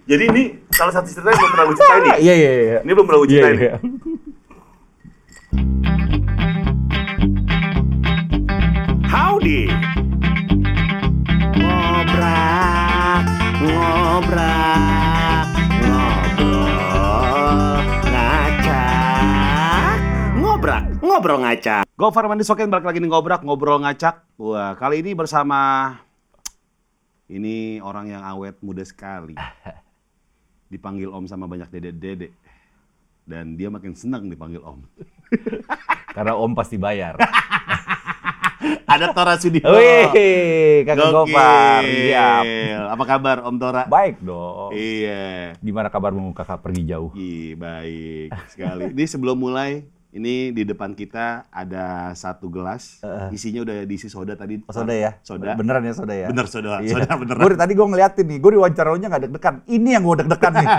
Jadi ini salah satu cerita yang belum pernah gue ceritain nih. Iya. Ini belum pernah gue ceritain. Iya. Howdy. Ngobrak, ngobrol ngacak. Ngobrol ngacak. Gofar Mandi Soken balik lagi di ngobrol ngacak. Wah, kali ini bersama ini orang yang awet muda sekali. Dipanggil Om sama banyak dedek-dedek. Dan dia makin senang dipanggil Om. Karena Om pasti bayar. Ada Tora Sudiro. Wih, Kakak Gofar. Siap. Apa kabar Om Tora? Baik dong. Iya. Gimana kabarmu Kakak pergi jauh? Iya, baik sekali. Ini sebelum mulai, ini di depan kita ada satu gelas. Isinya udah diisi soda tadi. Oh, soda ya? Soda. Beneran ya soda ya? Bener soda. Iya. Soda beneran. Gue tadi gue ngeliatin nih, gue diwawancara-nya nggak deg-degan. Ini yang gue deg-degan nih.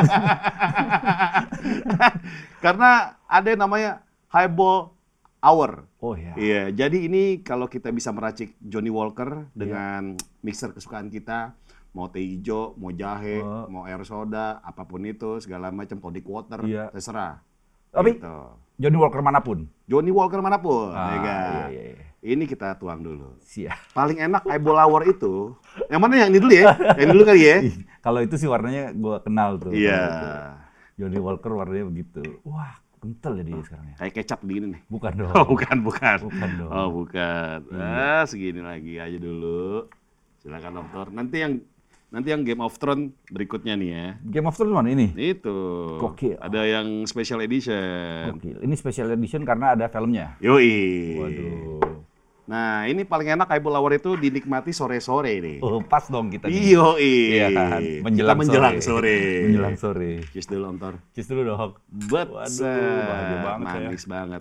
Karena ada yang namanya highball hour. Oh iya. Iya, jadi ini kalau kita bisa meracik Johnny Walker dengan mixer kesukaan kita, mau teh hijau, mau jahe, mau air soda, apapun itu, segala macam tonic water, terserah. Tapi gitu. Johnny Walker manapun. Johnny Walker manapun, ya kan? Iya. Ini kita tuang dulu. Siap. Paling enak highball hour itu, yang mana yang ini dulu ya? Yang ini dulu kali ya? Kalau itu sih warnanya gue kenal tuh. Iya. Johnny Walker warnanya begitu. Wah, kental ya dia sekarang ya. Kayak kecap begini nih. Bukan dong. Oh, bukan. Bukan dong. Oh, bukan. Segini lagi aja dulu. Silakan dokter. Nanti yang Game of Thrones berikutnya nih ya. Game of Thrones mana ini? Itu. Gokil. Ada yang special edition. Gokil. Ini special edition karena ada filmnya. Yoi. Waduh. Nah, ini paling enak highball hour itu dinikmati sore-sore nih. Oh, pas dong kita nih. Yoi. Iya kan? Menjelang sore. Menjelang sore. Cheers dulu, Om Tor. Cheers dulu dong. Waduh, bahagia banget ya. manis banget.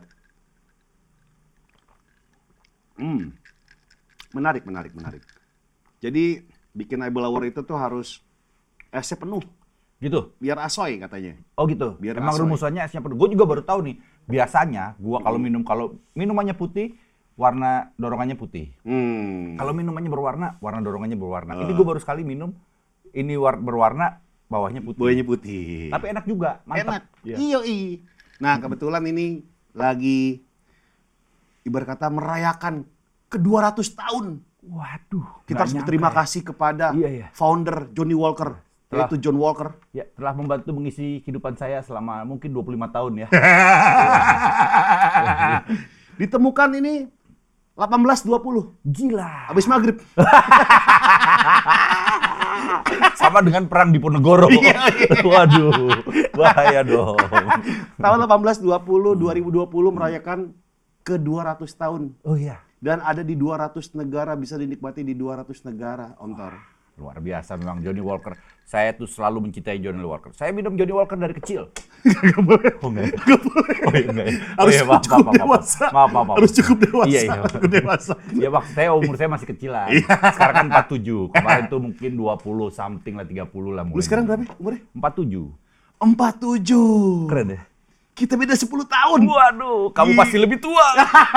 Menarik. Jadi bikin highball hour itu tuh harus esnya penuh. Gitu? Biar asoy katanya. Oh gitu? Biar emang asoy. rumusannya esnya penuh. Gue juga baru tahu nih. Biasanya gue kalau minumannya putih, warna dorongannya putih. Kalau minumannya berwarna, warna dorongannya berwarna. Ini gue baru sekali minum, ini berwarna, bawahnya putih. Bawahnya putih. Tapi enak juga, mantap. Enak. Iya. Nah, kebetulan ini lagi ibarat kata merayakan ke 200 tahun. Waduh. Kita harus berterima kasih kepada founder Johnny Walker, yaitu John Walker. Ya, telah membantu mengisi kehidupan saya selama mungkin 25 tahun ya. Ditemukan ini 1820. Gila. Habis maghrib. Sama dengan perang di Ponegoro. Waduh, bahaya dong. Tahun 1820, 2020 merayakan ke 200 tahun. Oh iya. Dan ada di 200 negara, bisa dinikmati di 200 negara, Om Tor. Luar biasa memang Johnny Walker. Saya tuh selalu mencintai Johnny Walker. Saya minum Johnny Walker dari kecil. Gak boleh. Oh enggak. Gak boleh. Oh iya enggak. Harus cukup dewasa. Maaf. Harus cukup dewasa. Iya. Cukup dewasa. Ya maksud saya umur saya masih kecilan. Sekarang kan 47. Kemarin tuh mungkin 20 something lah, 30 lah mulai. Lu sekarang berapa umurnya? 47. 47. Keren deh. Kita beda 10 tahun. Waduh, kamu pasti lebih tua.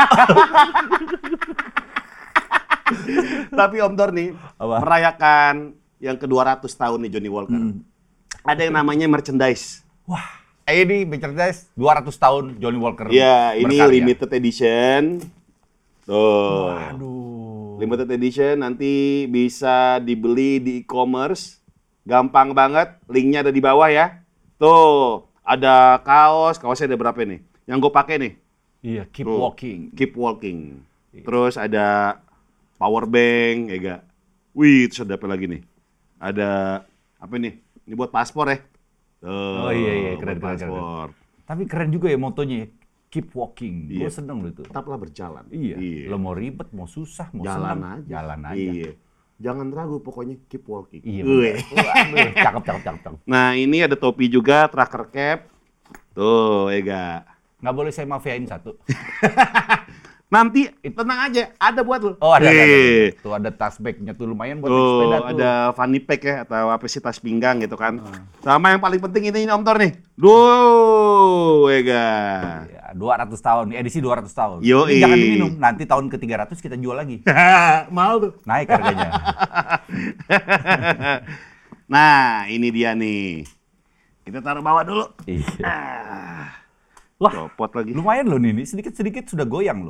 Tapi Om Tor nih, merayakan yang ke 200 tahun nih Johnny Walker. Ada yang namanya merchandise. Wah, ini merchandise 200 tahun Johnny Walker. Ya, ini berkarya. limited edition. Tuh. Waduh. Limited edition nanti bisa dibeli di e-commerce. Gampang banget, linknya ada di bawah ya. Tuh, ada kaosnya ada berapa nih? Yang gue pakai nih. Iya, keep Tuh, walking. Keep walking. Terus ada power bank, ya gak? Wih, terus ada apa lagi nih? Ada apa nih? Ini buat paspor ya. Oh iya, keren. Tapi keren juga ya motonya, keep walking. Gue seneng loh itu. Tetaplah berjalan. Iya. Lo mau ribet, mau susah, mau Jalan senang, aja. jalan aja. Iya. Jangan ragu, pokoknya keep walking. Iya. Waduh, cakep. Nah, ini ada topi juga, tracker cap. Tuh, ya gak? Nggak boleh saya mafiain satu. Nanti tenang aja, ada buat lo. Oh, ada. Tuh ada tas bagnya tuh lumayan buat naik sepeda tuh. Ada fanny pack ya atau apa sih tas pinggang gitu kan. Sama yang paling penting ini Om Tor nih. Duh, Ega. Ya, 200 tahun, edisi 200 tahun. Yoi. Ini jangan diminum, nanti tahun ke-300 kita jual lagi. Mahal tuh. Naik harganya. Nah, ini dia nih. Kita taruh bawah dulu. Iya. Wah, copot lagi. Lumayan loh ini sedikit-sedikit sudah goyang loh.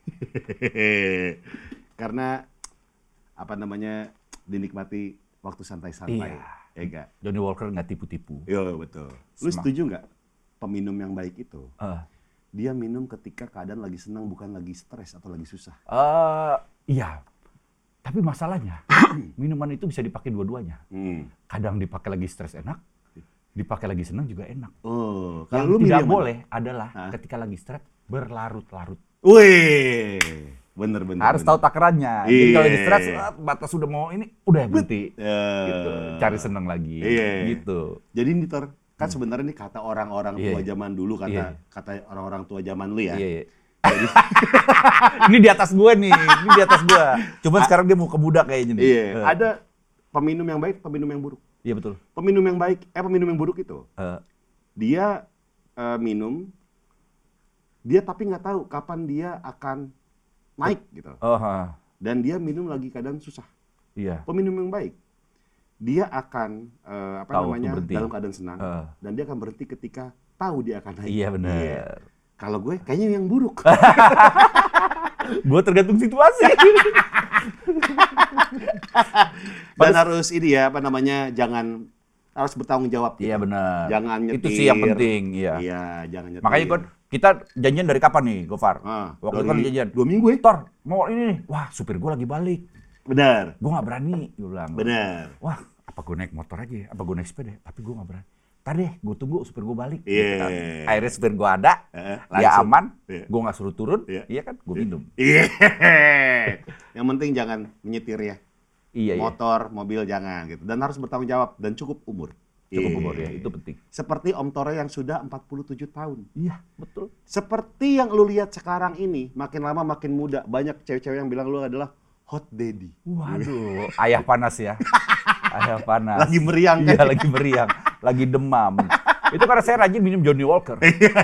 Karena apa namanya dinikmati waktu santai-santai. Iya. Ya enggak? Johnny Walker nggak tipu-tipu. Iya, betul. Lu setuju nggak peminum yang baik itu? Dia minum ketika keadaan lagi senang, bukan lagi stres atau lagi susah. Iya. Tapi masalahnya, minuman itu bisa dipakai dua-duanya. Kadang dipakai lagi stres enak, dipakai lagi senang juga enak. Oh, yang lu tidak boleh adalah ketika lagi stres berlarut-larut. Wih, bener. Harus tahu takarannya. Jadi kalau lagi stres, batas sudah mau ini, udah berhenti. Gitu. Cari senang lagi. Gitu. Jadi ini kan sebenarnya ini kata orang-orang tua zaman dulu, kata orang-orang tua zaman lu ya. Iya. Jadi, ini di atas gua nih, Cuman sekarang dia mau ke budak kayaknya nih. Iya. Ada peminum yang baik, peminum yang buruk. Iya betul. Peminum yang baik, peminum yang buruk itu, dia minum, dia tapi nggak tahu kapan dia akan naik gitu. Dan dia minum lagi keadaan susah. Iya. Peminum yang baik, dia akan dalam keadaan senang, dan dia akan berhenti ketika tahu dia akan naik. Iya benar. Iya. Kalau gue kayaknya yang buruk. Gue tergantung situasi. Dan harus ini ya, jangan harus bertanggung jawab. Iya benar. Jangan nyetir. Itu sih yang penting. Iya, jangan nyetir. Makanya kita janjian dari kapan nih, Gofar? Waktu itu kan janjian. 2 minggu ya? Tor, mau ini nih. Wah, supir gue lagi balik. Benar. Gue nggak berani, gue bilang. Benar. Wah, apa gue naik motor aja? Apa gue naik sepeda? Tapi gue nggak berani. Tadi deh, gue tunggu supir gue balik. Iya. Gitu kan. Akhirnya supir gue ada, dia aman, gue nggak suruh turun, iya kan, gue minum. Iya. Yang penting jangan menyetir ya. Iya. Motor, mobil jangan gitu. Dan harus bertanggung jawab dan cukup umur. Cukup umur ya, itu penting. Seperti Om Tore yang sudah 47 tahun. Iya, betul. Seperti yang lu lihat sekarang ini, makin lama makin muda. Banyak cewek-cewek yang bilang lu adalah hot daddy. Waduh, ayah panas ya. Ayah panas. Lagi meriang kan? Iya, lagi meriang. Lagi demam. Itu karena saya rajin minum Johnny Walker.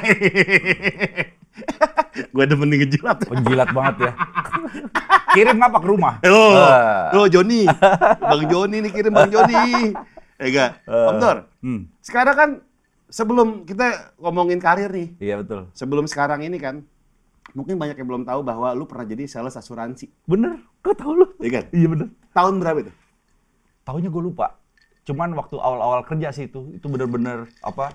Gue demen ngejilat. Penjilat banget ya. Kirim apa ke rumah? Johnny. Bang Johnny nih kirim Bang Johnny. Enggak. Om Tor, sekarang kan sebelum kita ngomongin karir nih. Iya betul. Sebelum sekarang ini kan, mungkin banyak yang belum tahu bahwa lu pernah jadi sales asuransi. Bener, kok tahu lu? Iya kan? Iya bener. Tahun berapa itu? Tahunnya gue lupa. Cuman waktu awal-awal kerja sih itu bener-bener apa?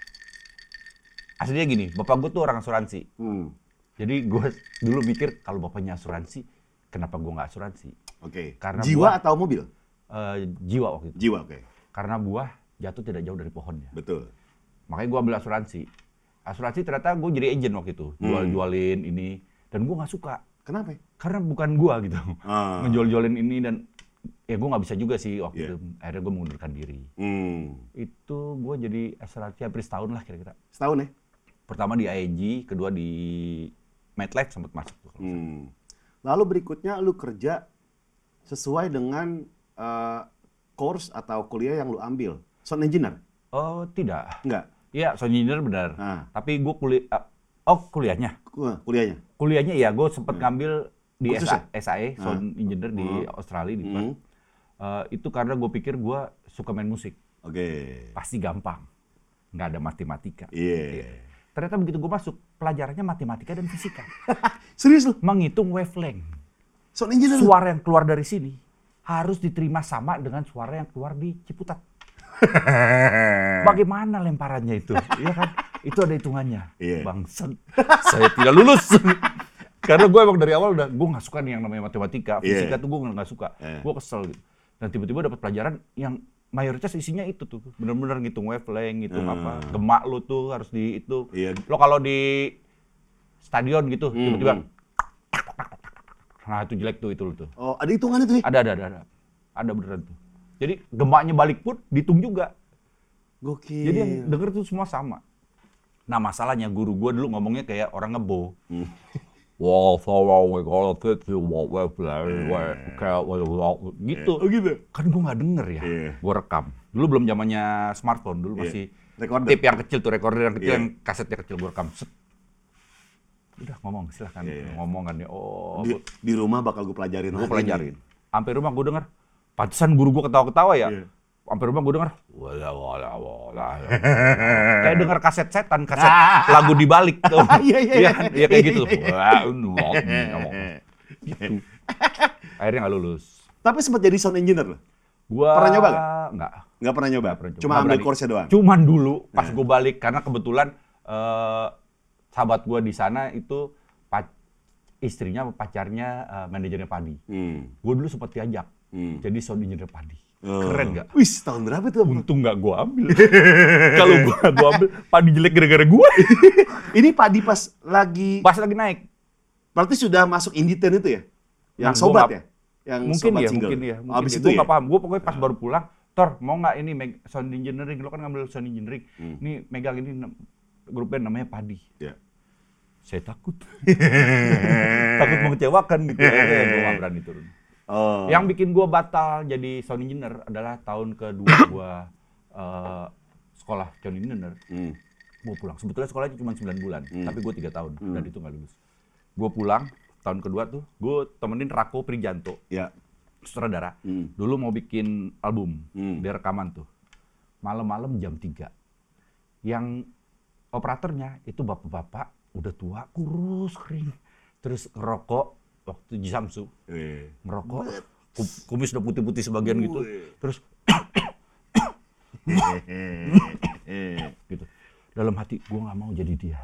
Aslinya gini, bapak gue tuh orang asuransi. Jadi gue dulu mikir kalau bapaknya asuransi, kenapa gue nggak asuransi? Oke. Karena jiwa atau mobil? Jiwa waktu itu. Jiwa, oke. Karena buah jatuh tidak jauh dari pohonnya. Betul. Makanya gue ambil asuransi. Asuransi ternyata gue jadi agent waktu itu. Jual-jualin ini. Dan gue nggak suka. Kenapa? Karena bukan gue gitu. Ngejual-jualin ini dan ya gue nggak bisa juga sih waktu itu. Akhirnya gue mengundurkan diri. Itu gue jadi asuransi hampir setahun lah kira-kira. Setahun ya? Pertama di ING, kedua di MetLife sempat masuk. Lalu berikutnya lu kerja sesuai dengan course atau kuliah yang lu ambil. Sound engineer? Oh tidak. Enggak? Iya, sound engineer benar. Tapi gue kuliahnya? Kuliahnya? Kuliahnya ya, gue sempat ngambil di SAE, sound engineer di Australia. Di itu karena gue pikir gue suka main musik. Oke. Pasti gampang. Nggak ada matematika. Iya. Ternyata begitu gue masuk, pelajarannya matematika dan fisika. Serius lu? Menghitung wavelength. Sound engineer? Suara yang keluar dari sini harus diterima sama dengan suara yang keluar di Ciputat. Bagaimana lemparannya itu? Iya kan? Itu ada hitungannya. Bangsat. Saya tidak lulus. Karena gue emang dari awal gue nggak suka nih yang namanya matematika. Fisika tuh gue nggak suka. Gue kesel gitu. Dan tiba-tiba dapat pelajaran yang mayoritas isinya itu tuh. Bener-bener ngitung wavelength, ngitung apa. Gemak lu tuh harus di itu. Lo kalau di stadion gitu, tiba-tiba nah itu jelek tuh itu. Oh, ada hitungannya tuh ya? Ada beneran tuh. Jadi gemaknya balik pun dihitung juga. Gokil. Jadi yang denger tuh semua sama. Nah masalahnya guru gua dulu ngomongnya kayak orang ngebo. Gitu. Oh gitu? Kan gua nggak denger ya. Gua rekam. Dulu belum zamannya smartphone, dulu masih tape yang kecil tuh, recorder yang kecil, yang kasetnya kecil gua rekam. Udah ngomong, silahkan ngomong kan ya. Oh, di rumah bakal gue pelajarin. Gue pelajarin. Sampai rumah gue denger, pantesan guru gue ketawa-ketawa ya. sampai rumah gue denger, wala. Kayak denger kaset setan, kaset lagu dibalik tuh. Iya kayak gitu. Gitu. Akhirnya nggak lulus. Tapi sempat jadi sound engineer loh. Gua pernah nyoba nggak? Nggak pernah nyoba. Cuma ambil course-nya doang. Cuman dulu pas gue balik karena kebetulan sahabat gue di sana itu istrinya pacarnya manajernya Padi. Gue dulu sempat diajak jadi sound engineer Padi. Keren nggak? Wih, tahun berapa tuh? Untung nggak gue ambil. Kalau gue ambil, Padi jelek gara-gara gue. Ini Padi pas lagi naik. Berarti sudah masuk Inditen itu ya? Yang sobat ya? Yang mungkin sobat ya, single. mungkin ya. Abis itu gue ya? nggak paham. Gue pokoknya pas baru pulang, Tor mau nggak ini sound engineering? Lo kan ngambil sound engineering. Ini megang ini grup band namanya Padi. Ya. Saya takut. Takut mengecewakan gitu. Gue nggak berani turun. Yang bikin gue batal jadi sound engineer adalah tahun kedua gue sekolah sound engineer. Gue pulang. Sebetulnya sekolahnya cuma 9 bulan, tapi gue 3 tahun dan itu nggak lulus. Gue pulang tahun kedua tuh, gue temenin Rako Prijanto, sutradara. Dulu mau bikin album, dia rekaman tuh. Malam-malam jam 3. Yang operatornya itu bapak-bapak udah tua, kurus, kering. Terus ngerokok waktu di Samsu. Ngerokok, kumis udah putih-putih sebagian gitu. Terus gitu. Dalam hati, gue nggak mau jadi dia.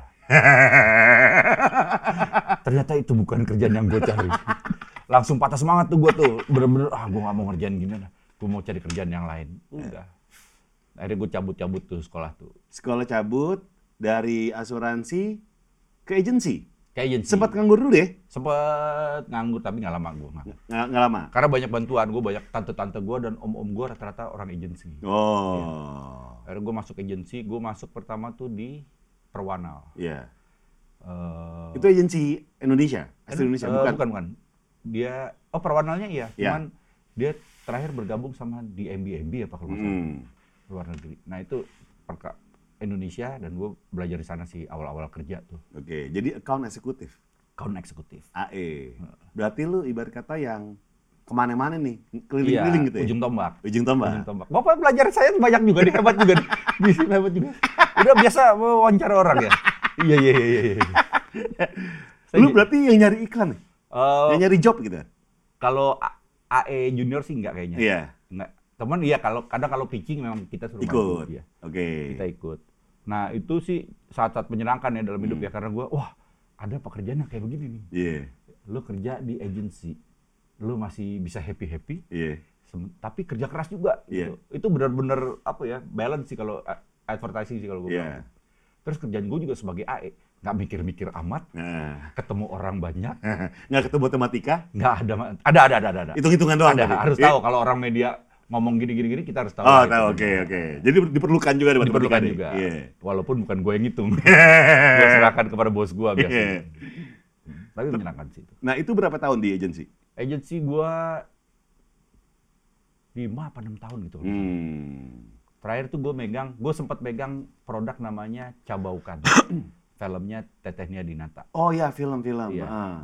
Ternyata itu bukan kerjaan yang gue cari. Langsung patah semangat tuh gue tuh. Bener-bener, gue nggak mau ngerjain gini. Gue mau cari kerjaan yang lain. Udah. Akhirnya gue cabut-cabut tuh sekolah tuh. Sekolah cabut dari asuransi ke agensi? Ke agensi. Sempat nganggur dulu deh? Sempat nganggur, tapi nggak lama gue. Nggak lama? Karena banyak bantuan. Gue banyak tante-tante gue dan om-om gue rata-rata orang agensi. Ya. Akhirnya gue masuk agensi. Gue masuk pertama tuh di Perwanal. Iya. Itu agensi Indonesia? Asli Indonesia? Bukan. Dia, Perwanalnya iya. Cuman dia terakhir bergabung sama di MB apa kalau nggak salah. Luar negeri. Nah itu Indonesia dan gue belajar di sana sih awal-awal kerja tuh. Oke, jadi account eksekutif? Account eksekutif. AE. Berarti lu ibarat kata yang kemana-mana nih, keliling-keliling gitu ya? Ujung tombak. Ujung tombak. Bapak belajar saya banyak juga nih, hebat juga nih. Di sini hebat juga. Udah biasa wawancara orang ya? Iya. Lu berarti yang nyari iklan nih? Yang nyari job gitu kan? Kalau AE junior sih enggak kayaknya. Iya. Enggak. Teman iya kalau pitching memang kita suruh ikut. Ya. Oke. Kita ikut. Nah, itu sih saat-saat menyenangkan ya dalam hidup ya karena gue ada pekerjaan yang kayak begini nih. Iya. Lu kerja di agency. Lu masih bisa happy-happy. Iya. Tapi kerja keras juga gitu. Itu benar-benar balance sih kalau advertising sih kalau gue bilang. Terus kerjaan gue juga sebagai AE, nggak mikir-mikir amat, ketemu orang banyak, nggak ketemu tematika, nggak ada. Hitung-hitungan doang. Harus tahu kalau orang media ngomong gini kita harus tahu. Tahu, oke. Jadi diperlukan juga. Diperlukan juga. Walaupun bukan gue yang ngitung, gue serahkan kepada bos gue biasanya. Tapi menyenangkan sih itu. Nah itu berapa tahun di agensi? Agensi gue 5 apa 6 tahun gitu. Terakhir tuh gue sempat megang produk namanya Cabaukan. Filmnya Teteh Nia Dinata. Oh ya, film. Iya.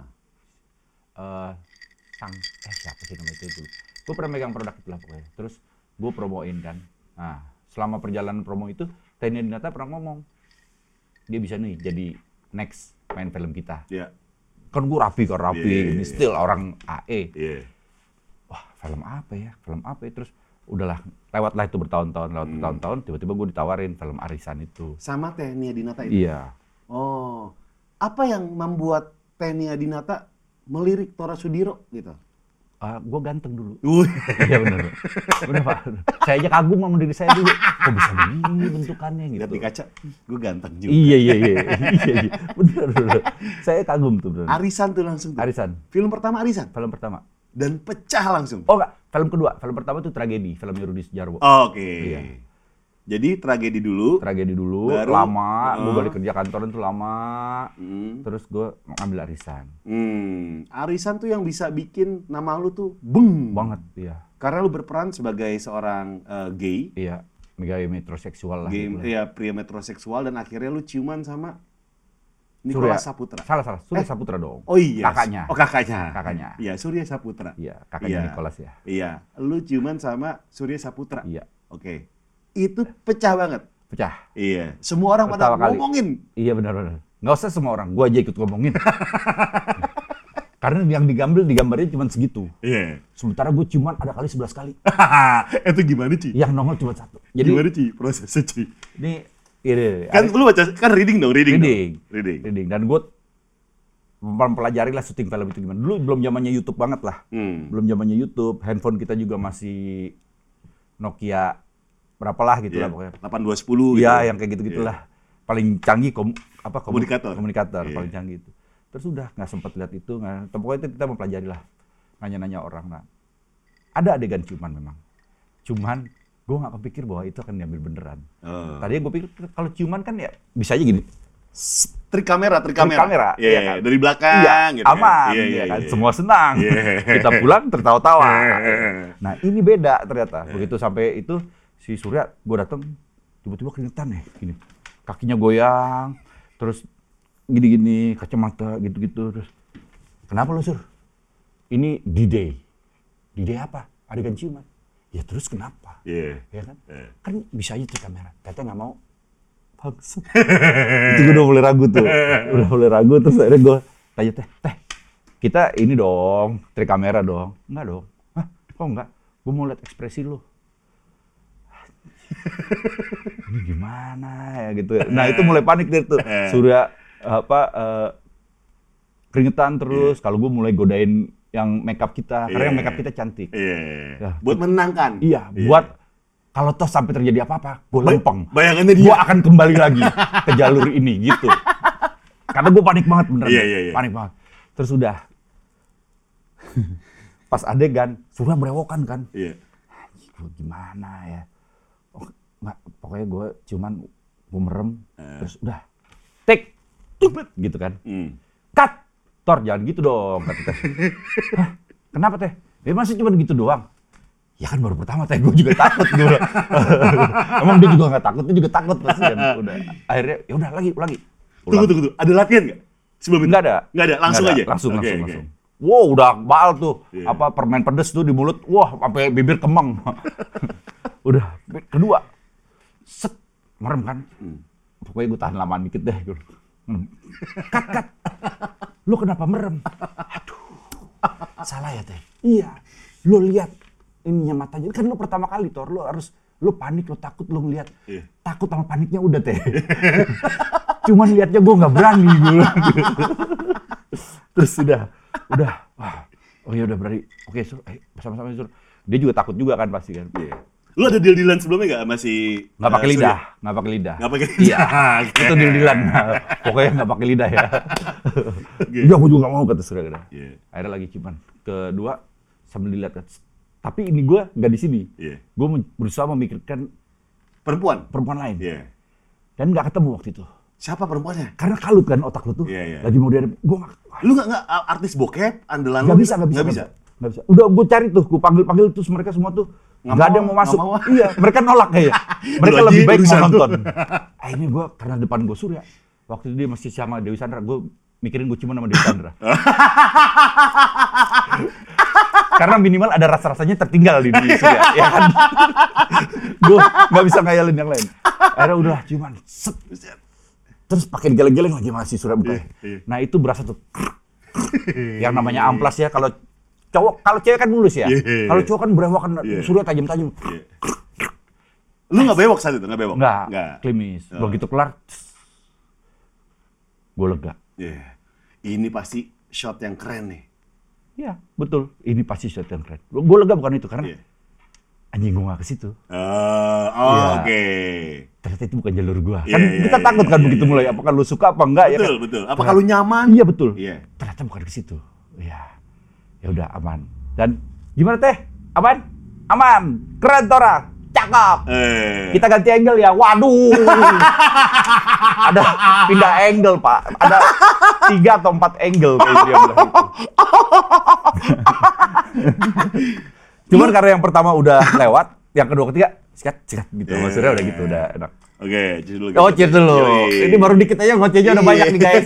Siapa sih namanya itu? Gue pernah megang produk itu lah pokoknya. Terus gue promoin kan. Nah, selama perjalanan promo itu, Teteh Nia Dinata pernah ngomong, dia bisa nih jadi next main film kita. Iya. Kan gue rapi, ini still orang AE. Iya. Wah, film apa ya? Terus udahlah, lewatlah itu bertahun-tahun, tiba-tiba gue ditawarin film Arisan itu. Sama Teteh Nia Dinata itu? Iya. Oh, apa yang membuat Teteh Nia Dinata melirik Tora Sudiro gitu? Gue ganteng dulu. Iya benar Pak. Saya aja kagum sama diri saya dulu. Kok bisa begini bentukannya gitu. Lihat di kaca, gue ganteng juga. Iya. Benar. Saya kagum tuh benar. Arisan tuh langsung tuh? Arisan. Film pertama Arisan? Film pertama. Dan pecah langsung? Oh enggak, film kedua. Film pertama tuh Tragedi, filmnya Rudi Sudjarwo. Oke. Iya. Jadi Tragedi dulu, baru, lama, gue balik kerja kantoran tuh lama, terus gue ngambil Arisan. Arisan tuh yang bisa bikin nama lu tuh beng banget, iya. Karena lu berperan sebagai seorang gay. Iya, gay metroseksual lah. Iya, pria metroseksual dan akhirnya lu ciuman sama Nicholas Saputra. Salah, Surya Saputra dong. Oh iya. Kakaknya. Oh kakaknya. Iya, Surya Saputra. Iya, kakaknya Nicholas ya. Iya, lu ciuman sama Surya Saputra. Iya. Oke. Itu pecah banget. Pecah. Iya. Semua orang pada ngomongin. Iya benar-benar. Nggak usah semua orang, gua aja ikut ngomongin. Karena yang digambarnya cuma segitu. Iya. Sementara gue ciuman ada kali 11 kali. Itu gimana, Ci? Yang nongol cuma satu. Jadi, gimana, Ci? Prosesnya, Ci? Ini kan lu baca, kan reading. Dan gue mempelajari lah syuting film itu gimana. Dulu belum zamannya YouTube banget lah. Belum zamannya YouTube. Handphone kita juga masih Nokia berapalah gitu lah pokoknya. 8210 gitu. Iya, yang kayak gitu-gitulah. Paling canggih komunikator paling canggih itu. Terus udah nggak sempat lihat itu, pokoknya kita mempelajari lah, nanya-nanya orang. Nah, ada adegan ciuman memang. Cuman gue nggak kepikir bahwa itu akan diambil beneran. Tadinya gue pikir kalau ciuman kan ya bisa aja gini. Trik kamera. Iya kan? Dari belakang gitu. Aman, kan? Semua senang. Kita pulang tertawa-tawa. Nah, ini beda ternyata. Begitu sampai itu si Surya, gue datang tiba-tiba keringetan nih, gini. Kakinya goyang, terus gini-gini, kacamata gitu-gitu. Terus, kenapa lo, Sur? Ini D-Day. D-Day apa? Adegan ciuman. Ya terus kenapa? Ya kan? Kan bisa aja trik kamera. Teteh nggak mau. Bagus. Itu gue udah mulai ragu tuh. Terus akhirnya gue tanya, Teh, kita ini dong, trik kamera dong. Enggak dong. Hah? Kok enggak? Gue mau lihat ekspresi lo. Ini gimana ya gitu. Nah itu mulai panik deh tuh. Surya keringetan terus. Kalau gue mulai godain yang makeup kita, karena yang makeup kita cantik. Ya, buat menenangkan. Iya, buat kalau toh sampai terjadi apa-apa, gue lempeng. Bayangannya dia. Gue akan kembali lagi ke jalur ini gitu. Karena gue panik banget beneran. Panik banget. Terus udah. Pas adegan, Surya berewokan kan. Gue gimana ya. Nggak, pokoknya gue cuman gue merem, terus udah take, gitu kan. Cut, Tor jangan gitu dong, kata Teh. Hah, kenapa Teh? Ya masih cuma gitu doang. Ya kan baru pertama Teh, gue juga takut. Emang dia juga nggak takut, dia juga takut pasti kan. Udah, akhirnya ya udah lagi. Tunggu, ada latihan nggak? Sebelum itu? Nggak ada, langsung aja? Langsung. Wow, udah baal tuh, permen pedes tuh di mulut, wah sampai bibir kemang. Udah, kedua. Set, merem kan. Pokoknya gue tahan lamaan dikit deh. Cut. Lu kenapa merem? Aduh, salah ya Teh? Iya, lu lihat ininya matanya. Kan lu pertama kali, Tor. Lu panik, lu takut, lu ngeliat. Takut sama paniknya udah Teh. Cuman liatnya gue nggak berani. Terus udah. Wah, oh ya udah berani. Oke, Sur, sama-sama Sur. Dia juga takut juga kan pasti kan. Lu ada deal-dealan sebelumnya nggak? Masih nggak pakai lidah. Iya, itu deal-dealan. Pokoknya nggak pakai lidah ya. Iya, aku juga nggak mau kata Surya. Akhirnya lagi cuman kedua sambil dilihat. Tapi ini gue nggak di sini. Gue berusaha memikirkan perempuan lain. Dan nggak ketemu waktu itu. Siapa perempuannya? Karena kalut kan otak lu tuh. Lagi mau dia. Lu nggak artis bokep andalan? Nggak bisa. Udah gue cari tuh, gue panggil terus mereka semua tuh. Nggak ada yang mau masuk. Iya, mereka nolak kayak. Mereka lebih baik mau nonton. Ini gue karena depan gue Surya. Waktu itu dia masih sama Dewi Sandra, gue mikirin gue cuma sama Dewi Sandra. Karena minimal ada rasa-rasanya tertinggal di Dewi Surya, ya kan? Gue nggak bisa ngayalin yang lain. Akhirnya udah cuman set. Terus pakai geleng-geleng lagi masih Surya buka. Nah itu berasa tuh. Yang namanya amplas ya, kalau cewek kan mulus ya. Kalau cowok kan berewokan, Surya tajam-tajam. Lu nggak bewok saat itu? Nggak bewok? Nggak, klimis. Begitu kelar, gue lega. Ini pasti shot yang keren nih. Iya, betul. Ini pasti shot yang keren. Gue lega bukan itu, karena anjing gue nggak ke situ. Oke. Ternyata itu bukan jalur gue. Kan kita takut kan begitu mulai. Apakah lu suka apa enggak? Betul. Apakah lu nyaman? Iya, betul. Ternyata bukan ke situ. Ya udah aman. Dan gimana Teh? Aman. Keren Tora. Cakep. Kita ganti angle ya. Waduh. Ada pindah angle, Pak. Ada 3 atau 4 angle kayak dia bilang gitu. Cuman karena yang pertama udah lewat, yang kedua ketiga sikat gitu. Maksudnya udah gitu, udah enak. Oke, cheers dulu. Oh, cheers dulu. Ini baru dikit aja ngocehnya udah banyak nih, guys.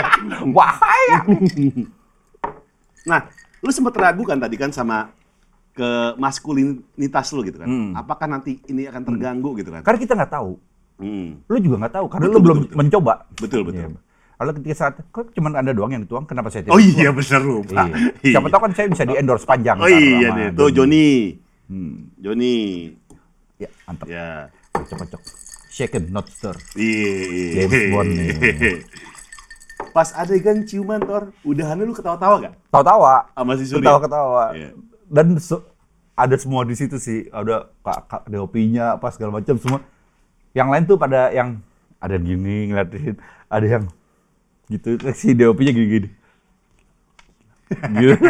Wah, ya. Nah, lu sempat ragu kan tadi kan sama ke maskulinitas lu gitu kan. Apakah nanti ini akan terganggu gitu kan? Karena kita nggak tahu. Lu juga nggak tahu karena Betul, lu belum betul. mencoba. Betul. Iya. Kalau ketika saat kok cuma Anda doang yang dituang, kenapa saya tidak? Oh iya benar lupa. Iya. Siapa tahu kan saya bisa di endorse panjang. Oh ntar iya sama deh, tuh Joni. Joni. Ya, mantap. Ya. Kocok-kocok. Shaken not stir. Iya. James Bond nih. Pas adegan ciuman Tor, udahannya lu ketawa-tawa gak? Tawa-tawa. Sama si Surya? Ketawa-ketawa. Iya. Dan ada semua di situ sih. Ada kak DOP-nya apa segala macam semua. Yang lain tuh pada yang ada gini ngeliatin, ada yang gitu si DOP-nya gini-gini. Gitu.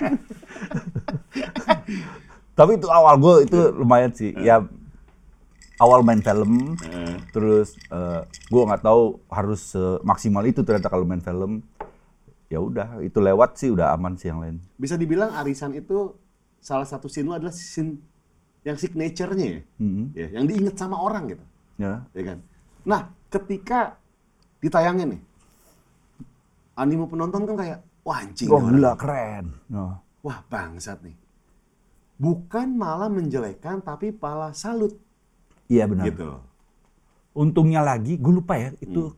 Tapi itu awal gue itu lumayan sih. Ya awal main film, terus gue nggak tahu harus maksimal itu ternyata kalau main film. Ya udah, itu lewat sih udah aman sih yang lain. Bisa dibilang Arisan itu salah satu scene lu adalah scene yang signature-nya ya? Ya, yang diinget sama orang gitu. Ya. Ya kan? Nah, ketika ditayangin nih, animo penonton kan kayak, wah anjing. Oh nih gila orang. keren. Wah bangsat nih. Bukan malah menjelekan, tapi malah salut. Iya benar. Gitu. Untungnya lagi, gue lupa ya itu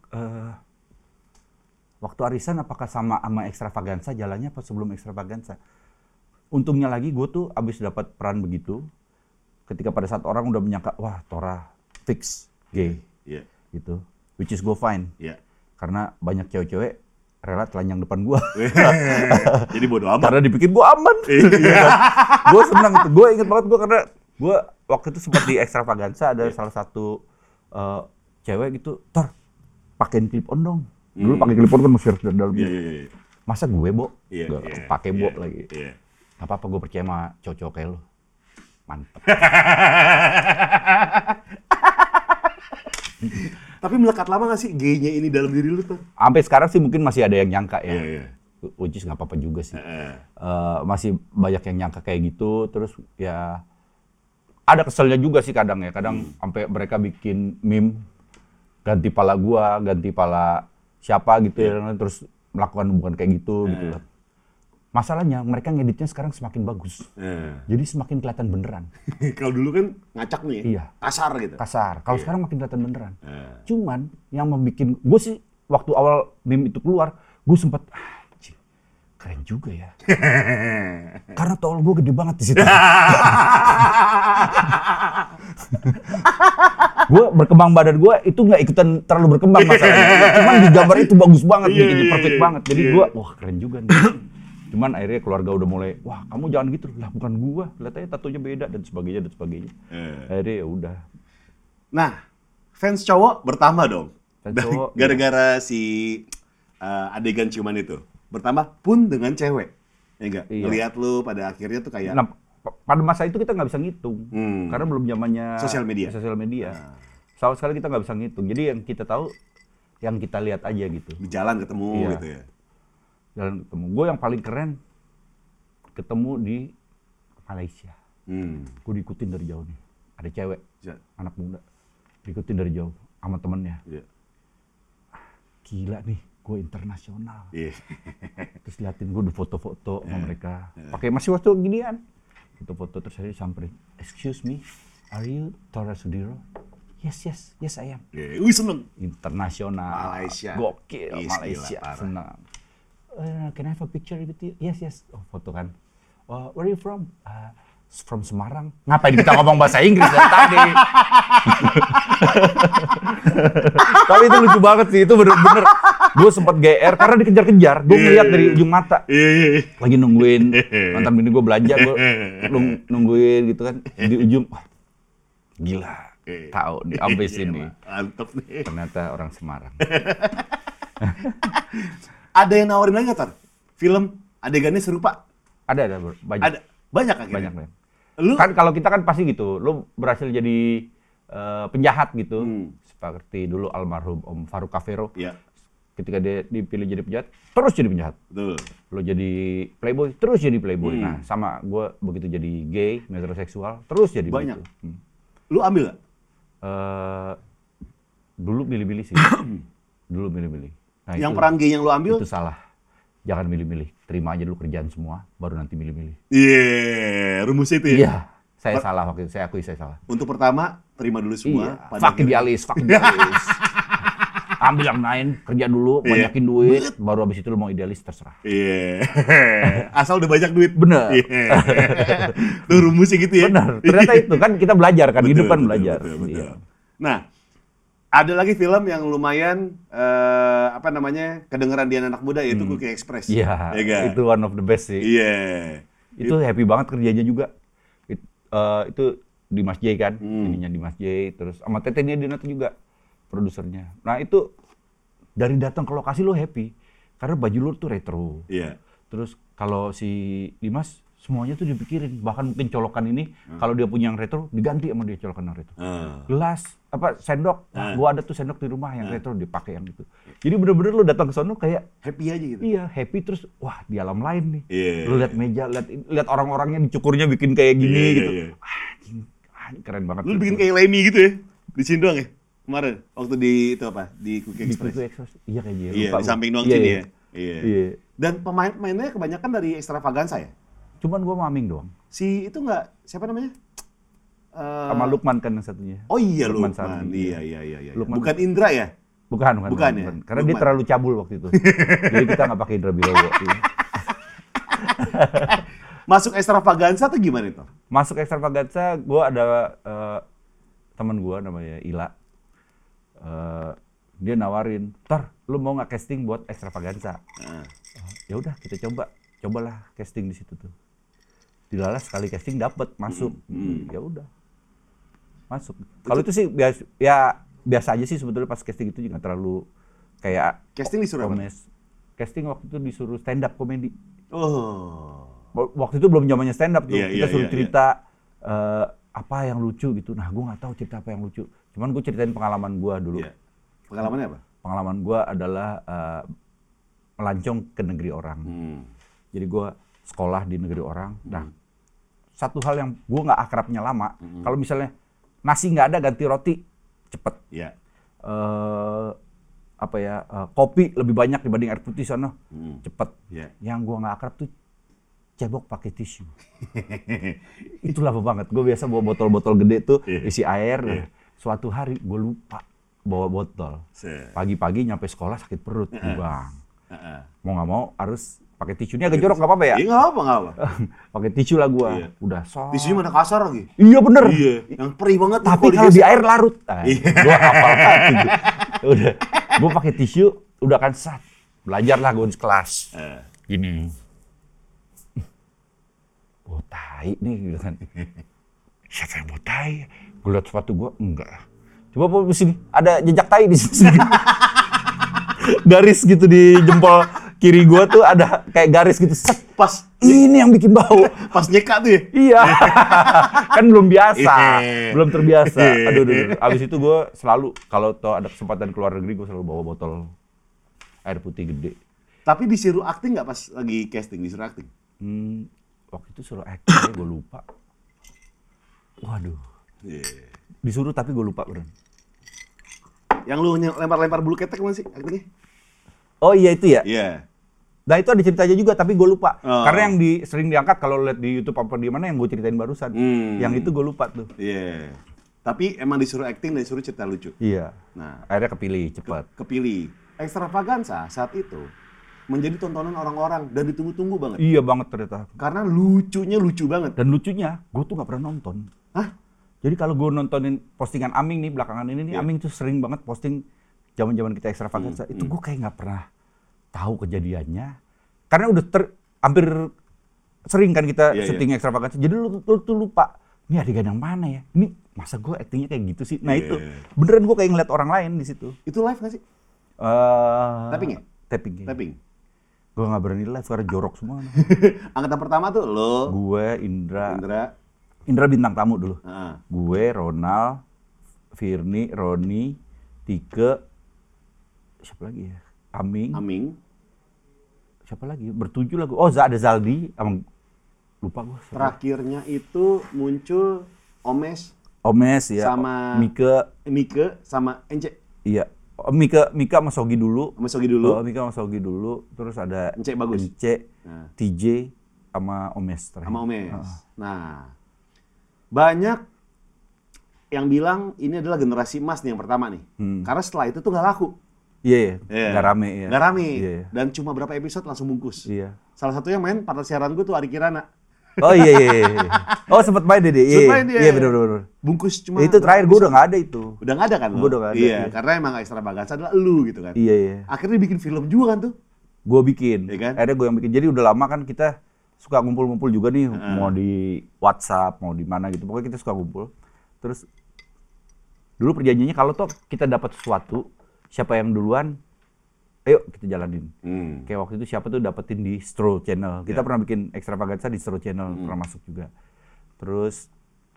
waktu Arisan apakah sama Extravaganza jalannya apa sebelum Extravaganza. Untungnya lagi gue tuh abis dapat peran begitu, ketika pada saat orang udah menyangka wah Tora fix gay, gitu, which is go fine, karena banyak cewek-cewek rela telanjang depan gue. Jadi bodo amat. Karena dipikir gue aman. Gue senang itu, gue inget banget gue karena gue waktu itu sempat di Extravaganza ada salah satu cewek gitu, Tor, pakein clip on dong. Dulu pakai clip on kan mesti harus dari dalam. Masa gue Bo? Pakai Bo lagi. Gak apa-apa, gue percaya sama cowok-cowok kayak lo. Mantep. Tapi melekat lama gak sih gay-nya ini dalam diri lu tuh? Sampai sekarang sih mungkin masih ada yang nyangka ya. Which is gak apa-apa juga sih. Masih banyak yang nyangka kayak gitu, terus ya ada keselnya juga sih kadang ya. Kadang sampai mereka bikin meme ganti pala gua, ganti pala siapa gitu ya, terus melakukan hubungan kayak gitu gitu lah. Masalahnya mereka ngeditnya sekarang semakin bagus. Jadi semakin kelihatan beneran. Kalau dulu kan ngacak nih, Iya. kasar gitu. Kasar. Kalau sekarang makin kelihatan beneran. Cuman yang membuat gue sih waktu awal meme itu keluar, gue sempet anjing, keren juga ya. Karena tol gue gede banget di situ. Gue berkembang badan gue itu nggak ikutan terlalu berkembang masalahnya. Cuman di gambar itu bagus banget, bikin perfect banget. Jadi gue, wah keren juga nih. Cuman akhirnya keluarga udah mulai, wah kamu jangan gitu lah, bukan gua, lihat aja tatonya beda dan sebagainya dan sebagainya. Akhirnya ya udah. Nah, fans cowok bertambah dong. Fans cowok, gara-gara si adegan ciuman itu. Bertambah pun dengan cewek. Ya enggak? Iya. Ngelihat lu pada akhirnya tuh kayak Nah, pada masa itu kita nggak bisa ngitung, karena belum zamannya Sosial media. Sama sekali kita nggak bisa ngitung. Jadi yang kita tahu, yang kita lihat aja gitu. di jalan ketemu gitu ya. Jalan ketemu. Gue yang paling keren ketemu di Malaysia. Gue diikutin dari jauh nih. Ada cewek, anak muda, diikutin dari jauh sama temennya. Gila nih, gue internasional. Terus liatin gue di foto-foto sama mereka. Pakai masih waktu ginian. Foto-foto terus saya samperin. Excuse me, are you Tora Sudiro? Yes, I am. Wih seneng. Internasional. Malaysia. Gokil, Gila, Malaysia. parah. Senang. Can I have a picture with you? Yes. Oh, foto kan. Where are you from? From Semarang. Ngapain kita ngomong bahasa Inggris dari tadi? Tapi itu lucu banget sih. Itu bener-bener. Gue sempet GR karena dikejar-kejar. Gue ngeliat dari ujung mata. Lagi nungguin. Mantan bini gue belanja. Gue nungguin gitu kan. Di ujung. Wah, gila. Tahu nih, sampai sini. Mantep nih. Ternyata orang Semarang. Ada yang nawarin lagi nggak, Tar? Film adegannya serupa? Ada banyak. Ada. Banyak akhirnya? Banyak. Lu? Kan kalau kita kan pasti gitu, lu berhasil jadi penjahat gitu. Seperti dulu almarhum Om Faruk Kafero. Iya. Ketika dia dipilih jadi penjahat, terus jadi penjahat. Betul. Lo jadi playboy, terus jadi playboy. Nah, sama gue begitu jadi gay, metroseksual, terus jadi Banyak. begitu. Lu ambil nggak? Dulu milih-milih sih. Dulu milih-milih. Nah, Yang peran gay yang lu ambil? itu salah. Jangan milih-milih. Terima aja dulu kerjaan semua, baru nanti milih-milih. Iya, rumusnya itu ya? Iya, saya salah waktu itu. Saya akui saya salah. Untuk pertama, terima dulu semua. Iya, fuck idealis. Ambil yang lain, kerja dulu, banyakin duit, baru habis itu lu mau idealis, terserah. Iya. Asal udah banyak duit. Bener. Tuh rumusnya gitu ya? Bener. Ternyata itu kan kita belajar kan, hidup kan belajar. Betul. Iya. Nah, ada lagi film yang lumayan, kedengeran di anak muda, yaitu Cooking Express. Iya, kan? itu one of the best sih. Iya. Itu happy banget kerjanya juga. Itu Dimas J kan, ininya Dimas J, terus sama Tete Dinata juga produsernya. Nah itu dari datang ke lokasi lo happy, karena baju lo tuh retro. Iya. Terus kalau si Dimas semuanya tuh dipikirin, bahkan mungkin colokan ini kalau dia punya yang retro diganti sama dia colokan yang retro. Gelas, sendok, gua ada tuh sendok di rumah yang retro dipakai yang itu. Jadi bener-bener lo datang ke sono kayak happy aja gitu. Iya, happy terus wah di alam lain nih. Yeah. Lo lihat meja, lihat orang-orangnya dicukurnya bikin kayak gini gitu. Ini keren banget. Lu bikin kayak Lemmy gitu ya? Di sini doang ya? Kemarin waktu di itu apa? Di Cooking Express. Di Cooking Express. Iya kayaknya. Iya, di samping doang sini ya. Iya. Dan pemain-pemainnya kebanyakan dari Extravaganza ya? Cuman gua maming doang. Si itu enggak, siapa namanya? Sama Lukman kan yang satunya. Oh iya, Lukman. Iya. Lukman. Bukan Indra ya? Bukan ya? Karena Lukman. Dia terlalu cabul waktu itu. Jadi kita nggak pakai Indra Bilowo. Masuk Extravaganza tuh gimana itu? Masuk Extravaganza, gua ada teman gua namanya Ila. Dia nawarin, "Tar, lu mau nggak casting buat Extravaganza?" Ya udah, kita cobalah casting di situ tuh. Dilalas sekali casting dapet, masuk. Ya udah. Masuk. Kalau itu sih biasa aja sih sebetulnya pas casting itu juga terlalu kayak casting disuruh apa? Casting waktu itu disuruh stand up komedi. Oh. Waktu itu belum zamannya stand up tuh. Kita suruh cerita apa yang lucu gitu. Nah, gue nggak tahu cerita apa yang lucu. Cuman gue ceritain pengalaman gue dulu. Yeah. Pengalamannya apa? Pengalaman gue adalah melancong ke negeri orang. Jadi gue sekolah di negeri orang. Nah, satu hal yang gue nggak akrabnya lama. Kalau misalnya nasi nggak ada ganti roti, cepet. Yeah. Kopi lebih banyak dibanding air putih sana, cepet. Yeah. Yang gue nggak akrab tuh cebok pakai tisu. Itu lama banget. Gue biasa bawa botol-botol gede tuh isi air. Suatu hari gue lupa bawa botol. Pagi-pagi nyampe sekolah sakit perut, bang. Mau nggak mau harus pakai tisu. Ini agak jorok, nggak apa-apa ya? Iya nggak apa. Pakai tisu lah gue. Udah tisunya mana kasar lagi? Iya bener. Iya. Yang perih banget. Tapi kalau di air larut. Gue hafal banget. Udah. Gue pakai tisu, udah kan sat. Belajar lah gue di kelas. Gini. Botai nih gitu kan. Siapa yang botai? Gue liat sepatu gue, enggak. Coba di sini, ada jejak tai di sini. Garis gitu di jempol kiri gue tuh ada kayak garis gitu. Set. Pas ini yang bikin bau. Pas nyeka tuh ya? Iya. Kan belum biasa, belum terbiasa. Aduh. Abis itu gue selalu, kalau ada kesempatan keluar negeri, gue selalu bawa botol air putih gede. Tapi disuruh acting nggak pas lagi casting? Disuruh acting? Waktu itu suruh acting, gue lupa. Waduh. Disuruh tapi gue lupa beneran. Yang lu lempar-lempar bulu ketek mana sih actingnya? Oh iya itu ya? Iya. Nah itu ada ceritanya juga tapi gue lupa. Karena yang sering diangkat kalau lihat di YouTube apa di mana yang gue ceritain barusan. Yang itu gue lupa tuh. Iya. Tapi emang disuruh acting dan disuruh cerita lucu. Iya. Nah, akhirnya kepilih cepat. Kepilih. Extravaganza saat itu menjadi tontonan orang-orang dan ditunggu-tunggu banget. Iya banget ternyata. Karena lucunya lucu banget. Dan lucunya, gue tuh nggak pernah nonton. Hah? Jadi kalau gue nontonin postingan Aming nih belakangan ini nih, Aming tuh sering banget posting zaman-zaman kita Extravaganza. Itu gue kayak nggak pernah tahu kejadiannya. Karena udah hampir sering kan kita syuting Extravaganza. Jadi lu tuh lupa. Ini adegan yang mana ya? Ini masa gue actingnya kayak gitu sih? Nah itu beneran gue kayak ngeliat orang lain di situ. Itu live nggak sih? Tapping ya? Tapping. Gue nggak berani live karena jorok semua. Angkatan pertama tuh lo. Gue, Indra bintang tamu dulu. Gue, Ronald, Firni, Roni, Tike, siapa lagi ya? Aming. Siapa lagi? Bertujuh lah gue. Oh, ada Zaldi, lupa gue. Terakhirnya itu muncul Omes ya. Sama Mike sama Ence. Iya. Mika sama Sogi dulu. Mika sama Sogi dulu. Terus ada Ence bagus. TJ sama Omes. Sama Omes. Nah, banyak yang bilang ini adalah generasi emas nih yang pertama nih. Karena setelah itu tuh nggak laku. Iya. Nggak rame ya. Nggak rame. Iya. Dan cuma berapa episode langsung bungkus. Iya. Salah satu yang main partner siaran gue tuh Ari Kirana. Oh iya. Oh sempat main deh. Iya benar. Bungkus cuma. Itu terakhir gue udah nggak ada itu. Udah nggak ada kan? Gue udah nggak ada. Iya, karena emang Extravaganza adalah elu gitu kan. Iya. Akhirnya bikin film juga kan tuh. Gue bikin. Iya kan? Akhirnya gue yang bikin. Jadi udah lama kan kita suka ngumpul-ngumpul juga nih, mau di WhatsApp, mau di mana gitu. Pokoknya kita suka ngumpul. Terus dulu perjanjiannya kalau toh kita dapat sesuatu, siapa yang duluan, ayo kita jalanin. Kayak waktu itu siapa tuh dapetin di Stro Channel. Kita pernah bikin Extravaganza di Stro Channel, pernah masuk juga. Terus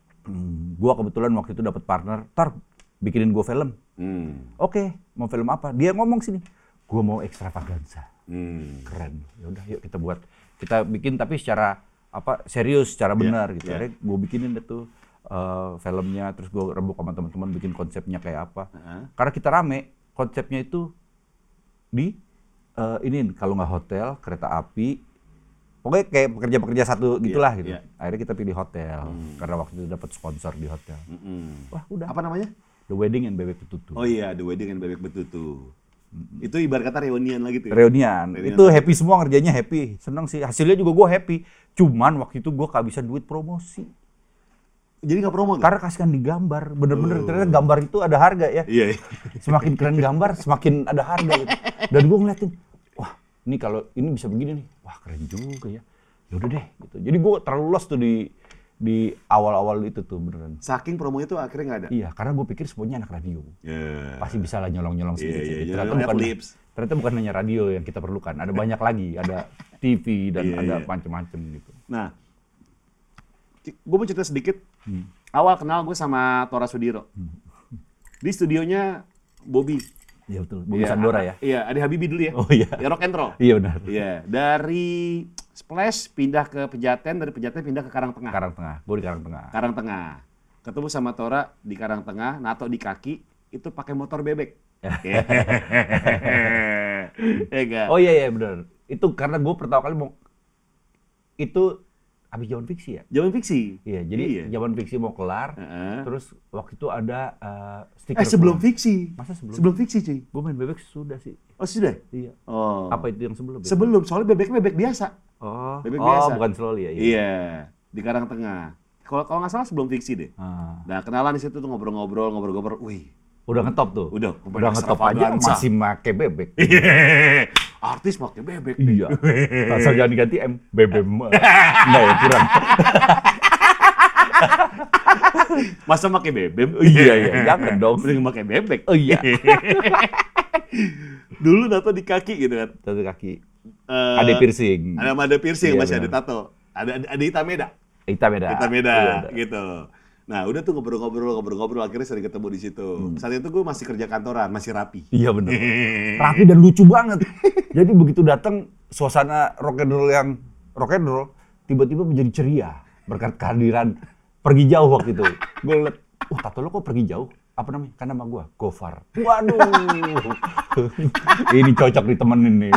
gua kebetulan waktu itu dapat partner, bikinin gua film. Oke, mau film apa? Dia ngomong sini, gua mau Extravaganza. Keren. Ya udah, yuk kita buat. Kita bikin tapi secara serius, secara benar gitu. Akhirnya gua bikinin itu filmnya, terus gua rembuk sama teman-teman bikin konsepnya kayak apa. Karena kita rame, konsepnya itu di ini kalau nggak hotel, kereta api, pokoknya kayak pekerja-pekerja satu gitulah gitu. Akhirnya kita pilih hotel karena waktu itu dapat sponsor di hotel. Wah udah. Apa namanya? The Wedding and Bebek Betutu. Oh iya, The Wedding and Bebek Betutu. Itu ibarat kata reunian lagi tuh. Reunian. Itu happy semua, ngerjainnya happy. Seneng sih. Hasilnya juga gue happy. Cuman waktu itu gue kehabisan duit promosi. Jadi nggak promo tuh? Karena kasihkan di gambar, bener-bener ternyata gambar itu ada harga ya. Iya. Semakin keren gambar, semakin ada harga gitu. Dan gue ngeliatin, wah ini kalau ini bisa begini nih, wah keren juga ya. Yaudah deh gitu. Jadi gue terlalu lost tuh di awal-awal itu tuh beneran. Saking promo itu akhirnya nggak ada? Iya, karena gue pikir semuanya anak radio. Pasti bisa lah nyolong-nyolong sedikit. Ternyata bukan hanya radio yang kita perlukan, ada banyak lagi, ada TV dan ada macam-macam gitu. Nah, gue mau cerita sedikit. Awal kenal gue sama Tora Sudiro. Di studionya Bobby. Iya betul, Bobby Sandora ya? Iya, Ade Habibie dulu ya. Oh iya. Ya rock and roll. Iya benar. Iya, dari Splash pindah ke Pejaten, dari Pejaten pindah ke Karangtengah. Gue di Karangtengah. Karangtengah. Ketemu sama Tora di Karangtengah, nato di kaki, itu pakai motor bebek. Oh iya benar. Itu karena gue pertama kali itu habis Zaman Fiksi ya? Zaman Fiksi? Iya, jadi Zaman Fiksi mau kelar, terus waktu itu ada stiker. Sebelum Fiksi? Masa sebelum? Sebelum Fiksi cuy? Gue main bebek sudah sih. Oh sudah? Iya. Oh. Apa itu yang sebelum? Sebelum, soalnya bebeknya bebek biasa. Oh, bebek biasa. Bukan slowly ya? Iya, di Karangtengah. Kalau nggak salah sebelum Fiksi deh. Nah kenalan di situ tuh ngobrol-ngobrol, wih. Udah ngetop tuh? Udah ngetop aja masih make bebek. Artis pakai bebek. Iya. Asal jangan diganti M. Bebek. Enggak ya, kurang. Masa pakai bebek? Iya, jangan dong. Mending pakai bebek. Oh iya. Dulu nato di kaki gitu kan. Tato kaki. Ada piercing. Ada piercing, masih ada tato. Ada hitam beda. Hitam beda gitu. Nah, udah tuh ngobrol-ngobrol, akhirnya sering ketemu di situ. Saat itu gue masih kerja kantoran, masih rapi. Iya benar. Rapi dan lucu banget. Jadi begitu datang suasana rock and roll tiba-tiba menjadi ceria berkat kehadiran Pergi Jauh waktu itu. Gue liat, tato lo kok pergi jauh? Apa namanya? Kan nama gue, Gofar. Waduh. Ini cocok ditemenin nih.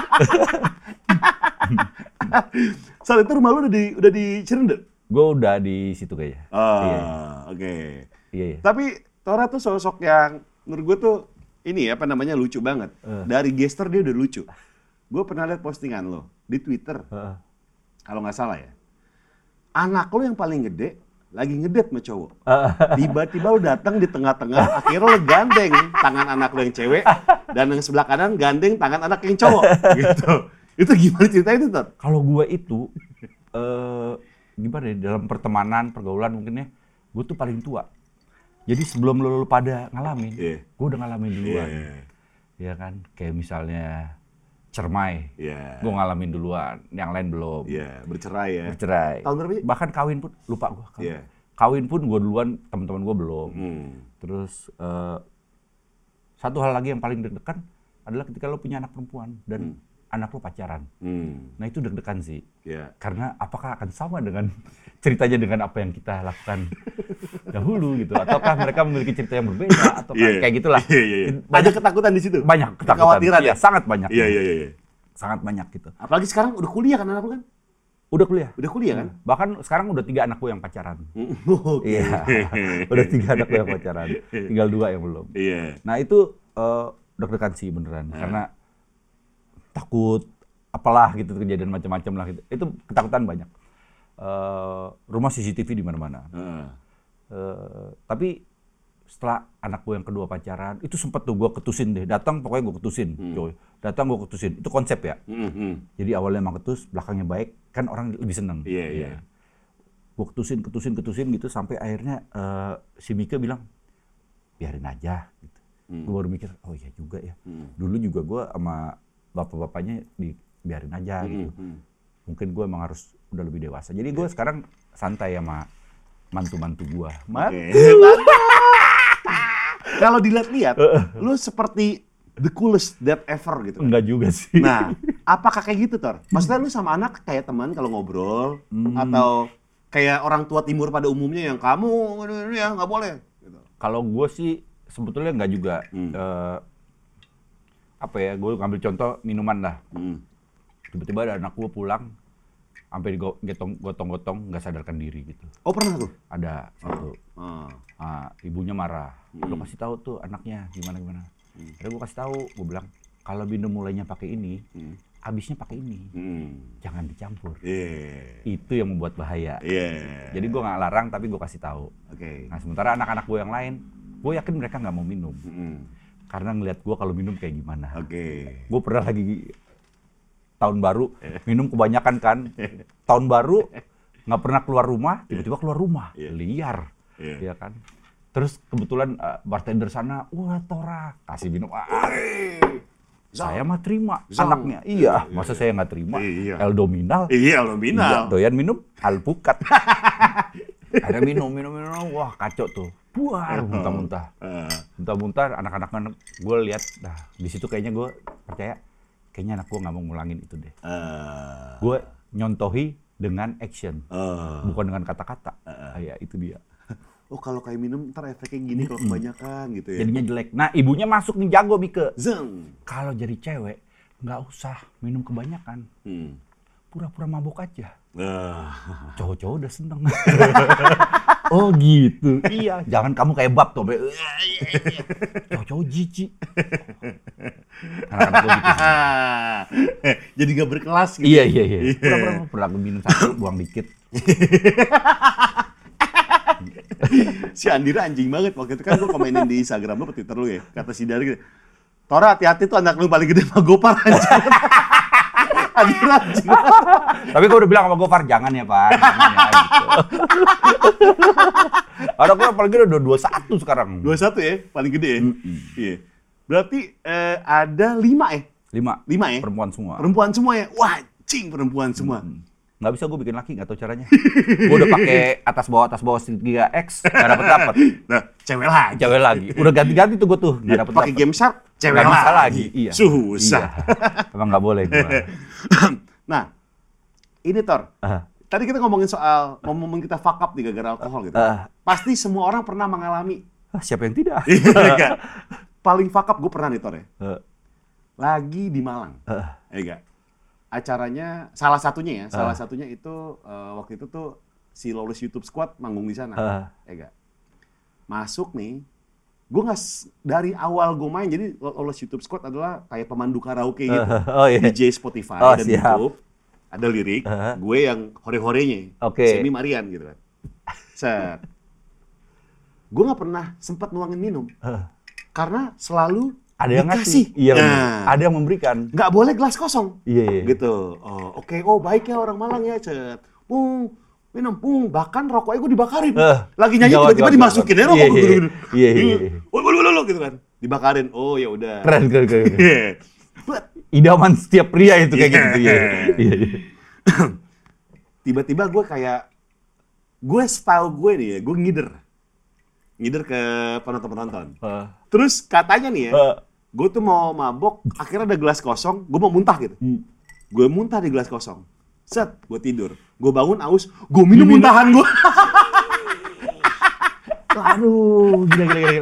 Saat itu rumah lu udah di Cirende? Gue udah di situ kayaknya. Oke. Iya. Tapi Tora tuh sosok yang menurut gue tuh ini lucu banget. Dari gestur dia udah lucu. Gue pernah lihat postingan lo di Twitter. Kalau nggak salah ya. Anak lo yang paling gede lagi ngedet sama cowok. Tiba-tiba lo datang di tengah-tengah, akhirnya lo gandeng tangan anak lo yang cewek dan yang sebelah kanan gandeng tangan anak yang cowok gitu. Itu gimana ceritanya itu, Tor? Kalau gue itu gimana ya, dalam pergaulan mungkin ya, gue tuh paling tua. Jadi sebelum lo pada ngalamin, gue udah ngalamin duluan. Ya kan, kayak misalnya cermai, gue ngalamin duluan, yang lain belum. Bercerai ya. Tahun berapa sih? Bahkan kawin pun, lupa gue. Kawin pun gue duluan, teman-teman gue belum. Terus satu hal lagi yang paling deg-degan adalah ketika lo punya anak perempuan dan anak lo pacaran. Nah itu deg-degan sih. Yeah. Karena apakah akan sama dengan ceritanya dengan apa yang kita lakukan dahulu gitu, ataukah mereka memiliki cerita yang berbeda, atau kayak gitulah. Banyak ketakutan di situ. Banyak ketakutan. Kekhawatiran ya, sangat banyak. Iya. Sangat banyak gitu. Apalagi sekarang udah kuliah kan anak lu kan? Udah kuliah. Udah kuliah kan? Bahkan sekarang udah 3 anakku yang pacaran. Okay. Iya. Udah 3 anakku yang pacaran. Tinggal 2 yang belum. Iya. Nah itu deg-degan sih beneran. Karena takut apalah gitu kejadian macam-macam lah gitu. Itu ketakutan banyak. Rumah CCTV di mana-mana. Tapi setelah anakku yang kedua pacaran, itu sempet tuh gue ketusin deh. Datang pokoknya gue ketusin, coy. Datang gue ketusin. Itu konsep ya. Jadi awalnya emang ketus, belakangnya baik, kan orang lebih seneng. Iya. Gue ketusin gitu sampai akhirnya si Mika bilang, biarin aja. Gitu. Gue baru mikir, oh iya juga ya. Dulu juga gue sama bapak-bapaknya biarin aja gitu. Mungkin gue emang harus udah lebih dewasa. Jadi gue sekarang santai sama mantu-mantu gue. Kalau dilihat-lihat, lu seperti the coolest dad ever gitu. Enggak juga sih. Nah, apakah kayak gitu, Tor? Maksudnya lu sama anak kayak teman kalau ngobrol, atau kayak orang tua timur pada umumnya yang kamu ya nggak boleh? Gitu. Kalau gue sih sebetulnya nggak juga. Apa ya, gue ngambil contoh minuman lah. Tiba-tiba ada anak gue pulang, sampai gotong-gotong nggak sadarkan diri gitu. Oh pernah tuh? Ada satu. Ibunya marah. Lo kasih tahu tuh anaknya gimana. Akhirnya gue kasih tahu, gue bilang kalau minum mulainya pakai ini, habisnya pakai ini, jangan dicampur. Itu yang membuat bahaya. Jadi gue nggak larang, tapi gue kasih tahu. Nah sementara anak-anak gue yang lain, gue yakin mereka nggak mau minum, karena ngelihat gue kalau minum kayak gimana. Gue pernah lagi tahun baru minum kebanyakan kan, tahun baru nggak pernah keluar rumah, tiba-tiba keluar rumah, liar, ya kan. Terus kebetulan bartender sana, wah Tora, kasih minum. Saya mah terima anaknya. Iya, masa saya nggak terima? El Dominal. Iya, El Dominal. Doyan minum alpukat. Ada minum, wah kacau tuh. Buar, muntah-muntah. Muntah-muntah, anak-anak gue lihat, nah di situ kayaknya gue percaya, kayaknya anak gue nggak mau ngulangin itu deh. Gue nyontohi dengan action, bukan dengan kata-kata. Ya itu dia. Oh kalau kayak minum ntar efeknya gini kalau kebanyakan gitu ya. Jadinya jelek. Nah ibunya masuk nih jago Mika. Zeng. Kalau jadi cewek nggak usah minum kebanyakan. Pura-pura mabuk aja. Cowok-cowok udah seneng. Oh gitu. Iya. Jangan kamu kayak bab tuh. Cowok-cowok jijik. Anak-anak gitu. Jadi gak berkelas gitu. Iya. Pura-pura minum satu, buang dikit. Si Andira anjing banget. Waktu itu kan gue komenin di Instagram lu, Twitter lu ya. Kata si Dari gitu, Tora hati-hati tuh anak lu paling gede sama Gopar anjing. Andira anjing. Tapi gue udah bilang sama Gopar, jangan ya Pak. Jangan ya gitu. Anak gue paling gede udah 21 sekarang. 21 ya? Paling gede ya? Iya. Berarti ada 5 ya? 5 ya? Perempuan semua. Perempuan semua ya? Wah anjing perempuan semua. Nggak bisa gue bikin laki, nggak tahu caranya. Gue udah pakai atas bawah Street Giga X, nggak dapet. Nah, cewek lagi. Udah ganti-ganti tuh gue tuh, nggak dapet. Pakai Game Shark, cewek nggak bisa lagi. Iya. Susah. Iya. Emang nggak boleh gue. Nah, ini Tor. Tadi kita ngomongin soal momen kita fuck up nih gara-gara alkohol gitu. Pasti semua orang pernah mengalami. Siapa yang tidak? Paling fuck up gue pernah nih Tor ya. Lagi di Malang. Ya acaranya salah satunya itu waktu itu tuh si Lawless YouTube Squad manggung di sana. Ya masuk nih, gue nggak dari awal gue main, jadi Lawless YouTube Squad adalah kayak pemandu karaoke gitu, DJ Spotify dan YouTube, ada lirik, gue yang hore-horenya, Semi Marian gitu kan. Set, gue nggak pernah sempat nuangin minum, karena selalu ada yang ngasih. Iya, ada yang memberikan. Nggak boleh gelas kosong. Iya. Gitu. Oh, oke. Oh, baik ya orang Malang ya, Cet. Minum, bahkan rokoknya gue dibakarin. Lagi nyanyi tiba-tiba dimasukin ya rokok gitu. Iya. Lu gitu kan. Dibakarin. Oh, ya udah. Keren. Idaman setiap pria itu kayak gitu. Iya. Tiba-tiba gue setahu gue nih ya, gue ngider ke penonton. Terus katanya nih ya, Gue tuh mau mabok, akhirnya ada gelas kosong, gue mau muntah gitu. Gue muntah di gelas kosong. Set, gue tidur. Gue bangun aus, gue minum muntahan gue. Aduh, gila.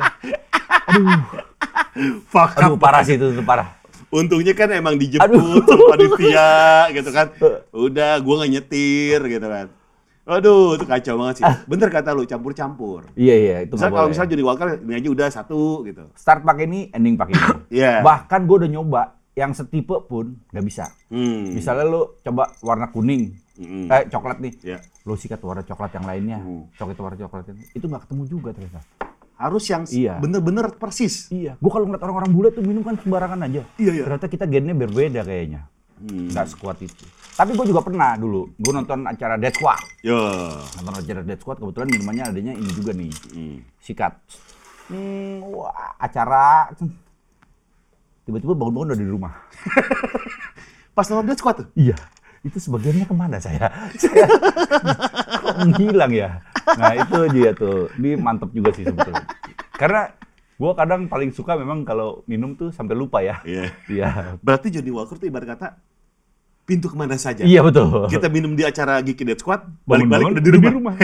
Fuck Aduh, up. parah sih itu parah. Untungnya kan emang dijemput sama panitia gitu kan. Udah, gue nggak nyetir gitu kan. Aduh, itu kacau banget sih. Bener kata lu, campur-campur. Iya, itu nggak boleh. Kalau misalnya Johnny Walker, ini aja udah satu gitu. Start pakai ini, ending pakai ini. Iya. Bahkan gue udah nyoba, yang setipe pun nggak bisa. Misalnya lu coba warna kuning, coklat nih. Yeah. Lu sikat warna coklat yang lainnya, warna coklat itu nggak ketemu juga ternyata. Harus yang bener-bener persis. Iya. Gue kalau ngeliat orang-orang bule tuh minum kan sembarangan aja. Iya. Ternyata kita gennya berbeda kayaknya. Nggak sekuat itu. Tapi gue juga pernah dulu, gue nonton acara Dead Squad. Nonton acara Dead Squad, kebetulan minumannya adanya ini juga nih, sikat. Wah, acara. Tiba-tiba bangun-bangun udah di rumah. Pas nonton Dead Squad tuh? Iya. Itu sebagiannya kemana saya kok menghilang ya? Nah itu dia tuh, ini mantep juga sih sebetulnya. Karena gue kadang paling suka memang kalau minum tuh sampai lupa ya. Iya. Berarti Johnny Walker tuh ibarat kata pintu kemana saja. Iya betul. Kita minum di acara Geeky Dead Squad, balik-balik udah di rumah.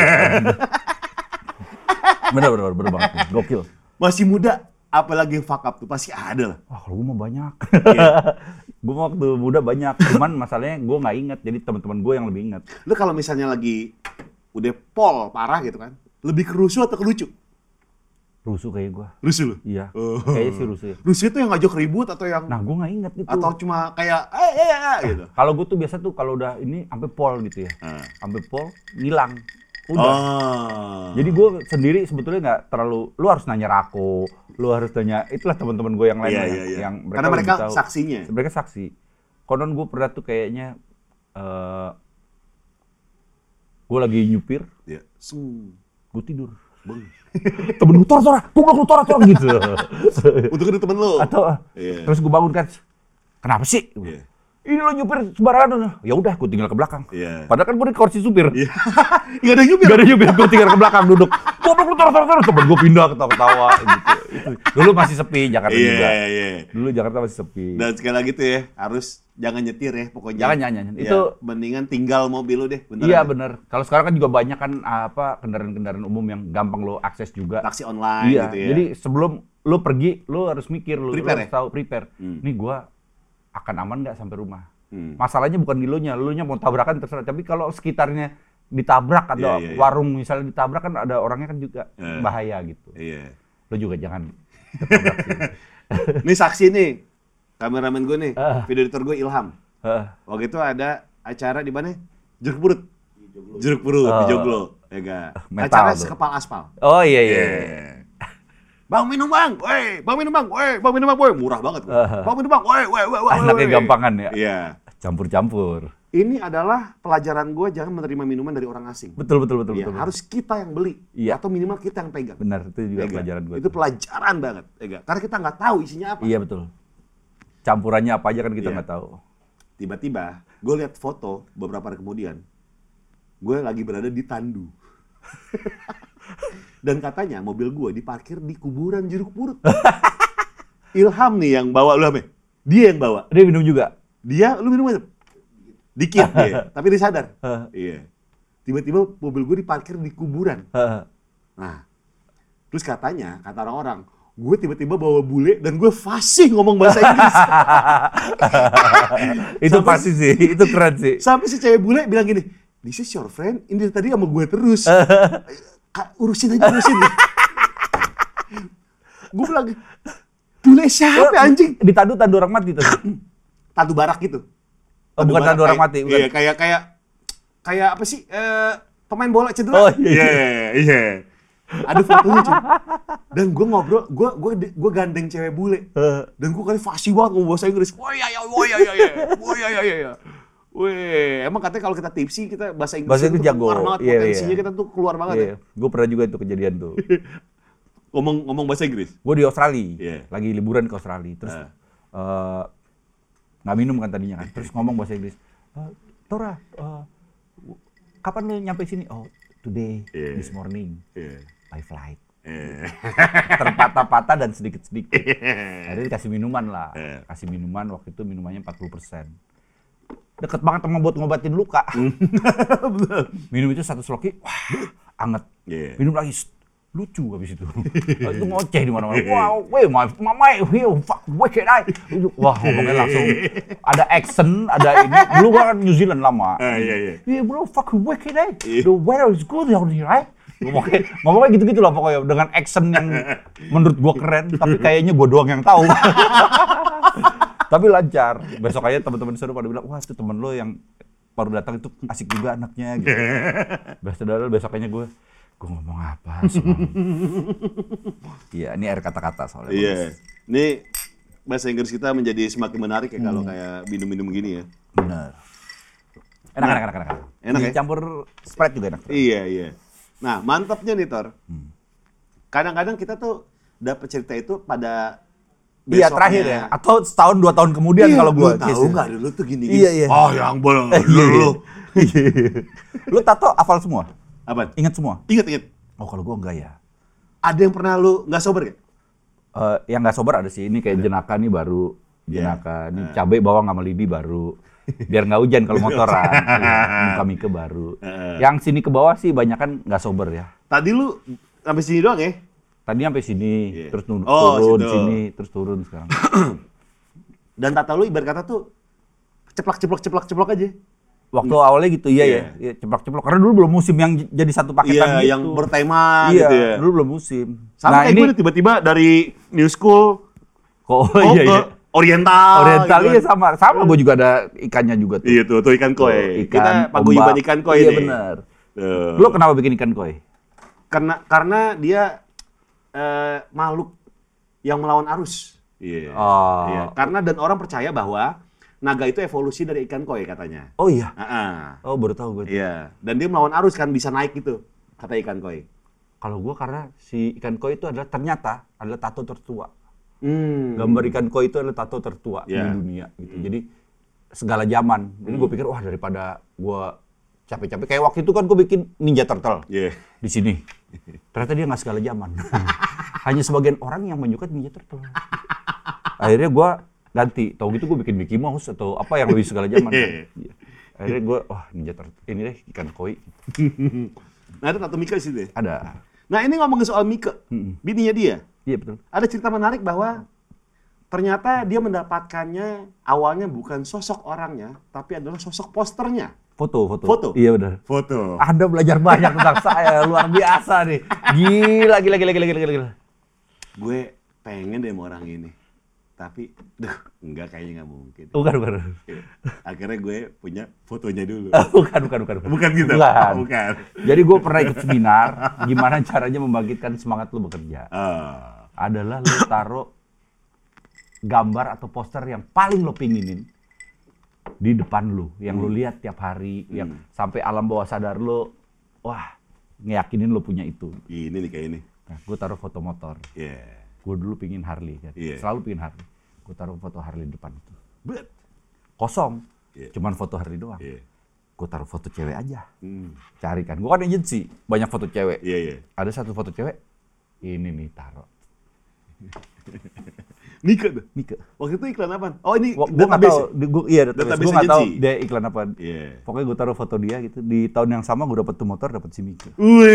Bener banget. Gokil. Masih muda, apalagi yang fuck up tuh pasti ada lah. Wah, kalau gue mah banyak. Gue waktu muda banyak, cuman masalahnya gue nggak inget, jadi teman-teman gue yang lebih inget. Lu kalau misalnya lagi udah pol parah gitu kan, lebih ke rusuh atau ke lucu? Rusuh kayak gue. Rusuh lu? Iya. Kayaknya sih rusuh. Rusuh itu yang ngajak ribut atau yang? Nah, gue nggak inget gitu. Atau cuma kayak gitu. Kalau gue tuh biasa tuh kalau udah ini sampai pol gitu ya. Sampai pol ngilang. Udah. Jadi gue sendiri sebetulnya nggak terlalu. Lu harus nanya Rako, lu harus tanya. Itulah teman-teman gue yang lain yang mereka. Karena mereka tahu. Saksinya. Mereka saksi. Konon gue pernah tuh kayaknya gue lagi nyupir. Iya. Gue tidur. Temen gue tora, gitu. Untuk itu temen lu. Atau terus gue bangun kan, kenapa sih? Ini lo nyupir sembarangan. Ya udah, gue tinggal ke belakang. Padahal kan gue di kursi supir. Gak ada nyupir. Gue tinggal ke belakang duduk. Goblok lu tora. Temen gue pindah ketawa-ketawa gitu. Dulu masih sepi Jakarta juga. Dulu Jakarta masih sepi. Dan sekali lagi tuh ya, harus jangan nyetir ya pokoknya. Jangan. Itu mendingan tinggal mobil lu deh. Iya benar. Kalau sekarang kan juga banyak kan kendaraan-kendaraan umum yang gampang lo akses juga. Taksi online gitu ya. Jadi sebelum lo pergi, lo harus mikir, lo Prepare harus tahu prepare. Nih gua akan aman nggak sampai rumah. Masalahnya bukan di lo nya mau tabrakan terserah. Tapi kalau sekitarnya ditabrak atau warung misalnya ditabrak kan ada orangnya kan juga bahaya gitu. Lo juga jangan ketabrak sih. Ini saksi nih, kameramen gue nih, video editor gue Ilham. Waktu itu ada acara di mana? Jeruk Purut di Joglo. Ya gak? Acara sekepal aspal. Oh iya. Bang minum bang, murah banget. Bang minum bang, anaknya gampangan ya. Iya. Campur-campur. Ini adalah pelajaran gue, jangan menerima minuman dari orang asing. Betul. Harus kita yang beli atau minimal kita yang pegang. Benar, itu juga pelajaran gue. Itu pelajaran banget, ya. Karena kita nggak tahu isinya apa. Iya betul. Campurannya apa aja kan kita nggak tahu. Tiba-tiba gue lihat foto beberapa hari kemudian, gue lagi berada di Tandu. Dan katanya mobil gue diparkir di kuburan Jeruk Purut. Ilham nih yang bawa, lu dia yang bawa. Dia minum juga? Lu minum aja? Dikit dia, tapi dia sadar. Iya. Tiba-tiba mobil gue diparkir di kuburan. Nah, terus kata orang-orang, gue tiba-tiba bawa bule dan gue fasih ngomong bahasa Inggris. Itu pasti sih, itu keren sih. Sampai si cewek bule bilang gini, "This is your friend, ini tadi sama gue terus. Urusin aja. Gue bilang, bule siapa anjing? Di tandu orang mati tuh. Tandu barak gitu. Oh, bukan tandu orang mati. Iya, kayak apa sih? Pemain bola cedera. Oh iya. Ada fotonya cuy. Dan gue ngobrol, gue gandeng cewek bule. Dan gue kali fasih banget ngomong bahasa Inggris. Wah iya. Wih, emang katanya kalau kita tipsi, kita bahasa Inggris itu jago. Keluar banget, potensinya kita tuh keluar banget ya. Gue pernah juga itu kejadian tuh. Ngomong bahasa Inggris? Gue di Australia, lagi liburan ke Australia. Terus nggak minum kan tadinya kan. Terus ngomong bahasa Inggris. Tora, kapan lo nyampe sini? Oh, today, this morning, by flight. Terpatah-patah dan sedikit-sedikit. Akhirnya dikasih minuman lah. Kasih minuman, waktu itu minumannya 40%. Deket banget sama buat ngobatin luka. Minum itu 1 sloki, wah, anget. Minum lagi, lucu habis itu. Itu ngoceh di mana-mana. Wow, weh, mama, fuck, wicked I. Wah, ngomongnya langsung ada action, ada ini. Dulu gua kan New Zealand lama. Yeah, bro, fuck, wicked I. The weather is good out here, right? Ngomongnya gitu-gitu lah pokoknya dengan action yang menurut gua keren, tapi kayaknya gua doang yang tahu. Tapi lancar. Besoknya teman-teman seru pada bilang, wah itu temen lo yang baru datang itu asik juga anaknya gitu. Besoknya gue ngomong apa sih? Iya, ini air kata-kata soalnya. Iya. Ini bahasa Inggris kita menjadi semakin menarik ya kalau kayak minum-minum gini ya. Benar. Enak. Enak ya? Dicampur Sprite juga enak. Iya. Nah, mantapnya nih, Tor. Kadang-kadang kita tuh dapat cerita itu pada iya, terakhir ya. Atau setahun 2 tahun kemudian kalau gue. Tahu nggak dulu tuh gini. Iya. Oh, yang bolong. Dulu. Lu tato hafal semua? Apa? Ingat semua? Ingat. Oh, kalau gue enggak ya. Ada yang pernah lu nggak sober gak? Yang nggak sober ada sih. Ini kayak jenaka nih baru. Jenaka. Ini cabai bawang sama lidi baru. Biar nggak hujan kalau motoran. Muka Mika baru. Yang sini ke bawah sih banyak kan nggak sober ya. Tadi lu sampai sini doang ya? Tadi sampai sini, terus turun situ. sini, terus turun sekarang. Dan tato lu ibarat kata tuh ceplok aja. Waktu awalnya gitu, iya, ceplok-ceplok. Karena dulu belum musim yang jadi satu paketan gitu. Yang bertema gitu ya. Dulu belum musim. Sama kayak gue tiba-tiba dari New School ke Oriental gitu. Iya sama gue juga ada ikannya juga tuh. Iya tuh ikan koi. Kita paguyuban ikan koi iya, bener. Lu kenapa bikin ikan koi? Karena dia makhluk yang melawan arus. Iya. Karena dan orang percaya bahwa naga itu evolusi dari ikan koi katanya. Oh iya. Oh baru tahu gue. Iya. Dan dia melawan arus kan bisa naik gitu kata ikan koi. Kalau gue karena si ikan koi itu ternyata adalah tato tertua. Gambar ikan koi itu adalah tato tertua di dunia gitu. Jadi segala zaman. Jadi gue pikir wah daripada gue capek-capek kayak waktu itu kan gue bikin Ninja Turtle di sini. Ternyata dia nggak segala zaman. Hanya sebagian orang yang menyukai Ninja Turtle. Akhirnya gue ganti. Tahu gitu gue bikin Mickey Mouse atau apa yang lebih segala zaman. Akhirnya gue Ninja Turtle. Ini deh ikan koi. Nah itu tato Mika sih deh. Ada. Nah ini ngomongin soal Mika, bininya dia. Iya betul. Ada cerita menarik bahwa ternyata dia mendapatkannya awalnya bukan sosok orangnya, tapi adalah sosok posternya. Foto. Iya benar. Foto. Anda belajar banyak tentang saya, luar biasa nih. Gila. Gue pengen deh sama orang ini. Tapi, enggak kayaknya nggak mungkin. Bukan. Akhirnya gue punya fotonya dulu. Bukan. Bukan gitu? Bukan. Jadi gue pernah ikut seminar, gimana caranya membangkitkan semangat lu bekerja. Adalah lu taruh gambar atau poster yang paling lo pinginin di depan lu, yang lu lihat tiap hari, yang sampai alam bawah sadar lu, wah, ngeyakinin lu punya itu. Ini nih kayak ini. Nah, gue taruh foto motor. Gue dulu pingin Harley kan, selalu pingin Harley. Gue taruh foto Harley di depan itu. Kosong, cuman foto Harley doang. Gue taruh foto cewek aja. Cari kan, gue kan agency, banyak foto cewek. Ada satu foto cewek, ini nih taruh. Mika tuh? Mika. Waktu itu iklan apaan? Oh ini gue nggak tahu. Database Gue nggak tahu dia iklan apaan. Yeah. Pokoknya gue taruh foto dia gitu. Di tahun yang sama gue dapet tuh motor, dapet si Mika.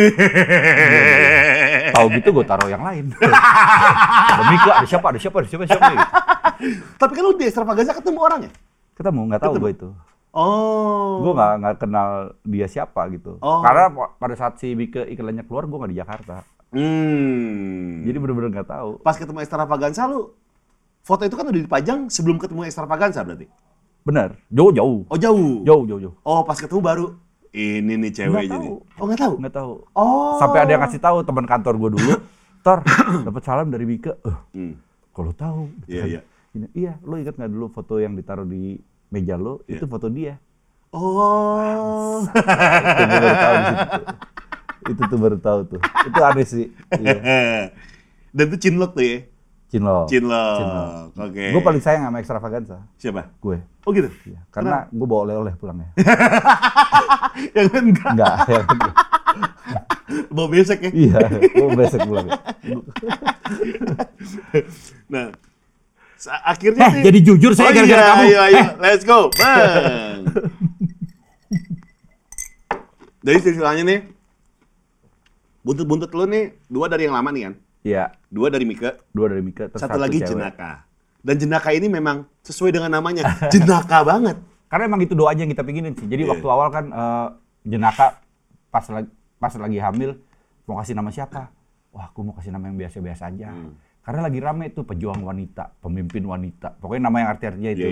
Tahu gitu gue taruh yang lain. Ada Mika, ada siapa gitu. Tapi kan lu di Extravaganza ketemu orangnya? Ketemu, nggak tahu gue itu. Oh. Gue nggak kenal dia siapa gitu. Karena pada saat si Mika iklannya keluar gue nggak di Jakarta. Jadi bener-bener nggak tahu. Pas ketemu Extravaganza lu foto itu kan udah dipajang sebelum ketemu Extravaganza berarti? Bener, jauh. Oh jauh? Jauh. Oh pas ketemu baru, ini nih ceweknya nih. Oh nggak tahu? Nggak tahu. Oh. Sampai ada yang ngasih tahu teman kantor gue dulu, Tor, dapat salam dari Mika. Kalau tahu. Iya. Iya, lo ingat nggak dulu foto yang ditaruh di meja lo, itu foto dia. Oh. Itu tuh baru tahu tuh. Itu aneh sih. Iya. Dan itu Cinlok tuh ya? Cinlok. Oke. Gue paling sayang sama Extravaganza. Siapa? Gue. Oh gitu? Iya. Karena gue bawa oleh-oleh pulangnya. Yang enggak? Enggak. Bau besek ya? Iya, gue besek pulang. Nah, akhirnya nih. Jadi jujur saya gara-gara kamu. Iya, let's go, bang. Jadi silsilahnya nih, buntut-buntut lu nih, 2 dari yang lama nih kan? Iya. 2 dari Mika. 2 dari Mika, terus 1 lagi cewek. Jenaka. Dan Jenaka ini memang sesuai dengan namanya, Jenaka banget. Karena emang itu doanya yang kita pinginin sih. Jadi waktu awal kan Jenaka pas lagi hamil mau kasih nama siapa? Wah, aku mau kasih nama yang biasa-biasa aja. Karena lagi rame tuh pejuang wanita, pemimpin wanita. Pokoknya nama yang arti-artinya itu.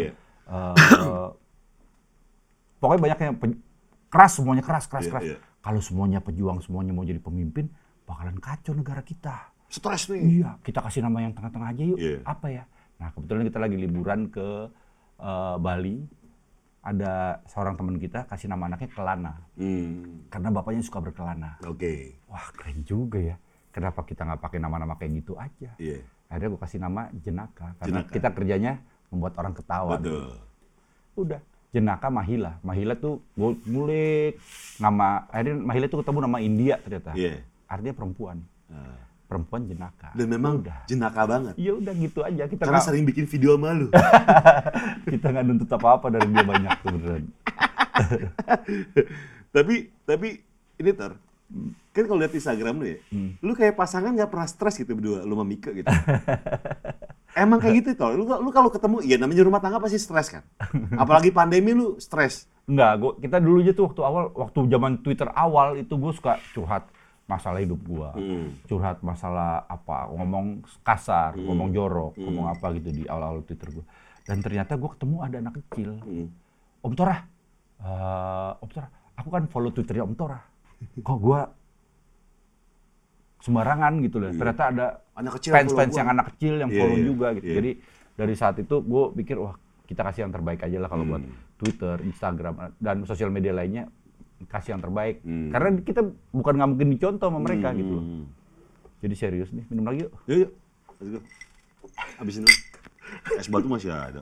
Pokoknya banyak yang keras, semuanya keras. Kalau semuanya pejuang, semuanya mau jadi pemimpin, bakalan kacau negara kita. Stres nih. Iya, kita kasih nama yang tengah-tengah aja yuk. Apa ya? Nah, kebetulan kita lagi liburan ke Bali. Ada seorang teman kita kasih nama anaknya Kelana. Karena bapaknya suka berkelana. Oke. Wah, keren juga ya. Kenapa kita nggak pakai nama-nama kayak gitu aja? Akhirnya gue kasih nama Jenaka. Karena kita kerjanya membuat orang ketawa. Betul. Udah. Jenaka Mahila. Mahila tuh gue ngulik nama. Akhirnya Mahila tuh ketemu nama India ternyata. Artinya perempuan. Perempuan jenaka. Dan memang jenaka banget. Iya udah gitu aja. Kita karena sering bikin video sama lu. Kita nggak nuntut apa-apa dari dia banyak tuh beneran. tapi ini kan kalau lihat Instagram lu ya, lu kayak pasangan nggak pernah stres gitu berdua, lu sama Mika gitu. Emang kayak gitu Tor. Lu kalau ketemu, ya namanya rumah tangga pasti stres kan. Apalagi pandemi lu stres. Enggak, kita dulu aja tuh waktu zaman Twitter awal itu gue suka curhat masalah hidup gua, curhat masalah apa, ngomong kasar, ngomong jorok, ngomong apa gitu di awal-awal Twitter gua. Dan ternyata gua ketemu ada anak kecil, Om Tora, aku kan follow Twitternya Om Tora. Kok gua sembarangan gitu loh. Ternyata ada fans yang anak kecil yang follow juga gitu. Jadi dari saat itu gua pikir wah kita kasih yang terbaik aja lah kalau buat Twitter, Instagram dan sosial media lainnya. Kasih yang terbaik. Karena kita bukan nggak mungkin dicontoh sama mereka gitu loh. Jadi serius nih, minum lagi yuk. Yuk. Let's go. Habisin dulu. Es batu masih ada.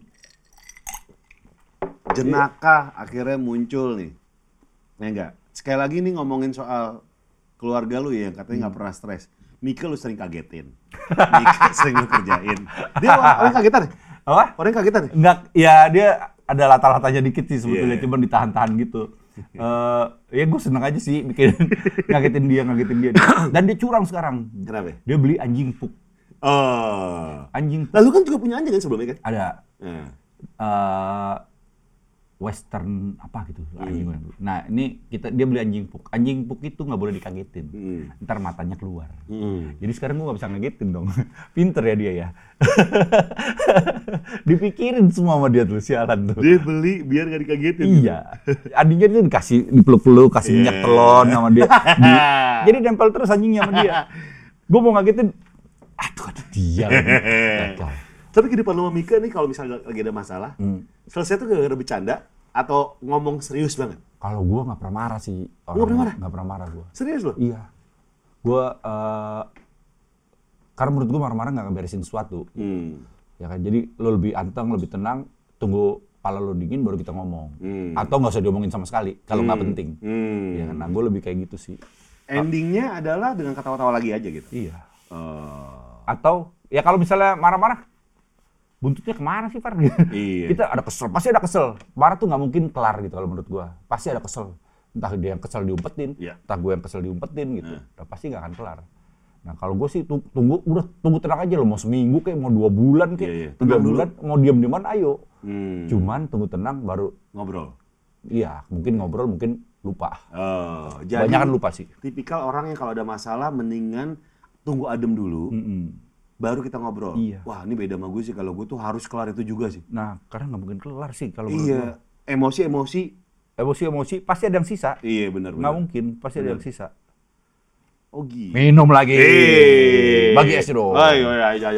Jenaka akhirnya muncul nih. Ya enggak? Sekali lagi nih ngomongin soal keluarga lu ya, yang katanya nggak pernah stres. Mika lu sering kagetin. Mika sering lu kerjain. Dia orang kagetan ya? Apa? Orang kagetan ya? Enggak, ya dia ada latar-latarnya dikit sih sebetulnya, cuma ditahan-tahan gitu. Ya gue seneng aja sih bikin ngagetin dia. Dan dia curang sekarang. Kenapa? Dia beli anjing puk. Anjing puk. Lalu kan juga punya anjing kan sebelumnya kan? Ada. Western apa gitu anjing. Nah ini dia beli anjing puk. Anjing puk itu nggak boleh dikagetin. Ntar matanya keluar. Jadi sekarang gue nggak bisa ngagetin dong. Pinter ya dia ya. Dipikirin semua sama dia tuh sialan tuh. Dia beli biar nggak dikagetin. Iya. Anjingnya itu dikasih dipeluk-peluk, kasih minyak telon sama dia. Jadi nempel terus anjingnya sama dia. Gue mau ngagetin. Aduh dia. Tapi kehidupan lu sama Mika nih kalau misalnya lagi ada masalah, selesai tuh gara-gara bercanda atau ngomong serius banget? Kalau gue nggak pernah marah sih. Nggak pernah marah? Nggak pernah marah gue. Serius lo? Iya. Gue karena menurut gue marah-marah nggak ngeberesin sesuatu. Ya kan. Jadi lo lebih anteng, lebih tenang, tunggu kepala lo dingin baru kita ngomong. Atau nggak usah diomongin sama sekali kalau nggak penting. Ya kan. Nah gue lebih kayak gitu sih. Endingnya adalah dengan ketawa-tawa lagi aja gitu? Iya. Atau ya kalau misalnya marah-marah, buntutnya kemana sih, Far? Iya. Kita ada kesel, pasti ada kesel. Marah tuh nggak mungkin kelar gitu kalau menurut gua. Pasti ada kesel. Entah dia yang kesel diumpetin, entah gue yang kesel diumpetin gitu. Udah pasti nggak akan kelar. Nah kalau gue sih tunggu tenang aja lo, mau seminggu kayak mau 2 bulan kayak 3 bulan, mau diam-diaman ayo. Cuman tunggu tenang baru ngobrol. Iya, mungkin ngobrol, mungkin lupa. Jadi banyak kan lupa sih. Tipikal orang yang kalau ada masalah mendingan tunggu adem dulu. Baru kita ngobrol. Iya. Wah ini beda sama gue sih, kalau gue tuh harus kelar itu juga sih. Nah karena nggak mungkin kelar sih kalau iya. Emosi pasti ada yang sisa. Iya benar. Nggak mungkin, pasti ada yang sisa. Oh gitu. Minum lagi. Bagi es dong. Ayo aja.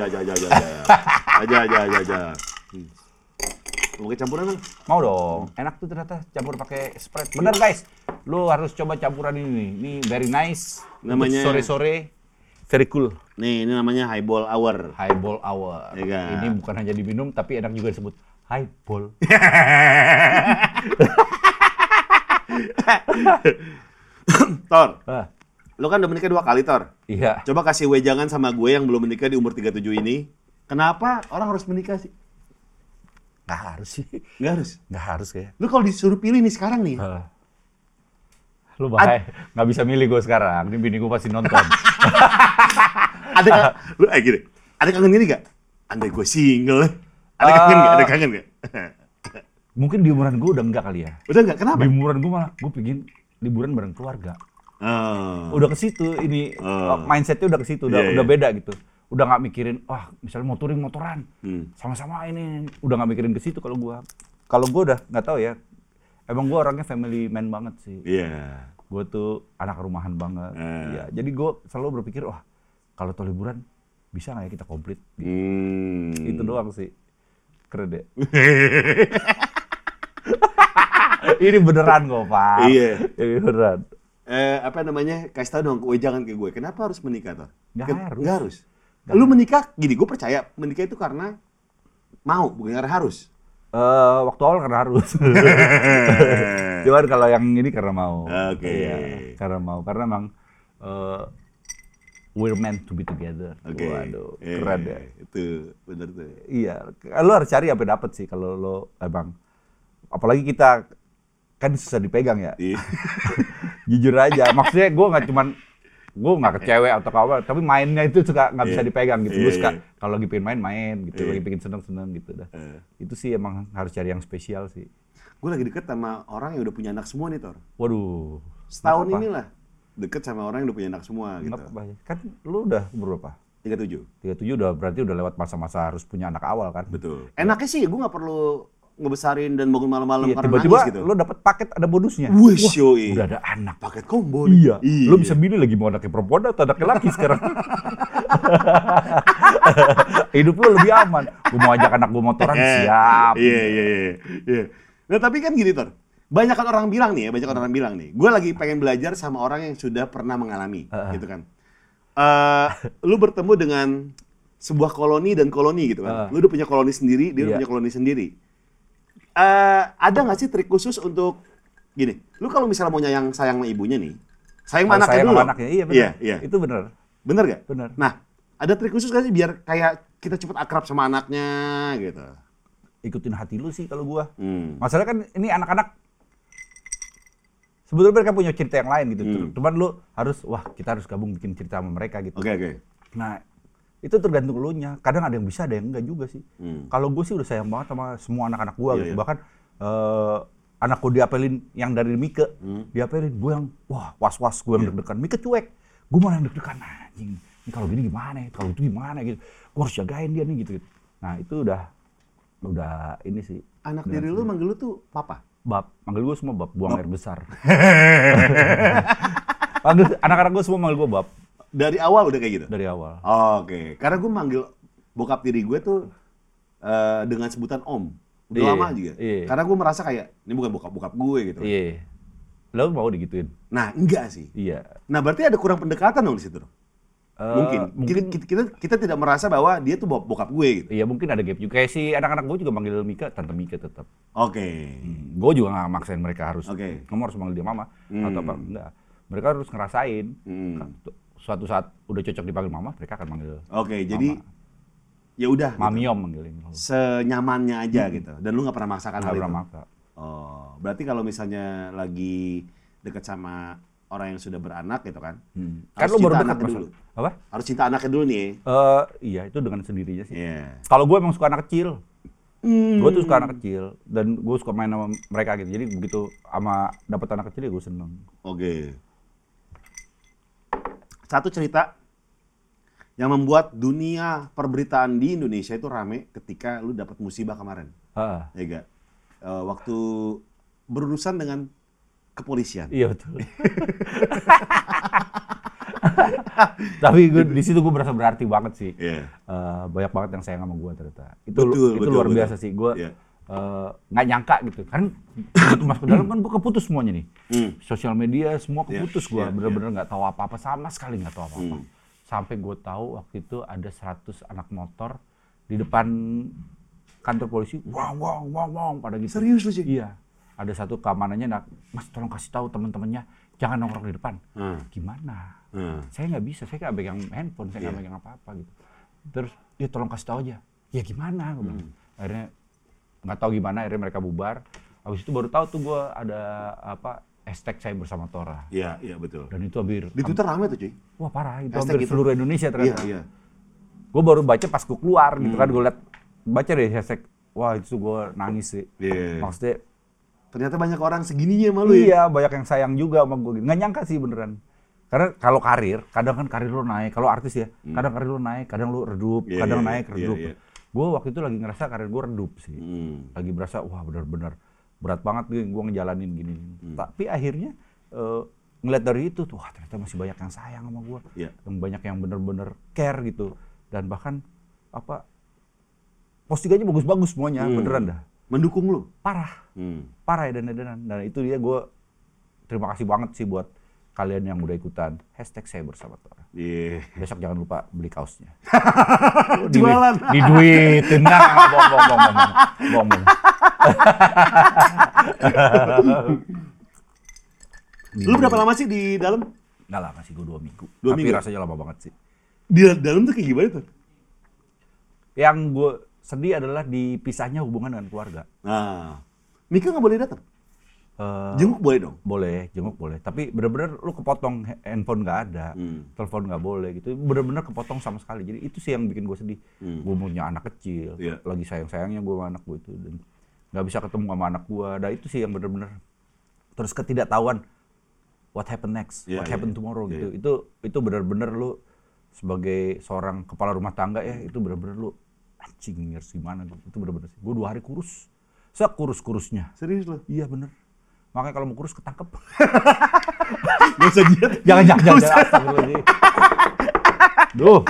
Mau campuran kan? Mau dong. Enak tuh ternyata campur pakai Sprite. Bener guys. Lu harus coba campuran ini. Ini very nice. Namanya sore-sore. Very cool. Nih, ini namanya Highball Hour. Highball Hour. Ya, ini bukan hanya diminum, tapi enak juga disebut highball. Tor, Lo kan udah menikah 2 kali, Tor. Iya. Coba kasih wejangan sama gue yang belum menikah di umur 37 ini. Kenapa orang harus menikah sih? Nggak harus sih. Nggak harus? Nggak harus kayak. Lu kalau disuruh pilih nih sekarang nih. Lu bahaya. Nggak bisa milih gue sekarang. Ini bini gue pasti nonton. Ada lu gini. Ada kangen gini gak? Andai gue single. Ada kangen gak? Ada kangen gak? Mungkin di umuran gue udah enggak kali ya. Udah enggak? Kenapa? Di umuran gue malah gue pengen liburan bareng keluarga. Udah ke situ ini mindsetnya udah ke situ, udah beda gitu. Udah nggak mikirin, wah misalnya motoran, sama-sama ini, udah nggak mikirin ke situ kalau gue. Kalau gue udah nggak tahu ya, emang gue orangnya family man banget sih. Iya. Gue tuh anak rumahan banget. Ya, jadi gue selalu berpikir, wah kalau tuh liburan bisa nggak ya kita komplit? Gitu. Itu doang sih, keren deh. Ini beneran kok, Pak. Iya. Ini beneran. Apa namanya? Kasih tau dong wejangan ke gue. Kenapa harus menikah, Tor? Nggak harus. Lu menikah, gini, gue percaya menikah itu karena mau, bukan karena harus. Waktu awal karena harus. Cuman kalau yang ini karena mau. Oke. Iya, karena mau. Karena emang we're meant to be together. Oke. Waduh, keren ya. Itu bener tuh. Iya, lo harus cari apa dapet sih kalau lo emang. Apalagi kita kan susah dipegang ya. Iya. Jujur aja, maksudnya gue nggak ke cewek atau apa, tapi mainnya itu suka nggak bisa dipegang gitu. Gue suka kalau lagi pengen main gitu, lagi pengen seneng gitu dah. Itu sih emang harus cari yang spesial sih. Gue lagi deket sama orang yang udah punya anak semua nih, Tor. Waduh. Setahun inilah deket sama orang yang udah punya anak semua gitu. Kan lu udah berapa? 37. 37 udah berarti udah lewat masa-masa harus punya anak awal kan? Betul. Enaknya sih gue nggak perlu ngebesarin dan bangun malam-malam Iya, karena tiba-tiba nangis gitu. Lo dapet paket ada bonusnya. Wih, udah ada anak. Paket combo. Iya. Lo bisa milih lagi mau anaknya perempuan atau anaknya laki sekarang. Hidup lo lebih aman. Gue mau ajak anak gue motoran siap. Iya. Nah tapi kan gini, Tor. Banyak kan orang bilang nih, gue lagi pengen belajar sama orang yang sudah pernah mengalami, gitu kan. Lu bertemu dengan sebuah koloni dan koloni gitu kan. Lu udah punya koloni sendiri, dia udah punya koloni sendiri. Ada nggak sih trik khusus untuk gini? Lu kalau misalnya mau sayang sama ibunya nih, sayang sama anaknya dulu. Anaknya, iya benar. Iya. Itu benar. Bener gak? Benar. Nah, ada trik khusus nggak sih biar kayak kita cepet akrab sama anaknya gitu? Ikutin hati lu sih kalau gua. Masalah kan ini anak-anak sebetulnya mereka punya cerita yang lain gitu. Cuman lu kita harus gabung bikin cerita sama mereka gitu. Oke. Nah, itu tergantung lu nya. Kadang ada yang bisa, ada yang enggak juga sih. Kalau gue sih udah sayang banget sama semua anak-anak gue gitu. Bahkan anak gue diapelin yang dari Mika, diapelin gue yang was-was, gue yang deg-degan. Mika cuek, gue malah yang deg-degan. Anjing, ini kalau gini gimana ya, kalau itu gimana gitu. Gue harus jagain dia nih gitu. Nah itu udah ini sih. Anak diri lu manggil lu tuh papa? Bab, manggil gue semua bab, buang air besar. Anak-anak gue semua manggil gue bab. Dari awal udah kayak gitu? Dari awal. Oke. Karena gue manggil bokap tiri gue tuh dengan sebutan om. Udah lama juga. Karena gue merasa kayak, ini bukan bokap gue gitu. Iya. Lo mau digituin? Nah, enggak sih. Iya. Nah, berarti ada kurang pendekatan dong di situ. Mungkin. Kita tidak merasa bahwa dia tuh bokap gue gitu. Iya, mungkin ada gap juga. Kayak si anak-anak gue juga manggil Mika, Tante Mika tetap. Oke. Gue juga nggak maksain mereka harus. Kamu harus manggil dia mama atau apa? Enggak. Mereka harus ngerasain. Suatu saat udah cocok dipanggil mama, mereka akan manggil. Oke, jadi ya udah. Mamiom gitu. Manggilin. Senyamannya aja gitu. Dan lu nggak pernah maksakan hal itu. Maksa. Oh, berarti kalau misalnya lagi deket sama orang yang sudah beranak gitu kan? Kan lu baru dekat dulu. Apa? Harus cinta anaknya dulu nih. Iya, itu dengan sendirinya sih. Yeah. Kalau gue emang suka anak kecil. Gue tuh suka anak kecil dan gue suka main sama mereka gitu. Jadi begitu dapet anak kecil ya gue seneng. Oke. Satu cerita yang membuat dunia perberitaan di Indonesia itu rame ketika lu dapat musibah kemarin. Ya gak? Waktu berurusan dengan kepolisian. Iya betul. Tapi di situ gue berasa berarti banget sih. Banyak banget yang sayang sama gue ternyata. Itu luar biasa sih. Gue nggak nyangka gitu. Kan begitu masuk ke dalam kan gue keputus semuanya nih. Sosial media semua keputus gue. Bener-bener nggak tahu apa-apa, sama sekali nggak tahu apa-apa. Sampai gue tahu waktu itu ada 100 anak motor di depan kantor polisi. Wow pada gitu. Serius lu sih? Iya. Ada satu keamanannya, Mas tolong kasih tahu teman-temannya jangan nongkrong di depan. Gimana? Saya nggak bisa, saya nggak pegang handphone, saya nggak pegang apa-apa gitu. Terus, ya tolong kasih tahu aja. Ya gimana? Gua bilang. Akhirnya nggak tahu gimana, akhirnya mereka bubar. Habis itu baru tahu tuh gue ada hashtag saya bersama Tora. Iya betul. Dan itu hampir di Twitter ramai tuh cuy. Wah parah, itu hashtag hampir seluruh Indonesia ternyata. Iya. Gue baru baca pas gue keluar gitu kan, gue liat baca deh hashtag. Wah itu gue nangis sih. Maksudnya ternyata banyak orang segininya sama lu ya? Iya, banyak yang sayang juga sama gue. Nggak nyangka sih beneran. Karena kalau karir, kadang kan karir lo naik. Kalau artis ya, kadang karir lo naik, kadang lo redup, kadang naik, redup. Gue waktu itu lagi ngerasa karir gue redup sih. Lagi berasa, wah bener-bener berat banget nih gue ngejalanin gini. Tapi akhirnya ngeliat dari itu, wah ternyata masih banyak yang sayang sama gue. Yang banyak yang bener-bener care gitu. Dan bahkan postingannya bagus-bagus semuanya, beneran dah. Mendukung lu? Parah ya dan itu dia gue terima kasih banget sih buat kalian yang udah ikutan hashtag saya bersama Tora. Besok jangan lupa beli kaosnya. Jualan. Diduitin, bohong. Lu berapa lama sih di dalam? Nggak lama sih, gue 2 minggu. Tapi rasanya lama banget sih. Di dalam tuh kayak gimana tuh? Yang gue sedih adalah dipisahnya hubungan dengan keluarga. Nah, Mika nggak boleh datang? Jenguk boleh dong? Boleh, jenguk boleh. Tapi bener-bener lu kepotong, handphone nggak ada, telepon nggak boleh gitu. Bener-bener kepotong sama sekali. Jadi itu sih yang bikin gue sedih. Gue punya anak kecil, lagi sayang-sayangnya gue sama anak gue itu. Dan nggak bisa ketemu sama anak gue. Dan itu sih yang bener-bener. Terus ketidaktahuan, what happen next, what happen tomorrow gitu. Itu bener-bener lu sebagai seorang kepala rumah tangga ya, itu bener-bener lu anjing harus gimana gitu. Itu bener-bener sih. Gue 2 hari kurus. Sekurus-kurusnya. Serius lo? Iya bener. Makanya kalau mau kurus ketangkep. Gak usah diet. Jangan. Astagfirullahaladzim. Duh.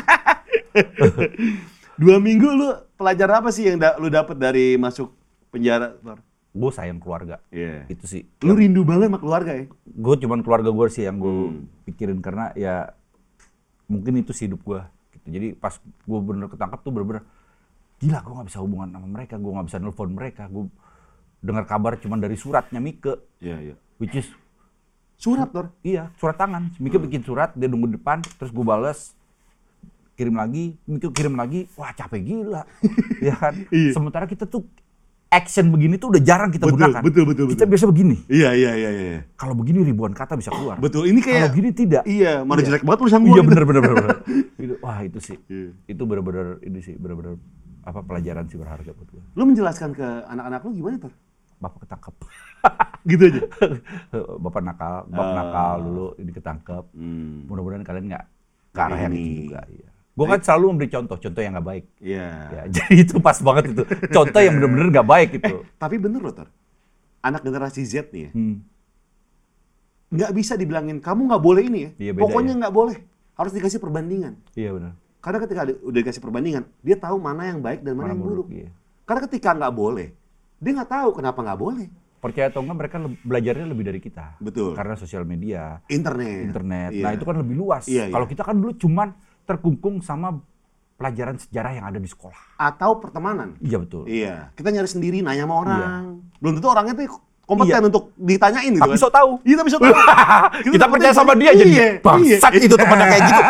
2 minggu lu pelajaran apa sih yang lu dapet dari masuk penjara? Gue sayang keluarga. Itu sih. Lu rindu banget sama keluarga ya? Gue cuman keluarga gue sih yang gue pikirin. Karena ya mungkin itu sih hidup gue. Gitu. Jadi pas gue bener ketangkep tuh bener-bener gila, gue gak bisa hubungan sama mereka. Gue gak bisa nelfon mereka. Gue dengar kabar cuma dari suratnya Mike. Iya. Which is surat, Tor? Iya, surat tangan. Mike bikin surat, dia nunggu depan, terus gue bales, kirim lagi, Mike kirim lagi, wah capek gila. Ya kan? Sementara kita tuh action begini tuh udah jarang kita gunakan. Betul. Kita biasa begini. Iya. Kalau begini ribuan kata bisa keluar. Betul, ini kayak kalau gini tidak. Iya, mana jelek banget tulisan gua. Iya, bener. Wah, itu sih. Itu bener-bener ini sih, bener-bener pelajaran sih berharga buat gue. Lu menjelaskan ke anak-anak lu gimana, Tor? Bapak ketangkep. Gitu aja? Bapak nakal dulu, ini ketangkep. Mudah-mudahan kalian nggak ke arah yang itu juga. Iya. Gue kan selalu memberi contoh yang nggak baik. Iya. Ya, jadi itu pas banget itu. Contoh yang benar-benar nggak baik itu. Tapi bener loh, Tor. Anak generasi Z nih ya. Nggak bisa dibilangin, kamu nggak boleh ini ya. Iya, beda, pokoknya nggak boleh. Harus dikasih perbandingan. Iya benar. Karena ketika udah dikasih perbandingan, dia tahu mana yang baik dan mana yang buruk. Iya. Karena ketika nggak boleh, dia nggak tahu kenapa nggak boleh. Percaya atau enggak mereka belajarnya lebih dari kita. Betul. Karena sosial media, internet. Iya. Nah itu kan lebih luas. Iya. Kalau kita kan dulu cuman terkungkung sama pelajaran sejarah yang ada di sekolah. Atau pertemanan. Iya betul. Iya. Kita nyari sendiri, nanya sama orang. Belum tentu orangnya tuh kompeten untuk ditanyain gitu. Tapi so tahu. Iya, tapi so tahu. Kita percaya sama dia jadi bangsat itu temannya kayak gitu.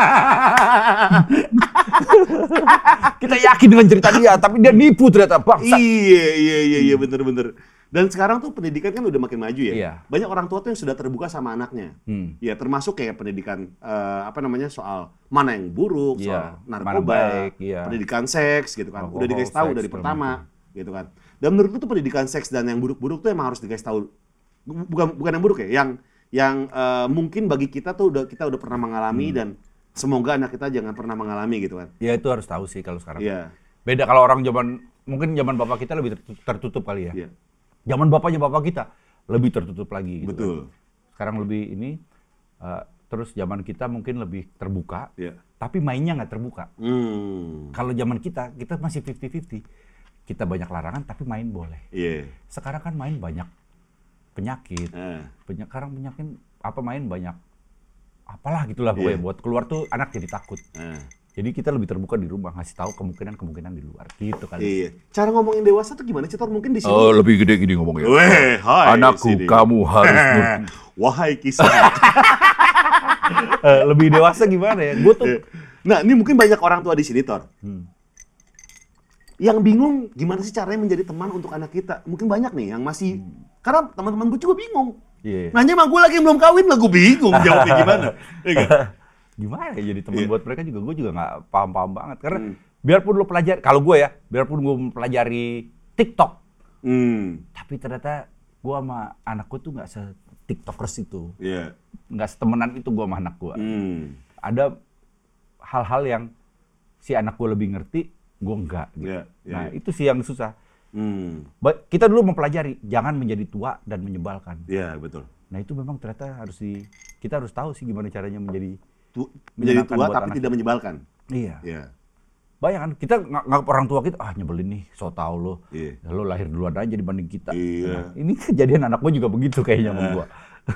Kita yakin dengan cerita dia, tapi dia nipu ternyata bangsat. Iya, bener. Dan sekarang tuh pendidikan kan udah makin maju ya. Iya. Banyak orang tua tuh yang sudah terbuka sama anaknya. Ya termasuk kayak pendidikan soal mana yang buruk, soal narkoba, pendidikan seks gitu kan. Udah dikasih tahu dari pertama gitu kan. Dan menurut lu tuh pendidikan seks dan yang buruk-buruk tuh emang harus dikasih tahu. Bukan yang buruk ya, yang mungkin bagi kita tuh kita udah pernah mengalami dan semoga anak kita jangan pernah mengalami gitu kan. Ya itu harus tahu sih kalau sekarang. Iya. Beda kalau orang mungkin zaman bapak kita lebih tertutup kali ya. Iya. Zaman bapaknya bapak kita lebih tertutup lagi. Gitu. Betul. Kan. Sekarang lebih ini, terus zaman kita mungkin lebih terbuka, tapi mainnya nggak terbuka. Kalau zaman kita masih 50-50. Kita banyak larangan tapi main boleh. Sekarang kan main banyak penyakit. Sekarang penyakit main banyak apalah gitulah pokoknya buat keluar tuh anak jadi takut. Jadi kita lebih terbuka di rumah, ngasih tahu kemungkinan di luar. Gitu kali. Iya. Cara ngomongin dewasa tuh gimana, Citor? Mungkin di sini. Oh, lebih gede gini ngomongnya. Weh, hai. Anakku, sini. kamu harus ngerti. Wahai kisah. Lebih dewasa gimana ya? Gue tuh Nah, ini mungkin banyak orang tua di sini, Tor. Yang bingung gimana sih caranya menjadi teman untuk anak kita. Mungkin banyak nih yang masih... Karena teman-teman gue juga bingung. Iya. Nanya emang gue lagi belum kawin lah, gue bingung jawabnya gimana. Iya kan? Gimana ya jadi teman buat mereka juga, gue juga nggak paham-paham banget. Karena biarpun lo pelajari, kalau gue ya, biarpun gue mempelajari TikTok, tapi ternyata gue sama anakku tuh nggak se-tiktokers itu. Iya. Nggak setemenan itu gue sama anak gue. Ada hal-hal yang si anak gue lebih ngerti, gue enggak. Gitu. Nah itu sih yang susah. Kita dulu mempelajari, jangan menjadi tua dan menyebalkan. Iya, betul. Nah itu memang ternyata kita harus tahu sih gimana caranya menjadi tua tapi tidak menyebalkan. Iya. Iya. Bayangkan kita nganggap orang tua kita, nyebelin nih, so tau lo. Iya. Lo lahir duluan aja dibanding kita. Iya. Nah, ini kejadian anak gue juga begitu kayaknya sama gue.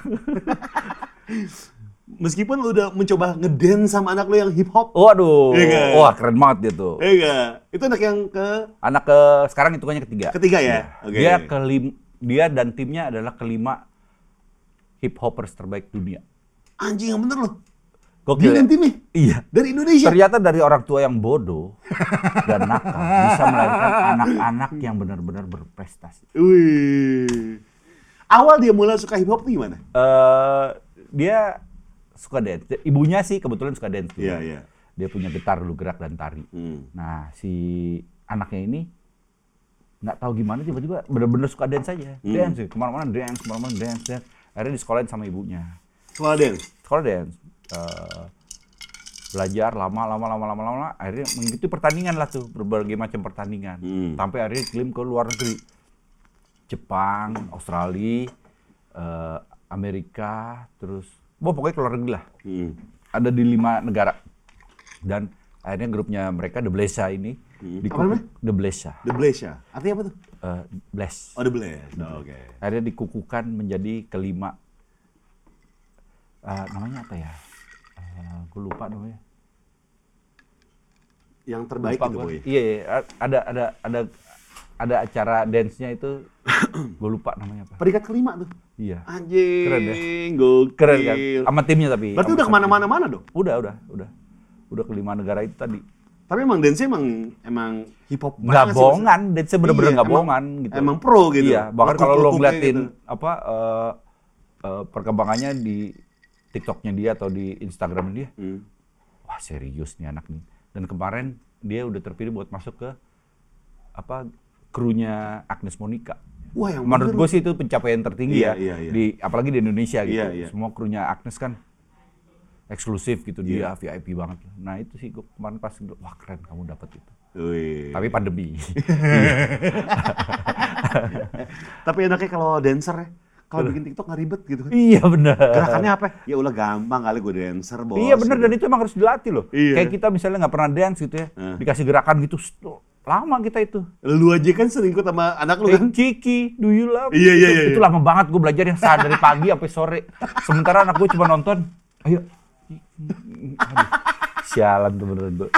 Meskipun lu udah mencoba ngedance sama anak lu yang hip hop. Waduh, Iya. wah keren banget dia tuh. Iya. Itu anak yang Sekarang hitungannya ketiga. ketiga ya? Iya. Oke. Dia dan timnya adalah kelima hip hoppers terbaik dunia. Anjing, yang bener loh. Gokil. Dia dan timnya? Iya. Dari Indonesia? Ternyata dari orang tua yang bodoh dan nakal bisa melahirkan anak-anak yang benar-benar berprestasi. Wih. Awal dia mulai suka hip hop tuh gimana? Dia suka dance. Ibunya sih kebetulan suka dance. Iya, iya. Dia punya gitar, dulu gerak dan tari. Nah, si anaknya ini nggak tahu gimana tiba-tiba benar-benar suka dance aja. Dance, kemana-mana dance. Akhirnya disekolahin sama ibunya. Sekolah dance? Sekolah dance. Belajar lama, akhirnya mengikuti pertandingan lah tuh, berbagai macam pertandingan. Sampai akhirnya kirim ke luar negeri. Jepang, Australia, Amerika, terus pokoknya ke luar negeri lah. Ada di 5 negara. Dan akhirnya grupnya mereka The Blesha ini Apa namanya? The Blesha. The Blesha. Artinya apa tuh? Bless. Oh, The Bless. Oke. Akhirnya dikukuhkan menjadi kelima. Namanya apa ya? Gue lupa namanya. Yang terbaik Lupa itu, gua. Boy. Iya, ada acara dance-nya itu. Gue lupa namanya apa. Peringkat kelima tuh. Iya. Anjing. Keren ya? Gokil. Keren kan? Sama timnya tapi. Berarti udah kemana-mana dong? Udah ke 5 negara itu tadi. Tapi emang dance-nya emang hip hop Nggak banget sih, bohongan, dance-nya bener-bener Iya, nggak bohongan gitu. Emang pro gitu. Iya, bahkan kalau lo Lekuk-lekuknya ngeliatin gitu. perkembangannya di TikTok-nya dia atau di Instagram dia, wah serius nih anak nih. Dan kemarin dia udah terpilih buat masuk ke krunya Agnes Monica. Wah, yang Menurut bener. gue sih itu pencapaian tertinggi Iya, ya, iya. apalagi di Indonesia gitu. Iya, iya. Semua krunya Agnes kan eksklusif gitu, dia VIP banget. Nah itu sih gue kemarin pas, wah keren kamu dapet itu. Wih. Tapi pandemi. Tapi enaknya kalau dancer ya, kalau bikin TikTok nggak ribet gitu kan. Iya benar. Gerakannya apa? Ya ulah gampang kali gue dancer, bos. Iya benar, gitu. dan itu emang harus dilatih loh. Iya. Kayak kita misalnya nggak pernah dance gitu ya, dikasih gerakan gitu, lama kita itu. Lu aja kan sering ikut sama anak lu kan? Kiki, do you love? Iya, iya, iya. Itu lama banget gue belajar yang saat dari pagi sampai sore. Sementara anak gue cuma nonton, ayo. Aduh, sialan tuh beneran tuh.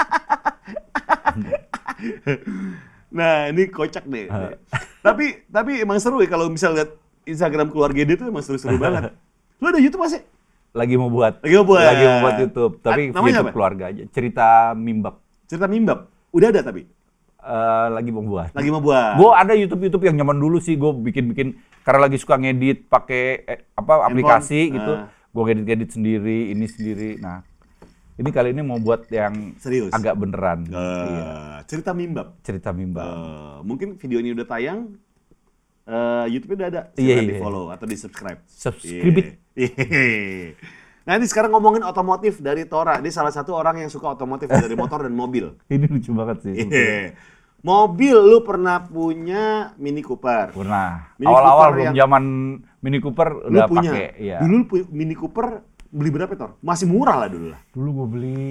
Nah, ini kocak deh. Tapi emang seru ya kalau misal lihat Instagram keluarga dia tuh emang seru-seru banget. Lu ada YouTube masih? Lagi mau buat YouTube, tapi namanya YouTube apa? keluarga aja. Cerita Mimbab. Cerita Mimbab. Udah ada tapi? Lagi mau buat. Lagi mau buat? Gue ada YouTube yang nyaman dulu sih, gue bikin karena lagi suka ngedit pakai aplikasi gitu. Gue ngedit sendiri, ini sendiri. Nah, ini kali ini mau buat yang serius, agak beneran. Iya. Cerita Mimbab. Cerita Mimbab. Mungkin video ini udah tayang, YouTube-nya udah ada. Iya, Silahkan iya. di-follow atau di-subscribe. Subscribe. Iya. Nah, ini sekarang ngomongin otomotif dari Tora. Dia salah satu orang yang suka otomotif dari motor dan mobil. Ini lucu banget sih. Iya. Mobil, lu pernah punya Mini Cooper? Pernah. Mini Awal-awal Cooper belum yang- zaman Mini Cooper Lu udah punya? pakai. Iya. Dulu Mini Cooper beli berapa, Tor? Masih murah lah dulu lah. Dulu gue beli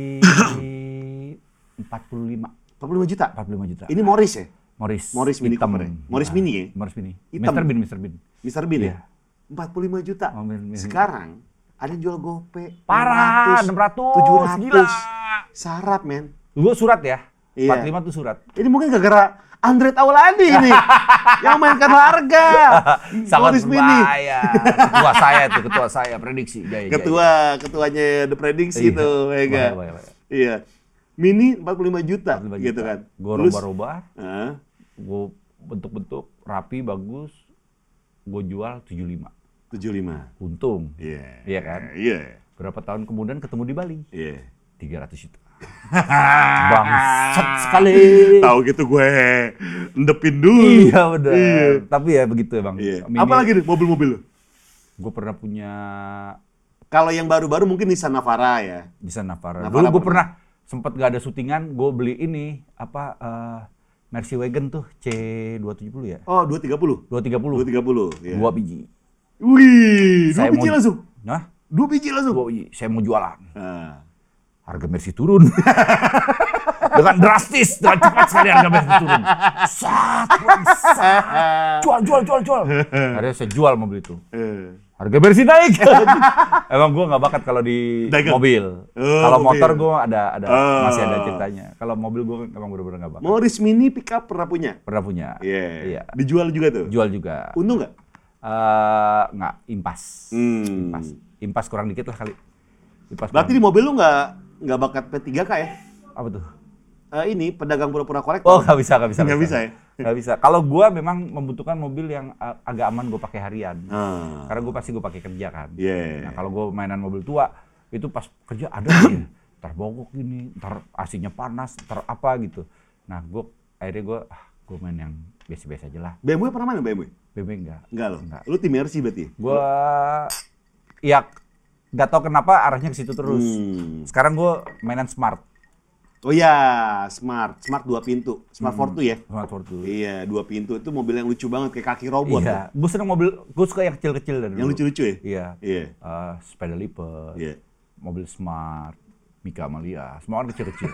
45. 45 juta? 45 juta. Ini Morris ya? Morris Mini hitam. Cooper ya? Morris Iya. Mini ya? Morris Mini. Hitam. Mr. Bean. Mr. Bean Iya. ya? 45 juta. Oh, Mini. Sekarang ada yang jual gope. Parah, 600, 700. gila. Sarap, men. Gue surat ya. Iya. 45 tuh surat. Ini mungkin gara-gara Andre Taulani ini yang mainkan harga. Sangat Boris Mini. berbahaya. Ketua saya prediksi. Ketuanya The Prediksi Iya. tuh, ya nggak? Bahaya. Iya. Mini 45 juta, 45 gitu juta. kan. Gue Terus, rubah-rubah, Hah? gue bentuk-bentuk rapi bagus, gue jual 75. 75. Untung. Iya. Iya kan? Iya. Berapa tahun kemudian ketemu di Bali? Iya. 300 juta. Bangsat sekali. Tahu gitu gue endepin dulu. Iya benar. Iya. Tapi ya begitu Bang. Iya. Apalagi nih mobil-mobil? Gue pernah punya Kalau yang baru-baru mungkin Nissan Navara ya. Nissan Navara. Navara Dulu gue pernah sempat gak ada syutingan, gue beli ini Mercy Wagon tuh C270 ya. Oh, 230. 230. 230. Iya. 2 biji. Wih, 2 Saya biji mau- langsung. Hah? 2 biji langsung. 2 biji. Saya mau jualan. Ah. Harga Mercy turun. Dengan drastis, dengan cepat sekali harga Mercy turun. Jual. Akhirnya saya jual mobil itu. Harga Mercy naik. Emang gue nggak bakat kalau di Dagang. mobil. Oh, Kalau mobil. motor gue ada Oh. masih ada ceritanya. Kalau mobil gue emang bener-bener nggak bakat. Morris Mini pickup pernah punya? Pernah punya. Iya. Iya. Dijual juga tuh? Jual juga. Untung nggak? Nggak, impas. Hmm. Impas kurang dikit lah kali. Impas Berarti di kurang. mobil lu nggak bakat P3K ya? Apa tuh? Ini pedagang pura-pura kolektor. Oh, nggak bisa. Nggak bisa ya? Nggak bisa. Kalau gua memang membutuhkan mobil yang agak aman gue pakai harian. Ah. Karena gue pasti gue pakai kerja kan. Iya. Nah, kalau gue mainan mobil tua, itu pas kerja ada aja. Ntar bogok gini, ntar AC-nya panas, ntar apa gitu. Nah, akhirnya gue main yang biasa-biasa aja lah. BMW pernah main BMW? BMW enggak. Enggak loh. Enggak. Lu tim Mercy berarti? Gue, ya nggak tahu kenapa arahnya ke situ terus. Sekarang gue mainan smart. Oh iya, Smart 2 pintu. Smart Fortwo ya? Smart Fortwo. Iya, 2 pintu itu mobil yang lucu banget kayak kaki robot. Iya, gue seneng mobil, gue suka yang kecil-kecil dari Yang dulu. lucu-lucu ya? Iya. Iya. Sepeda lipat, Iya. mobil smart, Mika Amalia, semua kan kecil-kecil.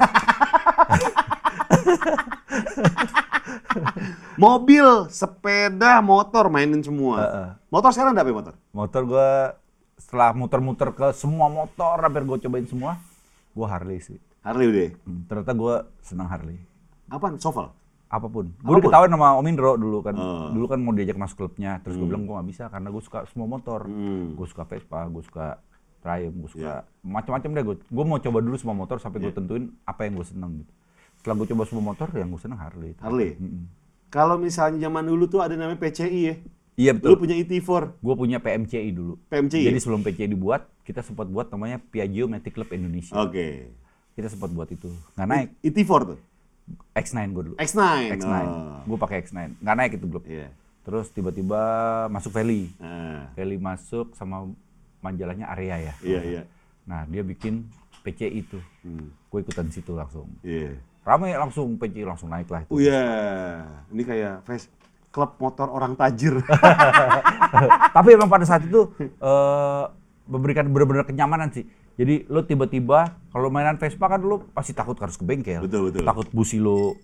Mobil, sepeda, motor mainin semua. Motor sekarang ada apa ya motor? Motor gue setelah muter-muter ke semua motor, hampir gue cobain semua, gue Harley sih. Harley udah. Ternyata gue senang Harley. Apaan? Soval? Apapun. Gue diketawain sama Om Indro dulu kan. Oh. Dulu kan mau diajak masuk klubnya, terus gue bilang gue nggak bisa karena gue suka semua motor. Gue suka Vespa, gue suka Triumph, gue suka macam-macam deh. Gue mau coba dulu semua motor sampai gue tentuin apa yang gue seneng gitu. Setelah gue coba semua motor, yang gue seneng Harley. Harley? Kalau misalnya zaman dulu tuh ada namanya PCI ya? Iya Lu betul. punya ET4? Gue punya PMCI dulu. PMCI? Jadi sebelum PCI dibuat, kita sempat buat namanya Piaggio Matic Club Indonesia. Oke. Kita sempat buat itu. Nggak naik. ET4 tuh? X9 gue dulu. X9? X9. Oh. Gue pakai X9. Nggak naik itu grup. Iya. Terus tiba-tiba masuk Valley. Ah. Valley masuk sama majalahnya Area ya. Iya. Nah dia bikin PCI itu. Gue ikutan situ langsung. Iya. Rame langsung PCI langsung naik lah itu. Oh iya. Ini kayak klub motor orang tajir. Tapi emang pada saat itu memberikan benar-benar kenyamanan sih. Jadi lo tiba-tiba kalau mainan Vespa kan lo pasti takut harus ke bengkel. Betul. Takut busi lo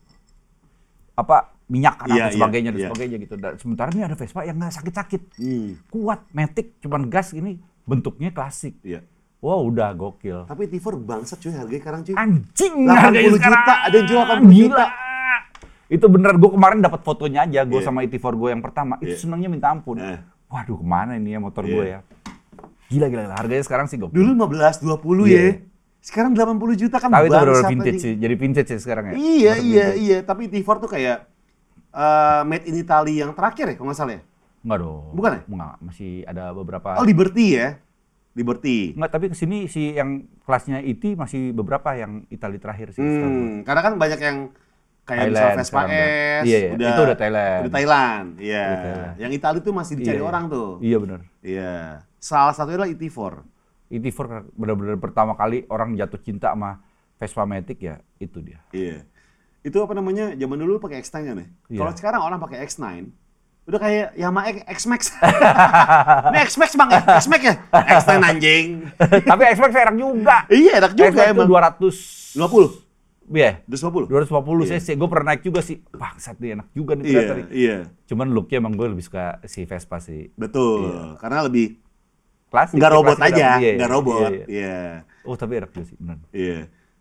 minyak kan Iya, dan sebagainya iya. gitu. Dan sementara ini ada Vespa yang nggak sakit-sakit. Kuat, matic, cuman gas ini bentuknya klasik. Iya. Wow, udah gokil. Tapi ET4 bangsat cuy harganya sekarang cuy. Anjing 80 harganya juta, sekarang. ada yang jual 80 juta. Itu bener, gue kemarin dapat fotonya aja, gue Iya. sama ET4 gue yang pertama, itu Iya. senangnya minta ampun. Waduh, kemana ini ya motor gue ya? Gila, harganya sekarang sih gokil. Dulu 15, 20 Iya. ya. Sekarang 80 juta kan Tapi itu bener-bener bangsat vintage anjing. sih, jadi vintage sih sekarang ya. Iya. Tapi ET4 tuh kayak made in Italy yang terakhir ya kalau nggak salah ya? Enggak dong. Bukan ya? Enggak, masih ada beberapa. Oh Liberty ya? Liberty. Enggak, tapi kesini si yang kelasnya ET masih beberapa yang Italia terakhir sih. setahu gue. Karena kan banyak yang kayak Thailand misalnya Vespa sekarang udah. S, Iya, itu udah Thailand. Udah Thailand, iya. Udah Thailand. Yang Italia tuh masih dicari Iya. orang tuh. Iya benar. Iya. Salah satunya adalah ET4. ET4 benar-benar pertama kali orang jatuh cinta sama Vespa Matic ya, itu dia. Iya. Itu apa namanya? Zaman dulu pakai X9 kan ya? Iya. Kalau sekarang orang pakai X9, udah kayak Yamaha X-Max. Ini X-Max bang ya? X-Max ya? X9 anjing. Tapi X-Max enak juga. Iya, enak juga X-Max itu emang. 250. 50? Iya. 250? 250 cc. Gue pernah naik juga sih. Bangsat nih, enak juga nih Iya, ternyata nih. iya. Cuman looknya emang gue lebih suka si Vespa sih. Betul. Karena lebih Klasik. nggak robot klasik aja, iya, nggak robot. iya, iya. Iya. Oh tapi enak juga sih, benar. Iya.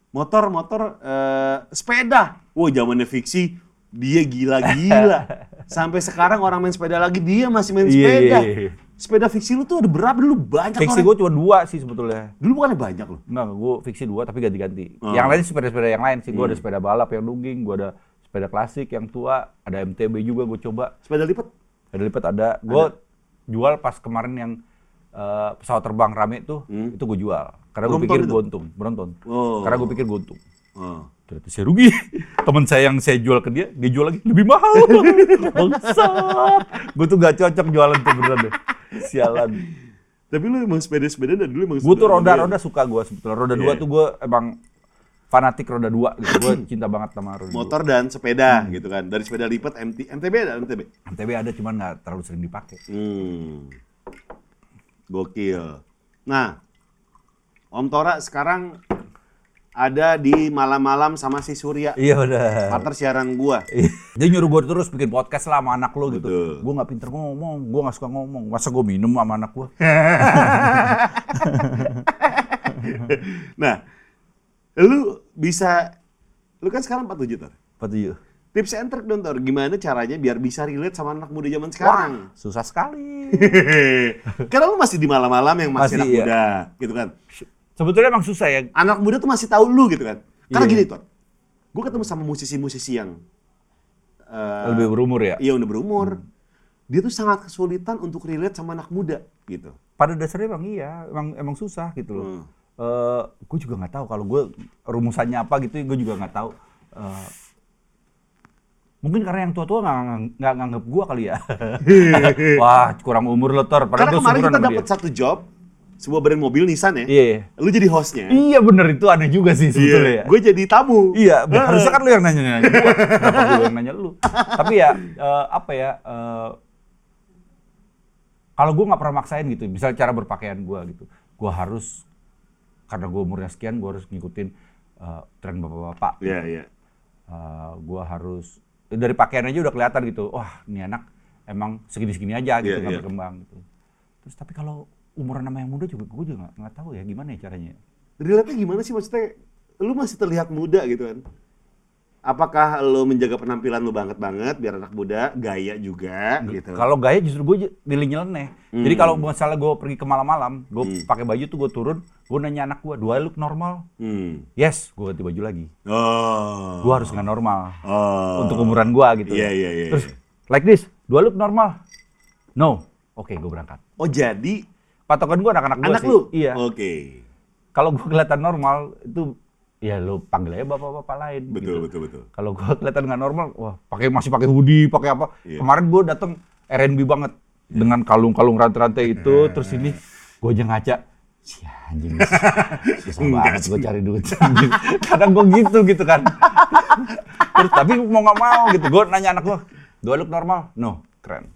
motor, sepeda. Wah, zamannya fiksi dia gila-gila. Sampai sekarang orang main sepeda lagi, dia masih main sepeda. Iya. Sepeda fiksi lu tuh ada berapa dulu? Banyak. Fiksi gue cuma 2 sih sebetulnya. Dulu bukannya banyak loh? Enggak, gue fiksi 2 tapi ganti-ganti. Yang lain sepeda-sepeda yang lain sih. Gue ada sepeda balap yang nungging, gue ada sepeda klasik yang tua, ada MTB juga gue coba. Sepeda lipat? Sepeda lipat ada. Gue jual pas kemarin yang pesawat terbang rame tuh, itu gue jual. Karena gue pikir gue untung, Brompton. Karena gue pikir gue untung. Ternyata saya rugi. Temen saya yang saya jual ke dia jual lagi lebih mahal. Bangsat. Gue tuh gak cocok jualan tuh beneran deh. Sialan. Tapi lu emang sepeda-sepeda dan dulu emang gue tuh roda suka gue sebetulnya. Roda 2 tuh gue emang fanatik roda 2 gitu. Gue cinta banget sama roda 2. Motor dan sepeda gitu kan. Dari sepeda lipat MTB ada MTB? MTB ada cuman gak terlalu sering dipakai. Gokil. Nah, Om Tora sekarang ada di malam-malam sama si Surya. Iya udah. Partner siaran gua. Dia nyuruh gua terus bikin podcast lah sama anak lo gitu. Betul. Gua nggak pinter ngomong, gua nggak suka ngomong. Masa gua minum sama anak gua? Nah, lu kan sekarang 47 Tor. 47. Tips and trick dong Tor, gimana caranya biar bisa relate sama anak muda zaman sekarang? Wah, susah sekali. Karena lu masih di malam-malam yang masih anak muda, gitu kan. Sebetulnya emang susah ya. Anak muda tuh masih tahu lu gitu kan. Karena gini Tor, gue ketemu sama musisi-musisi yang lebih berumur ya? Iya udah berumur. Dia tuh sangat kesulitan untuk relate sama anak muda gitu. Pada dasarnya emang iya, emang susah gitu loh. Gue juga nggak tahu kalau gue rumusannya apa gitu, gue juga nggak tahu. Mungkin karena yang tua-tua nggak nganggep gue kali ya. Wah kurang umur lo Tor. Karena kemarin kita dapat satu job, sebuah brand mobil Nissan ya. Iya. Lu jadi hostnya. Iya bener, itu aneh juga sih sebetulnya ya. Gue jadi tamu. Iya, harusnya kan lu yang nanya-nanya gue. Kenapa gue yang nanya lu? Tapi ya, kalau gue nggak pernah maksain gitu, misalnya cara berpakaian gue gitu. Gue harus, karena gue umurnya sekian, gue harus ngikutin tren bapak-bapak. Iya, iya. Gue harus, dari pakaian aja udah kelihatan gitu, wah ini anak emang segini-segini aja gitu, nggak berkembang gitu. Terus tapi kalau umuran sama yang muda juga, gue juga nggak tahu ya gimana ya caranya. Relate-nya gimana sih maksudnya? Lu masih terlihat muda gitu kan? Apakah lu menjaga penampilan lu banget biar anak muda, gaya juga gitu? Kalau gaya justru gue milih nyeleneh. Jadi kalau misalnya gue pergi ke malam-malam, gue pakai baju tuh gue turun, gue nanya anak gue, do I look normal? Yes, gue ganti baju lagi. Gue harus nggak normal untuk umuran gue gitu. Iya. Terus like this, do I look normal? No. Oke, gue berangkat. Oh jadi patokan gue anak-anak gue sih. anak lu? Iya. Oke. Kalau gue kelihatan normal itu ya lu panggil aja bapak-bapak lain. Betul. Kalau gue kelihatan nggak normal, wah masih pakai hoodie, pakai apa? Yeah. Kemarin gue datang R&B banget dengan kalung-kalung rantai-rantai itu, terus ini gue aja ngaca, si anjing susah banget gue cari duit. Kadang gue gitu kan. Terus tapi mau nggak mau gitu, gue nanya anak gue, do I look normal? No, keren.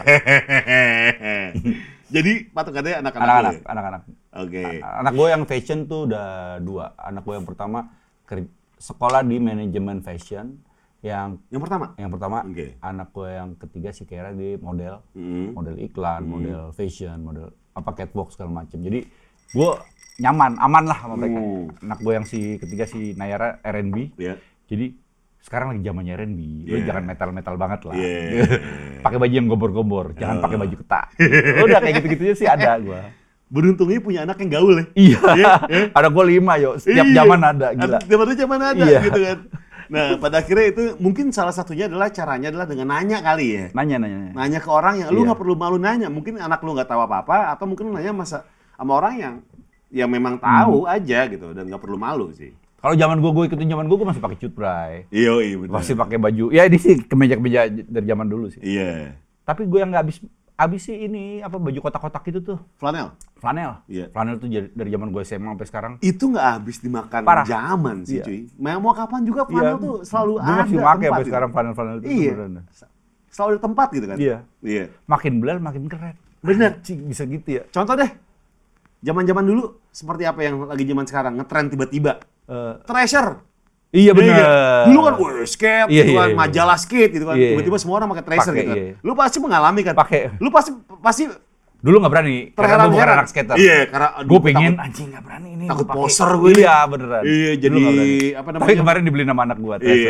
Jadi patokannya anak-anak. Oke. Anak gue yang fashion tuh udah 2. Anak gue yang pertama sekolah di manajemen fashion. Yang pertama. Okay. Anak gue yang ketiga si Kera di model, model iklan, model fashion, model apa catwalk segala macam. Jadi gue aman lah sama mereka. Anak gue yang si ketiga si Nayara R&B. Yeah. Jadi sekarang lagi zamannya R&B, lu jangan metal-metal banget lah. Pakai baju yang gombor-gombor, jangan pakai baju ketat. Udah kayak gitu-gitunya sih ada gua. Beruntungnya punya anak yang gaul ya. Iya. Ada gua 5 yo, setiap zaman ada, gila. Setiap zaman ada gitu kan. Nah, pada akhirnya itu mungkin salah satunya adalah caranya adalah dengan nanya kali ya. Nanya ke orang yang lu nggak perlu malu nanya. Mungkin anak lu nggak tahu apa-apa atau mungkin lu nanya sama orang yang memang tahu aja gitu dan nggak perlu malu sih. Kalau zaman gue ikutin zaman gue masih pakai cutbray. Iya benar. Masih pakai baju. Ya ini sih kemeja-kemeja dari zaman dulu sih. Iya. Tapi gue yang nggak habis sih ini apa baju kotak-kotak itu tuh. Flanel. Iya. Flanel tuh dari zaman gue SMA sampai sekarang. Itu nggak habis dimakan zaman sih cuy. Mau kapan juga flanel tuh selalu ada. Gue masih pakai sampai sekarang flanel itu. Iya. Selalu di tempat gitu kan. Iya. Makin belal makin keren. Bener. Bisa gitu ya. Contoh deh. Zaman-zaman dulu seperti apa yang lagi zaman sekarang ngetren tiba-tiba. Treasure. Iya benar. Dulu kan skate, gitu kan, majalah skate gitu kan. Tiba-tiba semua orang pakai Treasure gitu kan. Lu pasti mengalami kan. Pakai. Lu pasti Dulu nggak berani, karena gue bukan anak skater. Iya, karena gue pengen anjing nggak berani ini. Takut poser gue. Iya, beneran. Iya, jadi apa namanya? Tapi kemarin dibeli nama anak gue. Iya.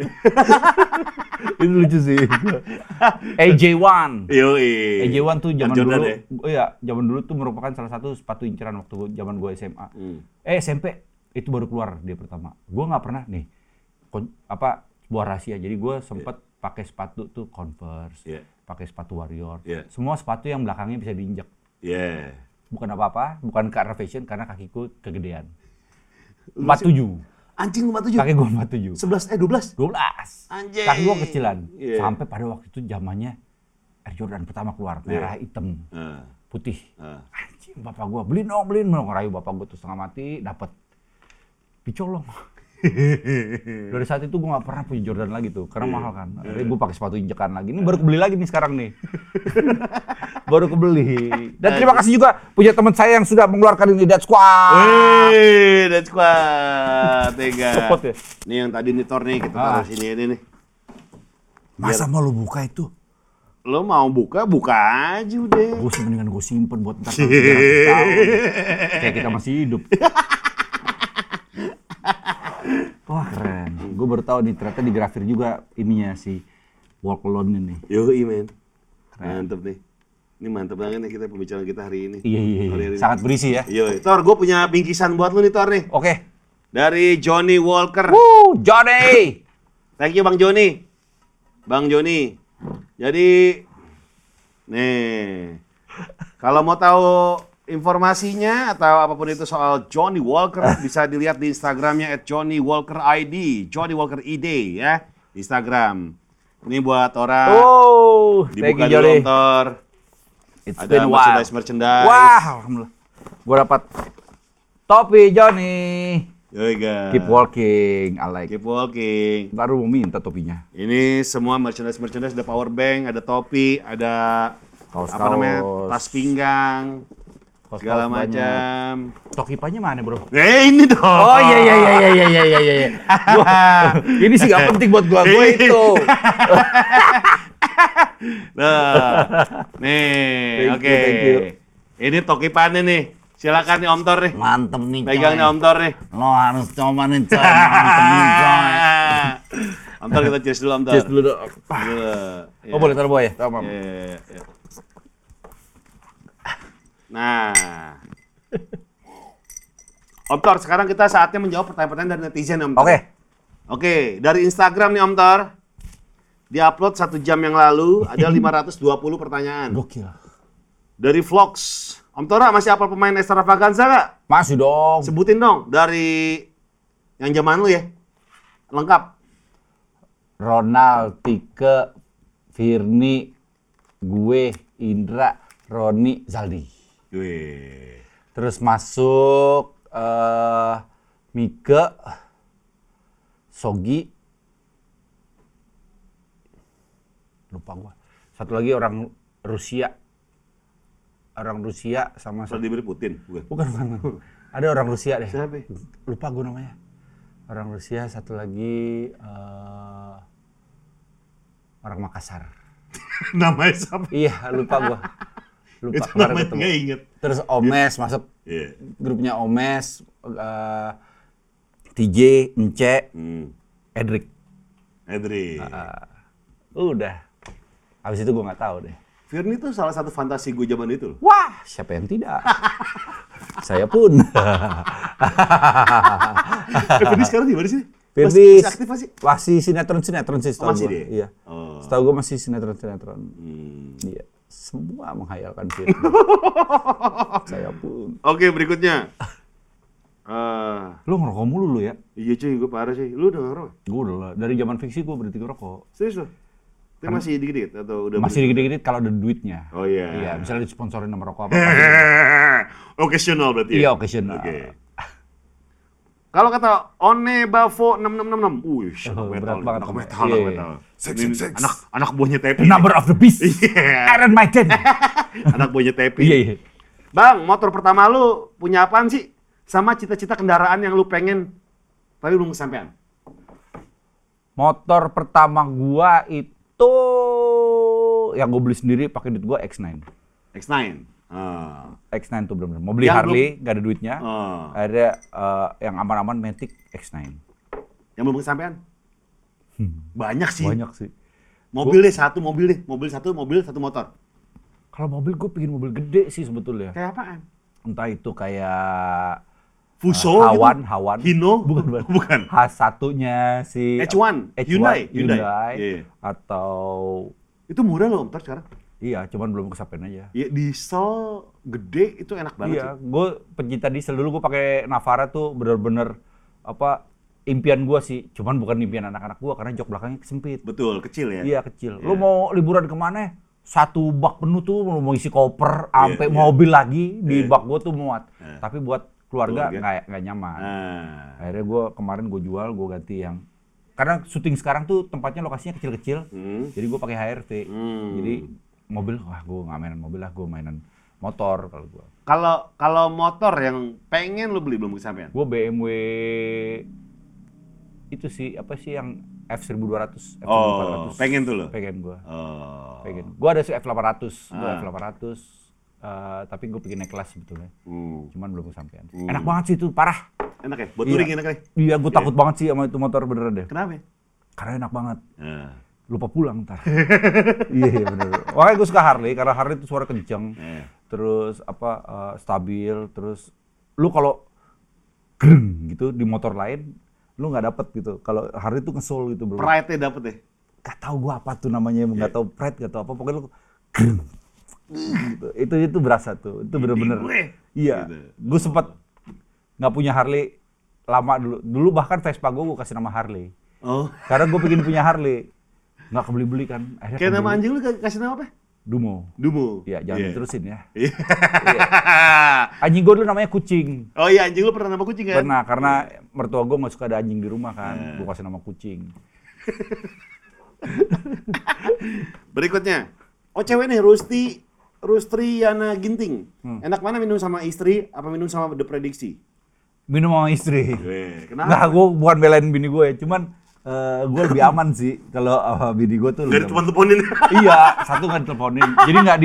Itu lucu sih. AJ1. Yoi. AJ1 tuh zaman Jordan dulu. ya? Iya, zaman dulu tuh merupakan salah satu sepatu inceran waktu zaman gue SMA. SMP itu baru keluar dia pertama. Gue nggak pernah nih sebuah rahasia. Jadi gue sempet pakai sepatu tuh Converse, pakai sepatu Warrior. Semua sepatu yang belakangnya bisa diinjak. Bukan apa-apa, bukan karena fashion, karena kakiku kegedean. 47. Anjing 47? Kaki gue 47. 12? 12. Anjing. Kaki gue kecilan. Sampai pada waktu itu zamannya Air Jordan pertama keluar, merah hitam, putih. Anjing, bapak gue beliin dong, ngerayu bapak gue tuh setengah mati, dapat picolong. Dari saat itu gue gak pernah punya Jordan lagi tuh, karena mahal kan. Jadi gue pakai sepatu injekan lagi. Ini baru kebeli lagi nih sekarang nih. Baru kebeli. Dan terima kasih juga punya teman saya yang sudah mengeluarkan ini, Dead Squad. Wih, Dead Squad. Tega. Cepet ya. Nih yang tadi nih Tor nih, kita taruh sini ini nih. Masa mau lu buka itu? Lo mau buka aja udah. Gue mendingan gue simpen buat ntar 300 tahun. Kayak kita masih hidup. Wah keren. Gue baru tahu nih ternyata digrafir juga ininya si Walk Alone ini. Yoi men. Mantep nih. Ini mantep banget nih kita pembicaraan kita hari ini. Iya. Sangat berisi ya. Yoi. Tor, gue punya bingkisan buat lu nih Tor nih. Oke. Dari Johnny Walker. Johnny. Thank you Bang Johnny. Bang Johnny. Jadi, nih. Kalau mau tahu informasinya atau apapun itu soal Johnny Walker bisa dilihat di Instagramnya @JohnnyWalkerID, Johnny Walker ID ya, Instagram. Ini buat orang dibuka dulu Tor. Ada merchandise. Wah, alhamdulillah. Gua dapat topi Johnny. Yoi guys. Keep walking, I like. Keep walking. Baru mau minta topinya. Ini semua merchandise ada power bank, ada topi, ada apa namanya, tas pinggang. Segala macam. Tokipanya mana bro? Ini dong. Oh iya. Ini sih gak penting buat gua itu. Nah, nih, oke. Ini tokipannya nih. Silakan nih Om Tor nih. Mantep nih. Pegang nih Om Tor nih. Lo harus coba nih coy. Mantep nih coy. Om Tor kita cheers dulu Om Tor. Cheers dulu dong. Oh boleh taruh bawah ya? Taruh Mam. Nah, Om Tor, sekarang kita saatnya menjawab pertanyaan-pertanyaan dari netizen Om Tor. Oke, dari Instagram nih Om Tor, di-upload 1 jam yang lalu, ada 520 pertanyaan. Gokil. Dari Vlogs, Om Tora masih hafal pemain Extravaganza nggak? Masih dong. Sebutin dong, dari yang zaman lu ya, lengkap. Ronald, Tike, Firni, gue, Indra, Roni, Zaldi. Wih. Terus masuk Mike, Sogi, lupa gua. Satu lagi orang Rusia. Orang Rusia sama Vladimir Putin, bukan. Ada orang Rusia deh. Siapa? Lupa gua namanya. Orang Rusia, satu lagi orang Makassar. Namanya siapa? Iya, lupa gua. Lupa. Itu namanya nggak inget. Terus Omes masuk grupnya Omes, TJ, Ence, Edric. Udah. Habis itu gue nggak tahu deh. Firni tuh salah satu fantasi gue zaman itu loh. Wah, siapa yang tidak? Saya pun. Firni sekarang di mana sih? Firni masih aktif masih? Masih sinetron sih setahu masih gue. Dia? Iya. Setahu gue masih sinetron. Iya. Semua menghayalkan Firni. Saya pun. Oke, berikutnya. Lu ngerokok mulu lu ya? Iya cuy, gue parah sih. Lu udah ngerokok? Gue udah lah. Dari zaman fiksi gue berhenti ngerokok. Serius lo? Tapi masih dikit-dikit atau udah? Masih dikit-dikit kalau ada duitnya. Oh iya. Iya, misalnya disponsorin sama rokok apa. Occasional berarti ya? Iya, occasional. Oke. Kalau kata One Bavo 6666, berat banget. anak metal. Anak buahnya Tepi. Number of the beast. Iron Maiden. Anak buahnya Tepi. Iya. Bang, motor pertama lu punya apaan sih? Sama cita-cita kendaraan yang lu pengen tapi belum kesampaian. Motor pertama gua itu yang gua beli sendiri pakai duit gua X9. X9. X9 tuh bener-bener. Mau beli Yang Harley, nggak ada duitnya. Akhirnya yang aman-aman Matic X9. Yang belum kesampaian? Banyak sih. Banyak sih. Mobil satu motor. Kalau mobil gue pengen mobil gede sih sebetulnya. Kayak apaan? Entah itu kayak Fuso Hawan. Hino? Bukan. H1-nya si H1. Hyundai. Yeah. Atau itu murah loh ntar sekarang. Iya, cuman belum kesampaian aja. Iya, diesel gede itu enak banget iya, sih. Gue pencinta diesel dulu, gue pakai Navara tuh bener-bener impian gue sih. Cuman bukan impian anak-anak gue karena jok belakangnya sempit. Betul, kecil ya. Iya, kecil. Lu mau liburan kemana? Satu bak penuh tuh lu mau isi koper sampai mobil lagi di bak gue tuh muat. Tapi buat keluarga nggak nyaman. Akhirnya gue kemarin gue jual, gue ganti yang karena syuting sekarang tuh tempatnya lokasinya kecil-kecil. Jadi gue pakai HRV. Jadi mobil, gue nggak mainan mobil lah, gue mainan motor kalau gue. Kalau motor yang pengen lu beli belum kesampaian? Gue BMW itu sih yang F1200, F1400. Pengen tuh lo? Pengen gue. Pengen. Gue ada F800, tapi gue pengen naik kelas sebetulnya. Cuman belum kesampaian. Enak banget sih itu, parah. Enak ya? Buat touring enak kali? Iya, gue takut banget sih sama itu motor beneran deh. Kenapa? Karena enak banget. Lupa pulang ntar. Iya bener. Makanya gue suka Harley, karena Harley itu suara kenceng. Terus stabil, terus lu kalau greng gitu di motor lain, lu nggak dapet gitu. Kalau Harley itu ngesol gitu bro. Pride-nya dapet ya? Gak tau gue apa tuh namanya, nggak tau pride, gak tau apa. Pokoknya lu greng. Gitu. Itu berasa tuh. Itu bener-bener. Iya. Gitu. Gue sempet nggak punya Harley lama dulu. Dulu bahkan Vespa gue kasih nama Harley. Karena gue pengen punya Harley. Nggak kebeli-beli kan. Akhirnya kayak nama anjing lu kasih nama apa? Dumo. Iya, jangan diterusin ya. Anjing gue dulu namanya Kucing. Oh iya, anjing lu pernah nama Kucing kan? Pernah, karena mertua gue nggak suka ada anjing di rumah kan. Gue kasih nama Kucing. Berikutnya. Cewek nih, Rustriana Ginting. Enak mana minum sama istri, apa minum sama The Prediksi? Minum sama istri. Kenapa? Nah, gue bukan belain bini gue ya, cuman gue lebih aman sih kalau bini gue tuh. Gak diteleponin. Iya, satu nggak diteleponin. Jadi nggak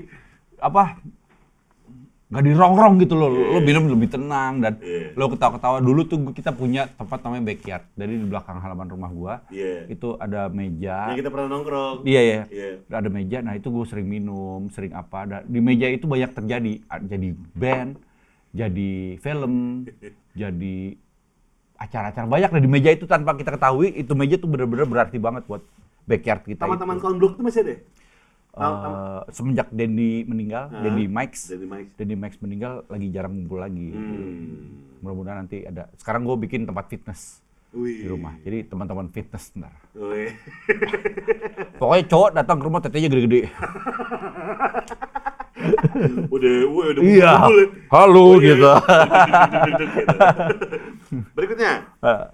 nggak dirongrong gitu loh. Lo minum lebih tenang dan lo ketawa-ketawa. Dulu tuh kita punya tempat namanya backyard. Jadi di belakang halaman rumah gue itu ada meja. Yang kita pernah nongkrong. Iya. Ada meja. Nah itu gue sering minum, sering apa. Di meja itu banyak terjadi. Jadi band, jadi film, jadi acara-acara banyak di meja itu tanpa kita ketahui. Itu meja tuh benar-benar berarti banget buat backyard kita. Teman-teman Konblok itu masih ada? Semenjak Dendi meninggal, Dendi Max meninggal, lagi jarang ngumpul lagi. Mudah-mudahan nanti ada. Sekarang gue bikin tempat fitness di rumah. Jadi teman-teman fitness ntar. Pokoknya cowok datang ke rumah tetenya gede-gede. udah iya. Halo gitu. Berikutnya.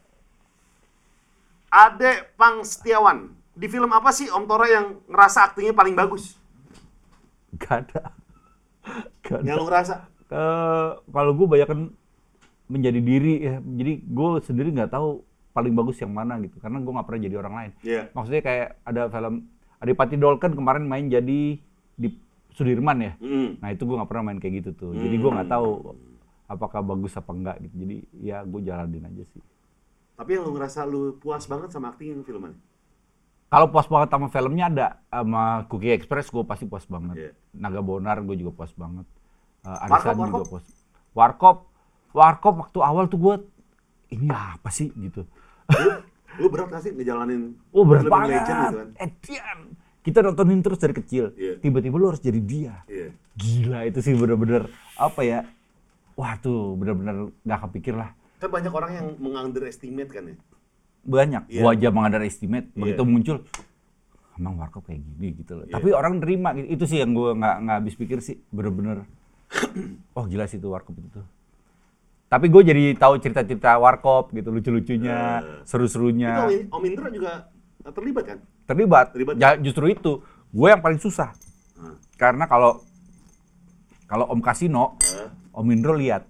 Ade Pang Setiawan. Di film apa sih Om Tora yang ngerasa aktingnya paling bagus? Gak ada. Yang lu ngerasa? Kalau gue banyak menjadi diri ya. Jadi gue sendiri nggak tahu paling bagus yang mana gitu. Karena gue nggak pernah jadi orang lain. Maksudnya kayak ada film Adipati Dolken kemarin main jadi di Sudirman ya. Nah itu gue nggak pernah main kayak gitu tuh. Jadi gue nggak tahu apakah bagus apa enggak gitu. Jadi ya gue jalanin aja sih. Tapi yang lu ngerasa lu puas banget sama akting filmnya? Kalau puas banget sama filmnya ada, sama Cookie Express gue pasti puas banget. Naga Bonar gue juga puas banget. Arisan juga puas. Warkop waktu awal tuh gue, ini apa sih gitu. Lu berat gak sih ngejalanin berat banget. Legend gitu kan? Kita nontonin terus dari kecil, tiba-tiba lu harus jadi dia. Gila itu sih bener-bener, apa ya, wah tuh bener-bener gak kepikir lah. Kan banyak orang yang meng-underestimate kan ya? Banyak, gua aja meng-underestimate, begitu muncul, emang Warkop kayak gini gitu loh. Tapi orang nerima, itu sih yang gua nggak habis pikir sih, bener-bener, oh gila sih itu Warkop itu tuh. Tapi gue jadi tahu cerita-cerita Warkop gitu, lucu-lucunya, seru-serunya. Itu Om Indra juga terlibat kan? Terlibat. Ya, justru itu, gue yang paling susah. Karena kalau Om Kasino, Om Indro lihat.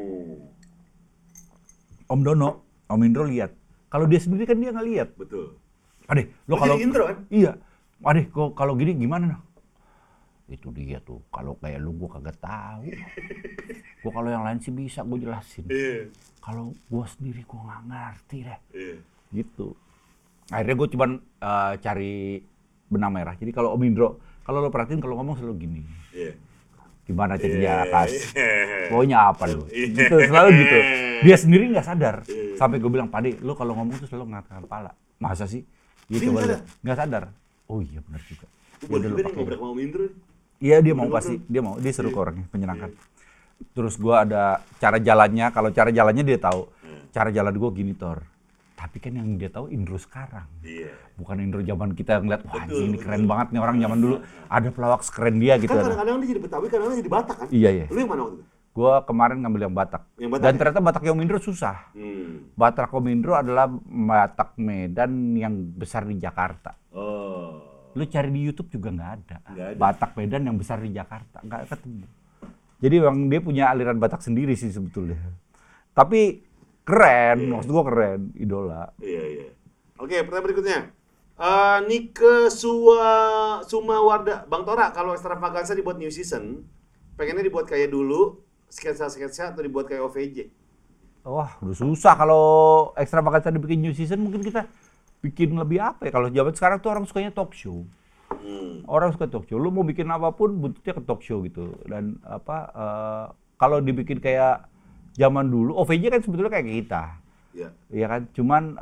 Om Dono, Om Indro lihat. Kalau dia sendiri kan dia nggak lihat. Betul. Adeh, lo kalau intro kan? Iya. Adeh, kalau gini gimana? Itu dia tuh, kalau kayak lu gue kagak tahu. Gue kalau yang lain sih bisa gue jelasin. Kalau gue sendiri gue nggak ngerti deh. Gitu. Akhirnya gue cuman cari benang merah. Jadi kalau Om Indro, kalau lo perhatiin kalau ngomong selalu gini. Gimana jadinya Kas? Pokoknya apa lo? Gitu, selalu gitu. Dia sendiri nggak sadar. Sampai gue bilang, Pade, lo kalau ngomong tuh selalu ngangkat kepala. Masa sih? Iya coba lihat. Nggak sadar. Oh iya benar juga. Gue juga nih ngobrol sama Om Indro. Iya dia mau pasti, dia seru ke orangnya, menyenangkan. Terus gue ada cara jalannya, kalau cara jalannya dia tahu. Cara jalan gue gini Tor. Tapi kan yang dia tahu Indro sekarang. Bukan Indro zaman kita ngeliat, wah ini keren banget nih orang zaman dulu. Ada pelawak sekeren dia gitu. Kan kadang-kadang dia jadi Betawi, kadang-kadang jadi Batak kan? Iya. Lu yang mana waktu itu? Gue kemarin ngambil yang Batak. Dan ternyata Batak Om Indro susah. Batak Om Indro adalah Batak Medan yang besar di Jakarta. Lu cari di YouTube juga nggak ada. Batak Medan yang besar di Jakarta, nggak ketemu. Jadi memang dia punya aliran Batak sendiri sih sebetulnya. Tapi keren, maksud gua keren, idola. Iya. Oke, pertanyaan berikutnya. Nike Sumawarda, Bang Tora, kalau Extravaganza dibuat new season, pengennya dibuat kayak dulu, sketsa-sketsa atau dibuat kayak OVJ? Wah, udah susah kalau Extravaganza dibikin new season, mungkin kita bikin lebih apa ya? Kalau zaman sekarang tuh orang sukanya talk show. Orang suka talk show. Lu mau bikin apapun buntutnya ke talk show gitu. Dan kalau dibikin kayak zaman dulu, OVJ kan sebetulnya kayak kita. Iya kan? Cuman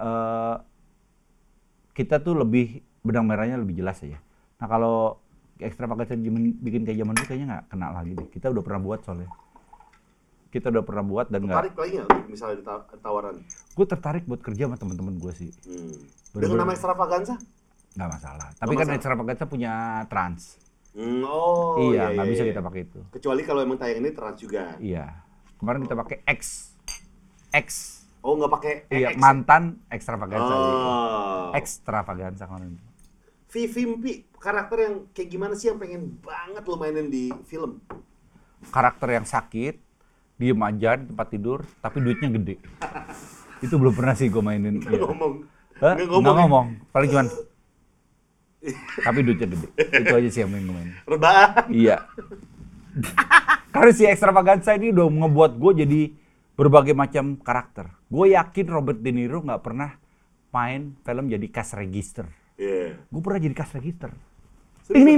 kita tuh lebih benang merahnya lebih jelas aja. Nah kalau Extravaganza bikin kayak zaman dulu kayaknya nggak kena lagi deh. Kita udah pernah buat soalnya. Kita udah pernah buat dan nggak. Tertarik lagi nggak misalnya tawaran? Gue tertarik buat kerja sama teman-teman gue sih. Dengan nama Extravaganza? Nggak masalah. Tapi kan Extravaganza punya trans. Iya, nggak bisa kita pakai itu. Kecuali kalau emang tayang ini trans juga. Iya. Kemarin kita pakai X. Oh nggak pakai iya, X. Mantan Extravaganza. Extravaganza kemarin. Vimpi, karakter yang kayak gimana sih yang pengen banget lo mainin di film? Karakter yang sakit, diem aja di tempat tidur, tapi duitnya gede. Itu belum pernah sih gue mainin. Nggak ngomong. Paling cuman. Tapi duitnya gede. Itu aja sih yang gue mainin. Rebahan. Iya. Karena si Extravaganza ini udah ngebuat gue jadi berbagai macam karakter. Gue yakin Robert De Niro nggak pernah main film jadi cash register. Gue pernah jadi cash register. Ning.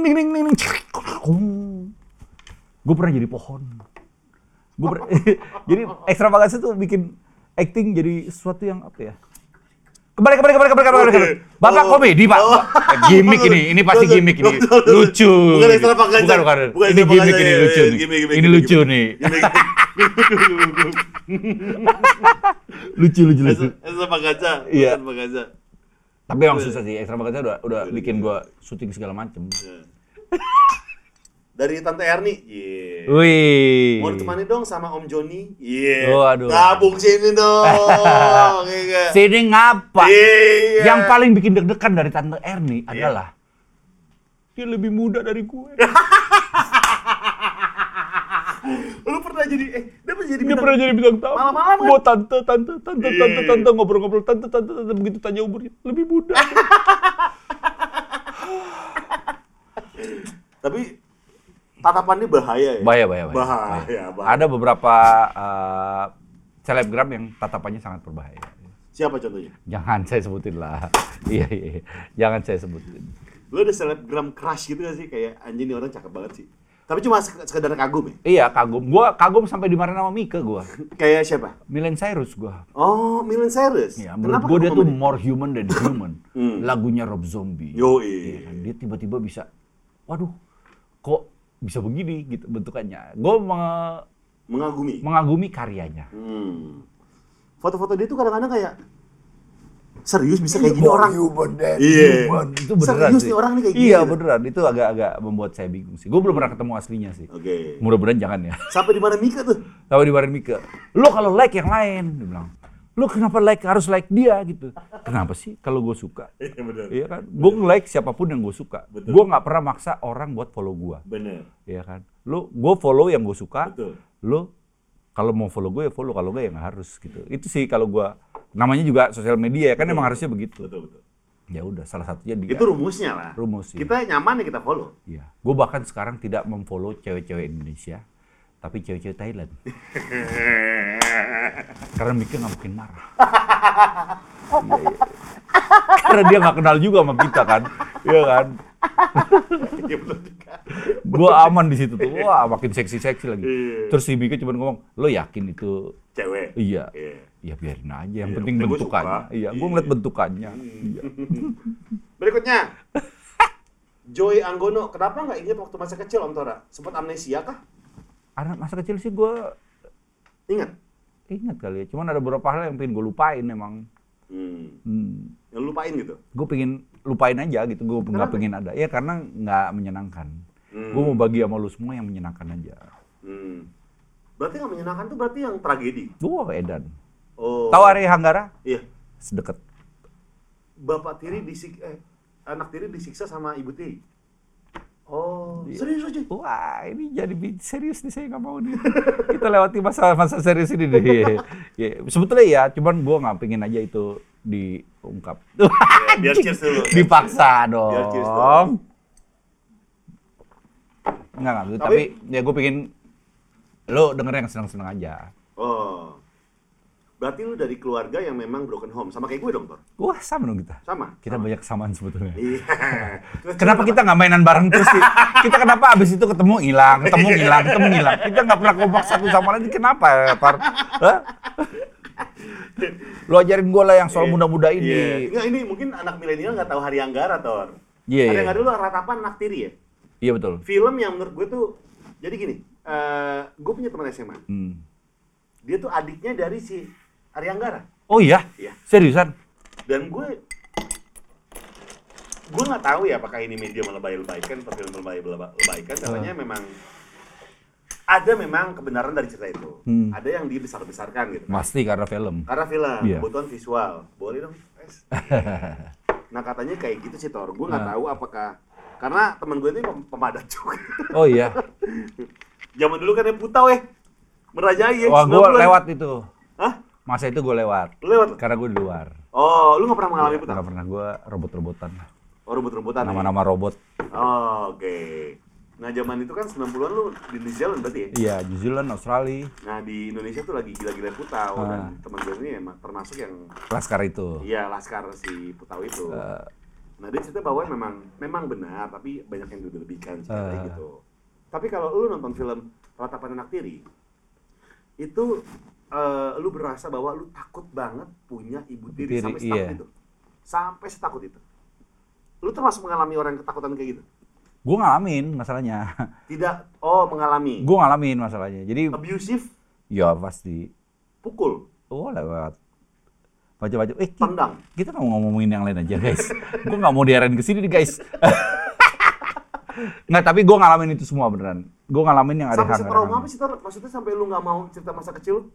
Gue pernah jadi pohon. Jadi Extravaganza tuh bikin acting jadi sesuatu yang apa ya? Kembali. Bapak komedi, Pak. Gimik ini pasti gimik ini. Lucu. Bukan Extravaganza. Bukan. Ini gimik ini lucu nih. Ini lucu nih. Lucu. Extravaganza. Iya. Extravaganza. Tapi emang susah sih. Extravaganza udah bikin gua syuting segala macem. Dari Tante Erni, Wih. mau ditemani dong sama Om Joni, Waduh. gabung sini dong. Sini ngapa? Yang paling bikin deg-degan dari Tante Erni adalah dia lebih muda dari gue. Lu pernah jadi, dia pernah jadi bintang tamu. Malam-malam kan? Gua tante ngobrol-ngobrol tante begitu tanya umurnya lebih muda. Tapi tatapannya bahaya ya? Bahaya. Ada beberapa selebgram yang tatapannya sangat berbahaya. Siapa contohnya? Jangan saya sebutin lah. Iya. Jangan saya sebutin. Lu ada selebgram crush gitu gak sih? Kayak anjing nih orang cakep banget sih. Tapi cuma sekedar kagum ya? Iya, kagum. Gua kagum sampai dimarahin sama Mika gua. Kayak siapa? Miley Cyrus gua. Oh, Miley Cyrus? Iya, menurut gua dia tuh more human than human. Lagunya Rob Zombie. Yoi. Iya, dia tiba-tiba bisa, waduh, kok bisa begini gitu bentukannya. Gua mengagumi karyanya. Foto-foto dia tuh kadang-kadang kayak serius bisa kayak gini orang. Iya. Itu beneran serius sih. Nih orang nih kayak gini. Iya beneran. Itu agak membuat saya bingung sih. Gue belum pernah ketemu aslinya sih. Oke. Mudah-mudahan jangan ya. Sampai di mana Mika tuh? Sampai di mana Mika? Lo kalau like yang lain, dia bilang. Lo kenapa harus like dia gitu? Kenapa sih kalau gue suka? Iya benar. Iya kan? Gue like siapapun yang gue suka. Gue nggak pernah maksa orang buat follow gue. Bener. Iya kan? Gue follow yang gue suka. Betul. Lo kalau mau follow gue ya follow, kalau gue ya nggak harus gitu. Itu sih kalau gue, namanya juga sosial media ya kan emang harusnya begitu. Betul. Ya udah, salah satunya dia. Itu rumusnya lah. Rumus. Kita nyaman ya kita follow. Iya. Gue bahkan sekarang tidak memfollow cewek-cewek Indonesia, tapi cewek-cewek Thailand. Karena mikir nggak mungkin marah. Iya. Karena dia nggak kenal juga sama kita kan, iya kan. Gue aman di situ tuh, wah makin seksi-seksi lagi. Terus si Mika cuma ngomong, lo yakin itu cewek? Iya. Ya biarin aja, yang penting gua bentukannya. suka. Iya, gue ngeliat bentukannya. Iya. Berikutnya, Joey Anggono, kenapa nggak ingat waktu masa kecil Om Tora? Sempat amnesia kah? Anak masa kecil sih gue Ingat kali ya, cuman ada beberapa hal yang pengen gue lupain emang. Yang lupain gitu? Gue pengen lupain aja gitu, gue nggak pengen ada. Ya karena nggak menyenangkan. Gue mau bagi sama lu semua yang menyenangkan aja. Berarti nggak menyenangkan tuh berarti yang tragedi? Wah, edan. Oh. Tahu Ari Hanggara? Iya. Sedekat. Bapak tiri anak tiri disiksa sama ibu tiri. Oh, serius aja? Wah, ini jadi serius nih, saya nggak mau nih. Kita lewati masa serius ini deh. Ya, sebetulnya ya, cuman gue nggak pengen aja itu diungkap. Ya, biar cheers dulu. Dipaksa dong. Biar cheers dulu. Enggak, tapi ya gue pengen lo denger yang seneng-seneng aja. Oh. Berarti lu dari keluarga yang memang broken home, sama kayak gue dong, Tor? Wah, sama dong kita. Sama? Kita banyak kesamaan sebetulnya. Iya. Kenapa kita nggak mainan bareng terus sih? Kita kenapa abis itu ketemu hilang. Kita nggak pernah kompak satu sama lain. Kenapa ya, Tor? Hah? Lo ajarin gue lah yang soal muda-muda ini. Enggak, ini mungkin anak milenial nggak tahu Hari Anggara, Tor. Iya. Hari Anggara dulu ratapan anak tiri ya? Iya, betul. Film yang menurut gue tuh, jadi gini, gue punya teman SMA. Dia tuh adiknya dari si Ari Anggara. Oh iya? Iya. Seriusan? Dan gue nggak tahu ya apakah ini media melebay-lebaykan atau film melebay-lebaykan. Katanya memang ada kebenaran dari cerita itu. Ada yang dibesar-besarkan gitu. Pasti karena film. Karena film, Iya. kebutuhan visual. Boleh dong, guys. Nah katanya kayak gitu sih, Tor. Gue nggak tahu apakah karena teman gue ini pemadat juga. Oh iya. Zaman dulu kan yang putau merajai ya. Wah, gue lewat itu. Hah? Masa itu gue lewat. Lewat? Karena gue di luar. Oh, lu nggak pernah mengalami putau? Nggak pernah, gue rebut-rebutan. Oh, rebut-rebutan. Nama-nama robot. Oh, oke. Nah, zaman itu kan 90-an lu di New Zealand berarti ya? Iya, New Zealand, Australia. Nah, di Indonesia tuh lagi gila-gila putau. Dan teman gue ini emang termasuk yang Laskar itu. Iya, laskar si putau itu. Nah, dia cerita bahwa memang benar, tapi banyak yang dilebihkan kayak gitu. Tapi kalau lu nonton film Ratapan Anak Tiri, itu lu berasa bahwa lu takut banget punya ibu tiri sampai setakut itu. Sampai setakut itu. Lu termasuk mengalami orang yang ketakutan kayak gitu? Gue ngalamin masalahnya. Tidak, mengalami. Gue ngalamin masalahnya. Jadi abusive? Ya pasti. Pukul? Oh, lewat. Baca-baca. Tendang? Kita nggak mau ngomongin yang lain aja, guys. Gue nggak mau diarahin ke sini nih, guys. Nggak, tapi gue ngalamin itu semua beneran. Gue ngalamin yang ada sampai setrauma apa sih, Tor? Maksudnya sampai lu nggak mau cerita masa kecil?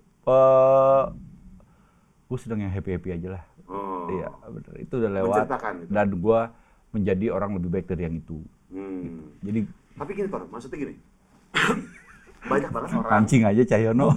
Gue sedang yang happy-happy aja lah. Oh. Iya, bener. Itu udah lewat. Gitu. Dan gue menjadi orang lebih baik dari yang itu. Jadi. Tapi gini, Tor, maksudnya gini. Banyak banget orang. Mancing aja, Cahyono.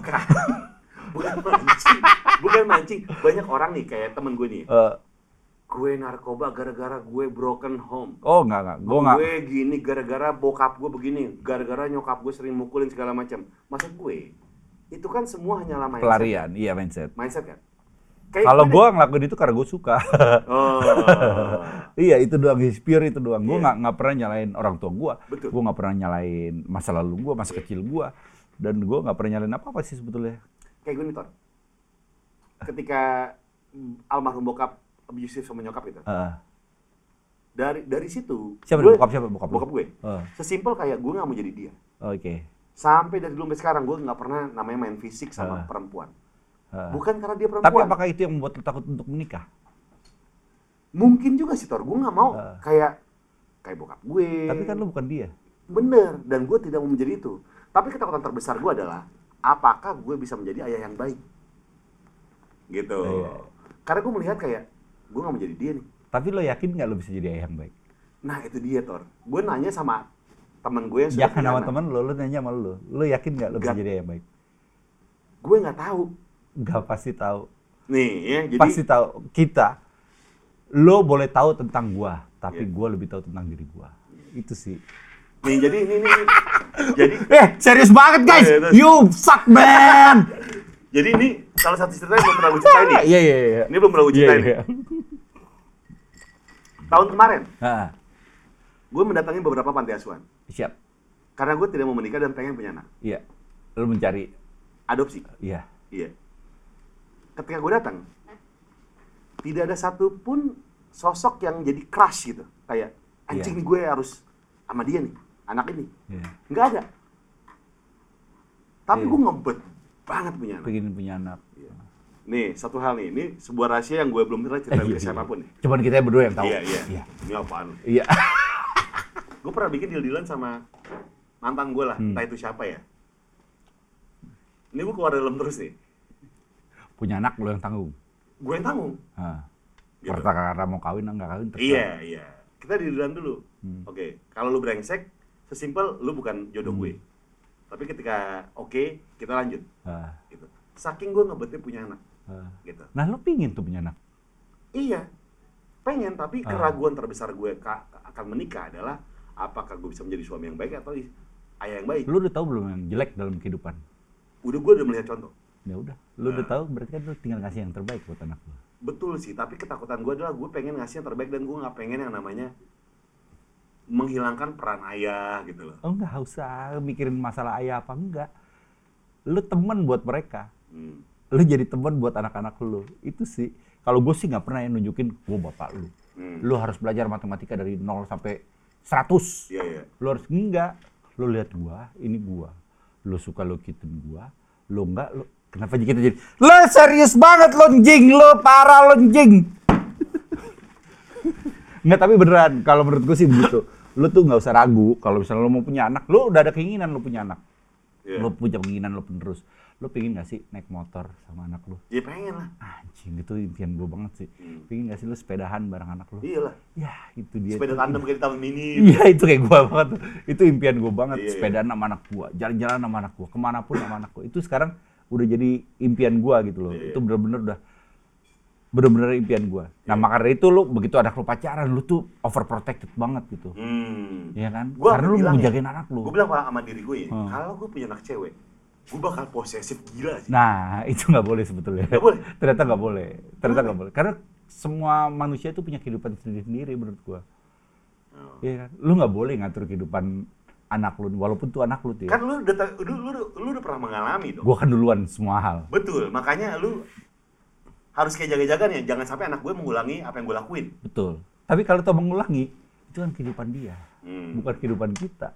Bukan mancing. Banyak orang nih, kayak temen gue nih. Gue narkoba gara-gara gue broken home. Oh, enggak. Gue gini gara-gara bokap gue begini. Gara-gara nyokap gue sering mukulin segala macam. Maksud gue, itu kan semua hanyalah mindset. Pelarian, iya mindset. Mindset kan? Kalau gue ngelakuin itu karena gue suka. Oh. Iya, itu doang, pure itu doang. Gue nggak pernah nyalain orang tua gue. Betul. Gue nggak pernah nyalain masa lalu gue, masa kecil gue. Dan gue nggak pernah nyalain apa sih sebetulnya. Kayak gue nih, Tor. Ketika almarhum bokap abusive sama nyokap gitu. Dari situ. Siapa bokap? Bokap gue. Sesimpel kayak gue nggak mau jadi dia. Oke. Sampai dari dulu sampai sekarang gue nggak pernah namanya main fisik sama perempuan. Bukan karena dia perempuan. Tapi apakah itu yang membuat lu takut untuk menikah? Mungkin juga sih, Tor. Gue nggak mau kayak bokap gue. Tapi kan lu bukan dia. Bener. Dan gue tidak mau menjadi itu. Tapi ketakutan terbesar gue adalah apakah gue bisa menjadi ayah yang baik? Gitu. Karena gue melihat kayak gue nggak mau jadi dia nih. Tapi lo yakin nggak lo bisa jadi ayah yang baik? Nah itu dia, Tor. Gue nanya sama teman gue yang sudah jangan sama teman lo nanya sama lo. Lo yakin nggak lo bisa jadi ayah yang baik? Gue nggak tahu. Nggak, pasti tahu. Nih ya, jadi pasti tahu. Kita lo boleh tahu tentang gua, tapi gua lebih tahu tentang diri gua. Itu sih. Nih, jadi ini. Jadi serius banget guys. You suck man. Jadi ini salah satu cerita yang belum pernah gue ceritain nih. Iya. Ini belum pernah gue ceritain. Iya. Tahun kemarin, Heeh. gue mendatangi beberapa panti asuhan. Siap. Karena gue tidak mau menikah dan pengen punya anak. Iya. Lo mencari Adopsi. iya. Ketika gue datang, tidak ada satupun sosok yang jadi crush gitu. Kayak, anjing nih gue harus sama dia nih, anak ini. Iya. Nggak ada. Tapi gue ngebet banget punya anak. Pengen punya anak. Nih, satu hal nih, ini sebuah rahasia yang gue belum pernah ceritain ke siapapun nih. Cuman kita berdua yang tahu. Iya. Ini apaan? Iya. Gue pernah bikin deal-dealan sama mantan gue lah, entah itu siapa ya. Ini gue keluar dalam terus nih. Punya anak lo yang tanggung. Gue yang tanggung. Gitu. Karena mau kawin nggak kawin terserah. Iya. Kita deal-dealan dulu. Oke, kalau lu brengsek, sesimpel lu bukan jodoh gue. Tapi ketika oke, kita lanjut. Gitu. Saking gue ngebetnya punya anak. Gitu. Nah lo pingin tuh punya anak? Iya, pengen, tapi keraguan terbesar gue akan menikah adalah apakah gue bisa menjadi suami yang baik atau ayah yang baik. Lo udah tahu belum yang jelek dalam kehidupan? Gue udah melihat contoh. Ya udah, lo udah tahu, berarti kan lo tinggal ngasih yang terbaik buat anak lo. Betul sih, tapi ketakutan gue adalah gue pengen ngasih yang terbaik dan gue nggak pengen yang namanya menghilangkan peran ayah gitu loh. Oh nggak usah mikirin masalah ayah apa enggak. Lo teman buat mereka. Lo jadi teman buat anak-anak lo. Itu sih. Kalau gue sih nggak pernah yang nunjukin gue bapak lo. Lo harus belajar matematika dari 0 sampai 100. Iya. Lo harus enggak. Lo lihat gua, ini gua. Lo suka lo gituin gua. Lo enggak, lo kenapa kita jadi lo serius banget lo njing, lo parah lo njing. Enggak, tapi beneran kalau menurut gue sih begitu. Lo tuh nggak usah ragu kalau misalnya lo mau punya anak, lo udah ada keinginan lo punya anak. Lo punya keinginan lo penerus. Lo pengen gak sih naik motor sama anak lo? Ya pengen lah. Anjing, itu impian gue banget sih. Pengen gak sih lo sepedahan bareng anak lo? Iya lah. Ya itu dia. Sepeda tandem kayak di Taman Mini. Iya itu kayak gue banget. Itu impian gue banget. Iya. Sepedaan sama anak gue, jalan-jalan sama anak gue, kemanapun sama anak gue. Itu sekarang udah jadi impian gue gitu loh. Iya. Itu bener-bener impian gue. Nah maka dari itu lo begitu anak lo pacaran, lo tuh overprotected banget gitu. Iya kan? Karena lo mau jagain anak lo. Gue bilang sama diri gue ya, kalau gue punya anak cewek, gue bakal posesif gila sih. Nah itu nggak boleh sebetulnya. Nggak boleh? Ternyata nggak boleh. Karena semua manusia itu punya kehidupan sendiri-sendiri menurut gue. Iya kan? Lo nggak boleh ngatur kehidupan anak lo, walaupun tuh anak lo tuh. Kan lu udah pernah mengalami dong. Gue kan duluan semua hal. Betul, makanya lu harus kayak jaga-jaga nih, jangan sampai anak gue mengulangi apa yang gue lakuin. Betul. Tapi kalau tuh mengulangi, itu kan kehidupan dia, bukan kehidupan kita.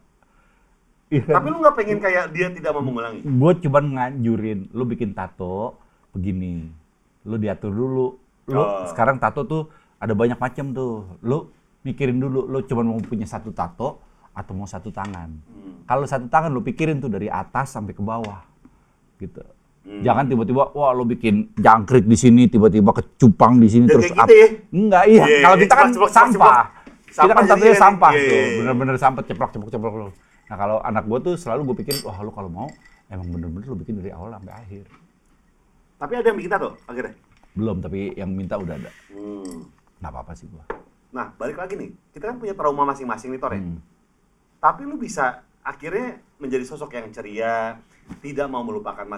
Iya kan? Tapi lu nggak pengen kayak dia tidak mau mengulangi? Gue cuma nganjurin, lu bikin tato begini, lu diatur dulu. Lu sekarang tato tuh ada banyak macam tuh. Lu mikirin dulu, lu cuma mau punya satu tato atau mau satu tangan. Kalau satu tangan lu pikirin tuh dari atas sampai ke bawah, gitu. Jangan tiba-tiba, wah lo bikin jangkrik di sini, tiba-tiba kecupang di sini terus gitu ya? Enggak, iya. Kalau kita kan sampah. Kita kan tatonya sampah tuh, iya. bener-bener sampah ceplok lo. Nah kalau anak gue tuh selalu gue pikir, wah lo kalau mau emang bener-bener lo bikin dari awal sampai akhir. Tapi ada yang bikin tato akhirnya? Belum, tapi yang minta udah ada. Nggak apa-apa sih gue. Nah balik lagi nih, kita kan punya trauma masing-masing nih Tor ya. Tapi lu bisa akhirnya menjadi sosok yang ceria, tidak mau melupakan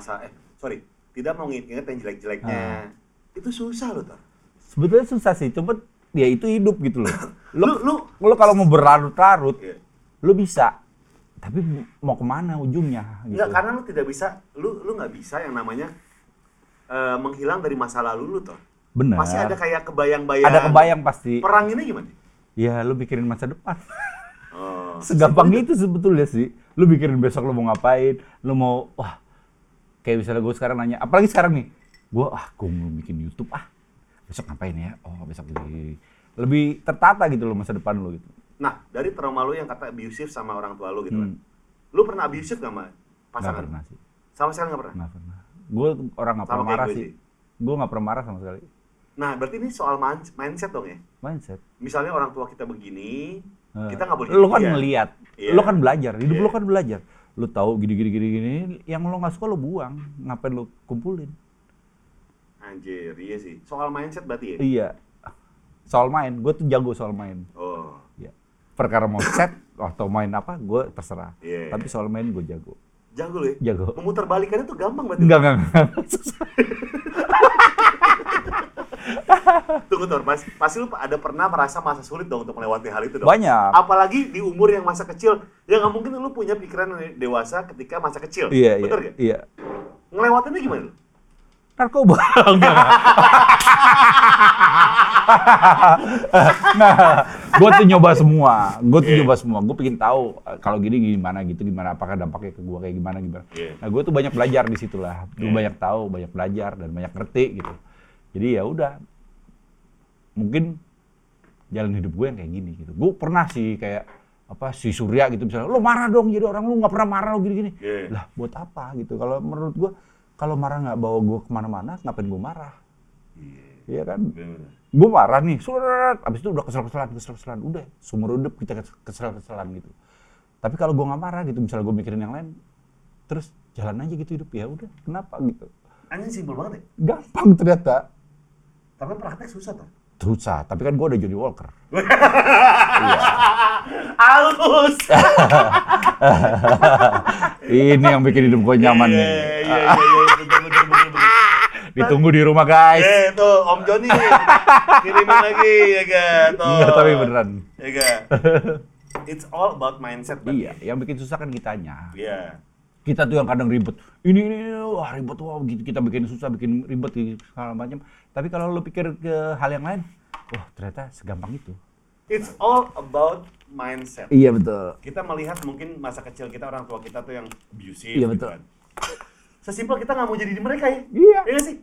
tidak mau nginget yang jelek-jeleknya. Itu susah loh, Tor. Sebetulnya susah sih, cuma ya itu hidup gitu loh. Lu kalau mau berlarut-larut, lu bisa. Tapi mau kemana ujungnya? Gitu. Enggak, karena lu tidak bisa, lu nggak bisa yang namanya menghilang dari masa lalu lu, Tor. Benar. Pasti ada kayak kebayang-bayang. Ada kebayang pasti. Perang ini gimana? Ya lu mikirin masa depan. Segampang itu sebetulnya sih. Lu mikirin besok lu mau ngapain, lu mau kayak misalnya gue sekarang nanya, apalagi sekarang nih, gue mau bikin YouTube besok ngapain ya? Oh besok ini lebih tertata gitu loh masa depan lu gitu. Nah dari trauma lu yang kata abusive sama orang tua lu gitu kan, lu pernah abusive gak sama pasangan? Gak pernah sih. Sama sekali gak pernah? Gak pernah. Gue orang gak pernah marah sih. Gue gak pernah marah sama sekali. Nah berarti ini soal mindset dong ya? Mindset. Misalnya orang tua kita begini, kita gak boleh. Lu kan ngeliat, lu kan belajar, hidup lu kan belajar. Lu tahu gini, yang lu nggak suka lu buang, ngapain lu kumpulin? Anjir, iya sih. Soal mindset berarti ya? Iya. Soal main, gue tuh jago soal main. Oh. Ya. Perkara mau set atau main apa, gue terserah. Yeah. Tapi soal main gue jago. Jago lo ya? Jago. Memutar balikannya tuh gampang berarti? Enggak. Tunggu Tor, pasti lu ada pernah merasa masa sulit dong untuk melewati hal itu dong? Banyak. Apalagi di umur yang masa kecil, ya nggak mungkin lu punya pikiran dewasa ketika masa kecil. Iya, betul gak? Iya. Ngelewatinnya gimana lu? Narkoba. Nah, gue tuh nyoba semua. Gue pengen tahu kalau gini gimana gitu, gimana apakah dampaknya ke gue kayak gimana. Nah, gue tuh banyak belajar di situ lah. Gue banyak tahu, banyak belajar dan banyak ngerti gitu. Jadi ya udah, mungkin jalan hidup gue yang kayak gini gitu. Gue pernah sih kayak si Surya gitu misalnya, lo marah dong jadi orang, lu nggak pernah marah lo gini-gini. Lah buat apa gitu? Kalau menurut gue, kalau marah nggak bawa gue kemana-mana, ngapain gue marah? Iya kan? Gue marah nih, surat, abis itu udah kesel-keselan, udah seumur hidup kita kesel-keselan gitu. Tapi kalau gue nggak marah gitu, misalnya gue mikirin yang lain, terus jalan aja gitu hidup, ya udah, kenapa gitu? Anjing simpel banget ya? Gampang ternyata. Tapi praktek susah tuh. Susah, tapi kan gue udah Johnny Walker. Halus. Ini yang bikin hidup gue nyaman nih. Iya, betul. Ditunggu di rumah guys. Tuh Om Joni kirimin lagi ya ga. Enggak, tapi beneran. Ya ga. It's all about mindset. Iya, yang bikin susah kan kitanya. Iya. Kita tuh yang kadang ribet. Ini wah ribet gitu. Kita bikin susah, bikin ribet segala macam. Tapi kalau lu pikir ke hal yang lain, wah ternyata segampang itu. It's all about mindset. Iya betul. Kita melihat mungkin masa kecil kita, orang tua kita tuh yang abusive. Iya gitu betul. kan. Sesimpel kita nggak mau jadi di mereka ya. Iya. Iya sih.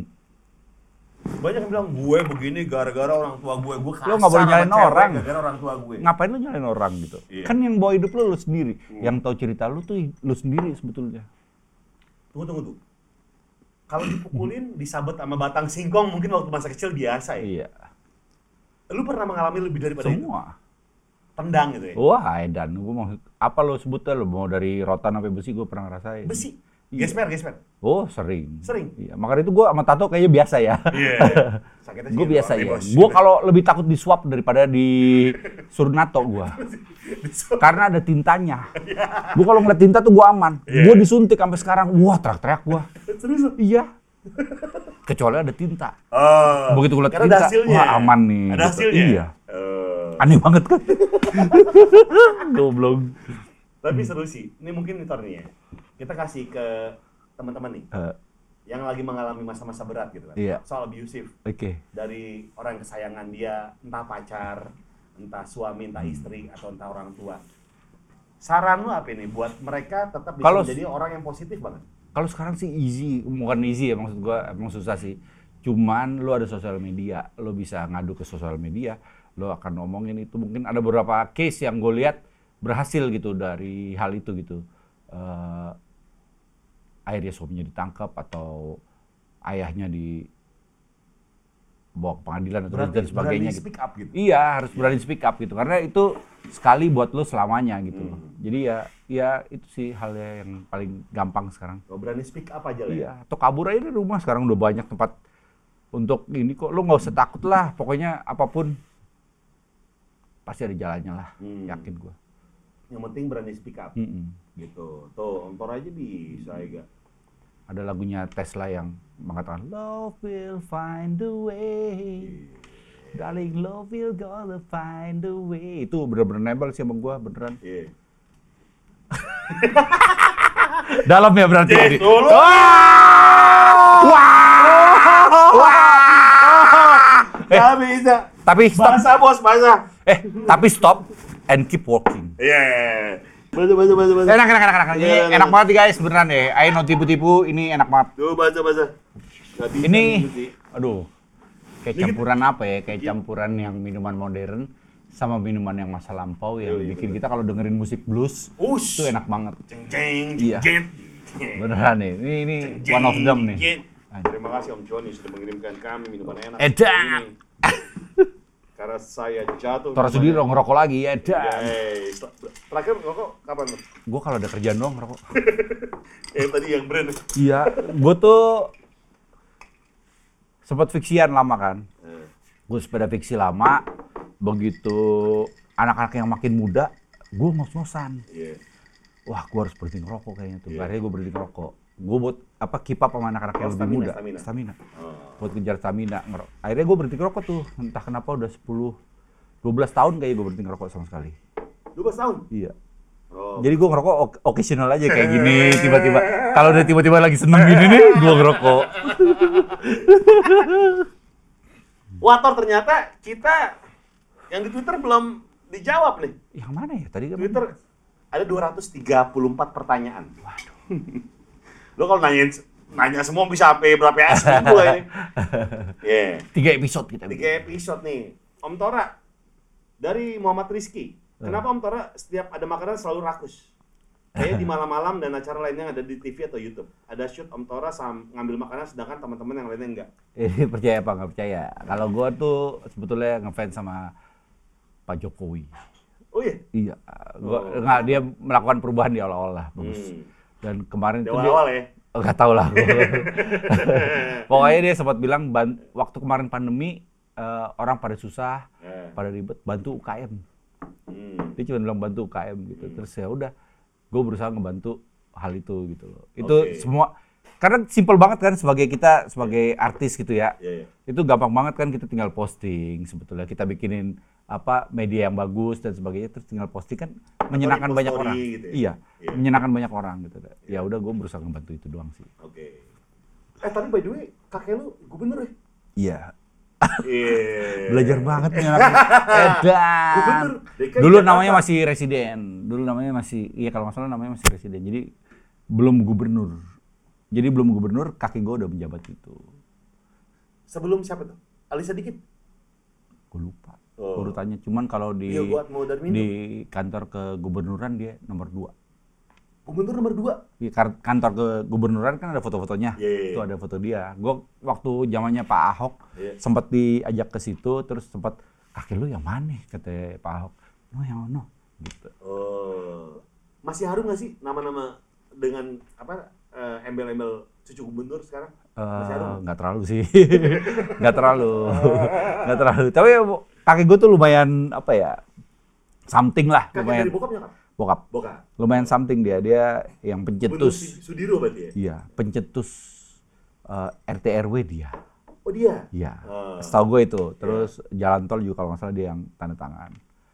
Banyak yang bilang gue begini gara-gara orang tua gue kasar. Lo nggak boleh nyalain orang. Gara-gara orang tua gue. Ngapain lo nyalain orang gitu? Iya. Kan yang bawa hidup lo sendiri. Yang tahu cerita lo tuh lo sendiri sebetulnya. Tunggu. Kalau dipukulin, disabet sama batang singkong mungkin waktu masa kecil biasa ya? Iya. Lu pernah mengalami lebih daripada semua itu? Tendang gitu ya? Wah edan, gue mau apa lo sebutnya lo mau dari rotan sampai besi gue pernah ngerasain. Besi? Iya. Gesper? Oh sering. Iya, makanya itu gue sama tato kayaknya biasa ya. Iya. Sakitnya gue biasa ya. Gue kalau lebih takut disuap daripada disuruh nato gue. Karena ada tintanya. Gue kalau ngeliat tinta tuh gue aman. Gue disuntik sampai sekarang, wah teriak-teriak gue. Serius? Iya. Kecuali ada tinta. Begitu gue liat tinta, hasilnya, wah aman nih. Ada hasilnya? Iya. Aneh banget kan? Goblok. Tapi seru sih. Ini mungkin nih ya. Kita kasih ke teman-teman nih. Yang lagi mengalami masa-masa berat gitu kan. Iya. Soal abusive. Oke. Dari orang kesayangan dia, entah pacar, entah suami, entah istri, atau entah orang tua. Saran lu apa nih buat mereka tetap bisa menjadi orang yang positif banget? Kalau sekarang sih bukan easy ya maksud gua, emang susah sih. Cuman lu ada sosial media, lu bisa ngadu ke sosial media, lu akan ngomongin itu. Mungkin ada beberapa case yang gue lihat berhasil gitu dari hal itu gitu. Akhirnya suaminya ditangkap atau ayahnya dibawa ke pengadilan atau dan sebagainya gitu. Speak up gitu. Iya, harus berani speak up gitu karena itu sekali buat lo selamanya gitu. Jadi ya itu sih hal yang paling gampang sekarang. Berani speak up aja lah. Iya, atau kabur aja dari rumah, sekarang udah banyak tempat untuk ini kok. Lo nggak usah takut lah, pokoknya apapun pasti ada jalannya lah, yakin gue. Yang penting berani speak up. Gitu. Tuh, Om Tor aja bisa ya. Ada lagunya Tesla yang mengatakan love will find a way. Darling, love will gonna find a way. Itu bener-bener nempel sih sama gue, beneran. Iya. Dalam ya berarti. Gak bisa. Tapi stop. Bahasa bos, bahasa. Tapi stop and keep walking. Iya. Baca. Enak. Enak banget guys, beneran deh. Ayo no tipu-tipu, ini enak banget. Tuh, baca. Ini, aduh, kayak campuran apa ya? Kayak campuran yang minuman modern sama minuman yang masa lampau yang bikin kita kalau dengerin musik blues itu enak banget. Iya. Beneran nih, ini one of them nih. Terima kasih Om Joni sudah mengirimkan kami minuman enak. Edan. Karena saya jatuh. Tora Sudiro ngerokok lagi, edan. Terakhir ngerokok kapan tuh? Gue kalau ada kerjaan doang ngerokok. Tadi yang brand. Iya, gue tuh sempat fiksian lama kan. Gue sepeda fiksi lama, begitu anak-anak yang makin muda, gue ngos-ngosan. Iya. Wah, gue harus berhenti ngerokok kayaknya tuh. Akhirnya gue berhenti ngerokok. Gue buat keep up sama anak-anak yang lebih muda. Stamina. Buat kejar stamina. Akhirnya gue berhenti ngerokok tuh. Entah kenapa udah 12 tahun kayaknya gue berhenti ngerokok sama sekali. 12 tahun? Iya. Jadi gue ngerokok occasional aja kayak gini, tiba-tiba. Kalau udah tiba-tiba lagi seneng gini nih, gue ngerokok. Wah, Tor, ternyata kita yang di Twitter belum dijawab nih. Yang mana ya? Tadi kan Twitter ada 234 pertanyaan. Waduh. Lo kalau nanya semua bisa sampai berapa seminggu ini. Yeah. 3 episode kita. 3 episode nih. Om Tora, dari Muhammad Rizky. Kenapa Om Tora setiap ada makanan selalu rakus? Kayak di malam-malam dan acara lainnya yang ada di TV atau YouTube. Ada shoot Om Tora ngambil makanan sedangkan teman-teman yang lainnya enggak. Percaya apa nggak percaya? Kalau gue tuh sebetulnya ngefans sama Pak Jokowi. Oh iya? Iya. Nggak, dia melakukan perubahan di awal-awal lah. Bagus. Dan kemarin di awal-awal ya? Nggak tahu lah. Pokoknya dia sempat bilang waktu kemarin pandemi orang pada susah, pada ribet, bantu UKM. Dia cuma bilang bantu UKM gitu. Terus ya udah, gue berusaha ngebantu hal itu gitu loh. Itu semua karena simple banget kan sebagai artis gitu ya. Itu gampang banget kan, kita tinggal posting sebetulnya. Kita bikinin media yang bagus dan sebagainya, terus tinggal posting kan menyenangkan banyak orang. Gitu ya? Iya, menyenangkan banyak orang gitu. Ya udah, gue berusaha ngebantu itu doang sih. Tapi by the way, kakek lu gubernur ya? Iya. Belajar banget nih anak. Edan. Dulu namanya masih residen. Kalau nggak salah namanya masih residen. Jadi belum gubernur. Kaki gue udah menjabat itu. Sebelum siapa tuh? Ali Sadikin? Gue lupa urutannya. Cuman kalau di kantor kegubernuran dia nomor 2. Gubernur nomor 2? Di kantor kegubernuran kan ada foto-fotonya. Itu ada foto dia. Gue waktu zamannya Pak Ahok sempat diajak ke situ, terus sempat, kakek lu yang mana? Kata Pak Ahok. No, yang mana? Gitu. Masih harum nggak sih nama-nama dengan embel-embel cucu gubernur sekarang? Nggak terlalu sih. Nggak terlalu. Tapi kakek gue tuh lumayan something lah. Kakek dari bokapnya kan? Bokap. Lumayan something dia yang pencetus. Sudiro berarti ya? Iya, pencetus RT RW dia. Oh dia? Iya. Setahu gue itu. Terus jalan tol juga kalau nggak salah dia yang tanda tangan.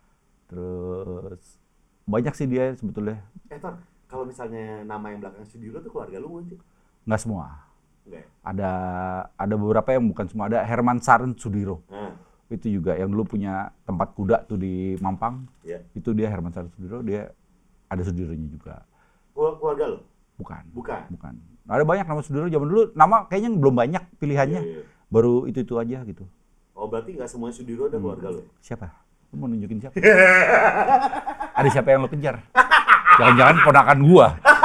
Terus banyak sih dia sebetulnya. Tar, kalau misalnya nama yang belakang Sudiro tuh keluarga lu nggak? Nggak semua. Nggak. Ada beberapa yang bukan semua. Ada Herman Saren Sudiro. Itu juga yang dulu punya tempat kuda tuh di Mampang. Itu dia Herman Saren Sudiro, dia ada Sudironya juga. Keluarga lo? Bukan. Ada banyak nama Sudiro, zaman dulu nama kayaknya belum banyak pilihannya. Baru itu aja gitu. Oh, berarti nggak semuanya Sudiro ada keluarga lo? Siapa? Lu mau nunjukin siapa? Ada siapa yang lo kejar? Jangan-jangan ponakan gua.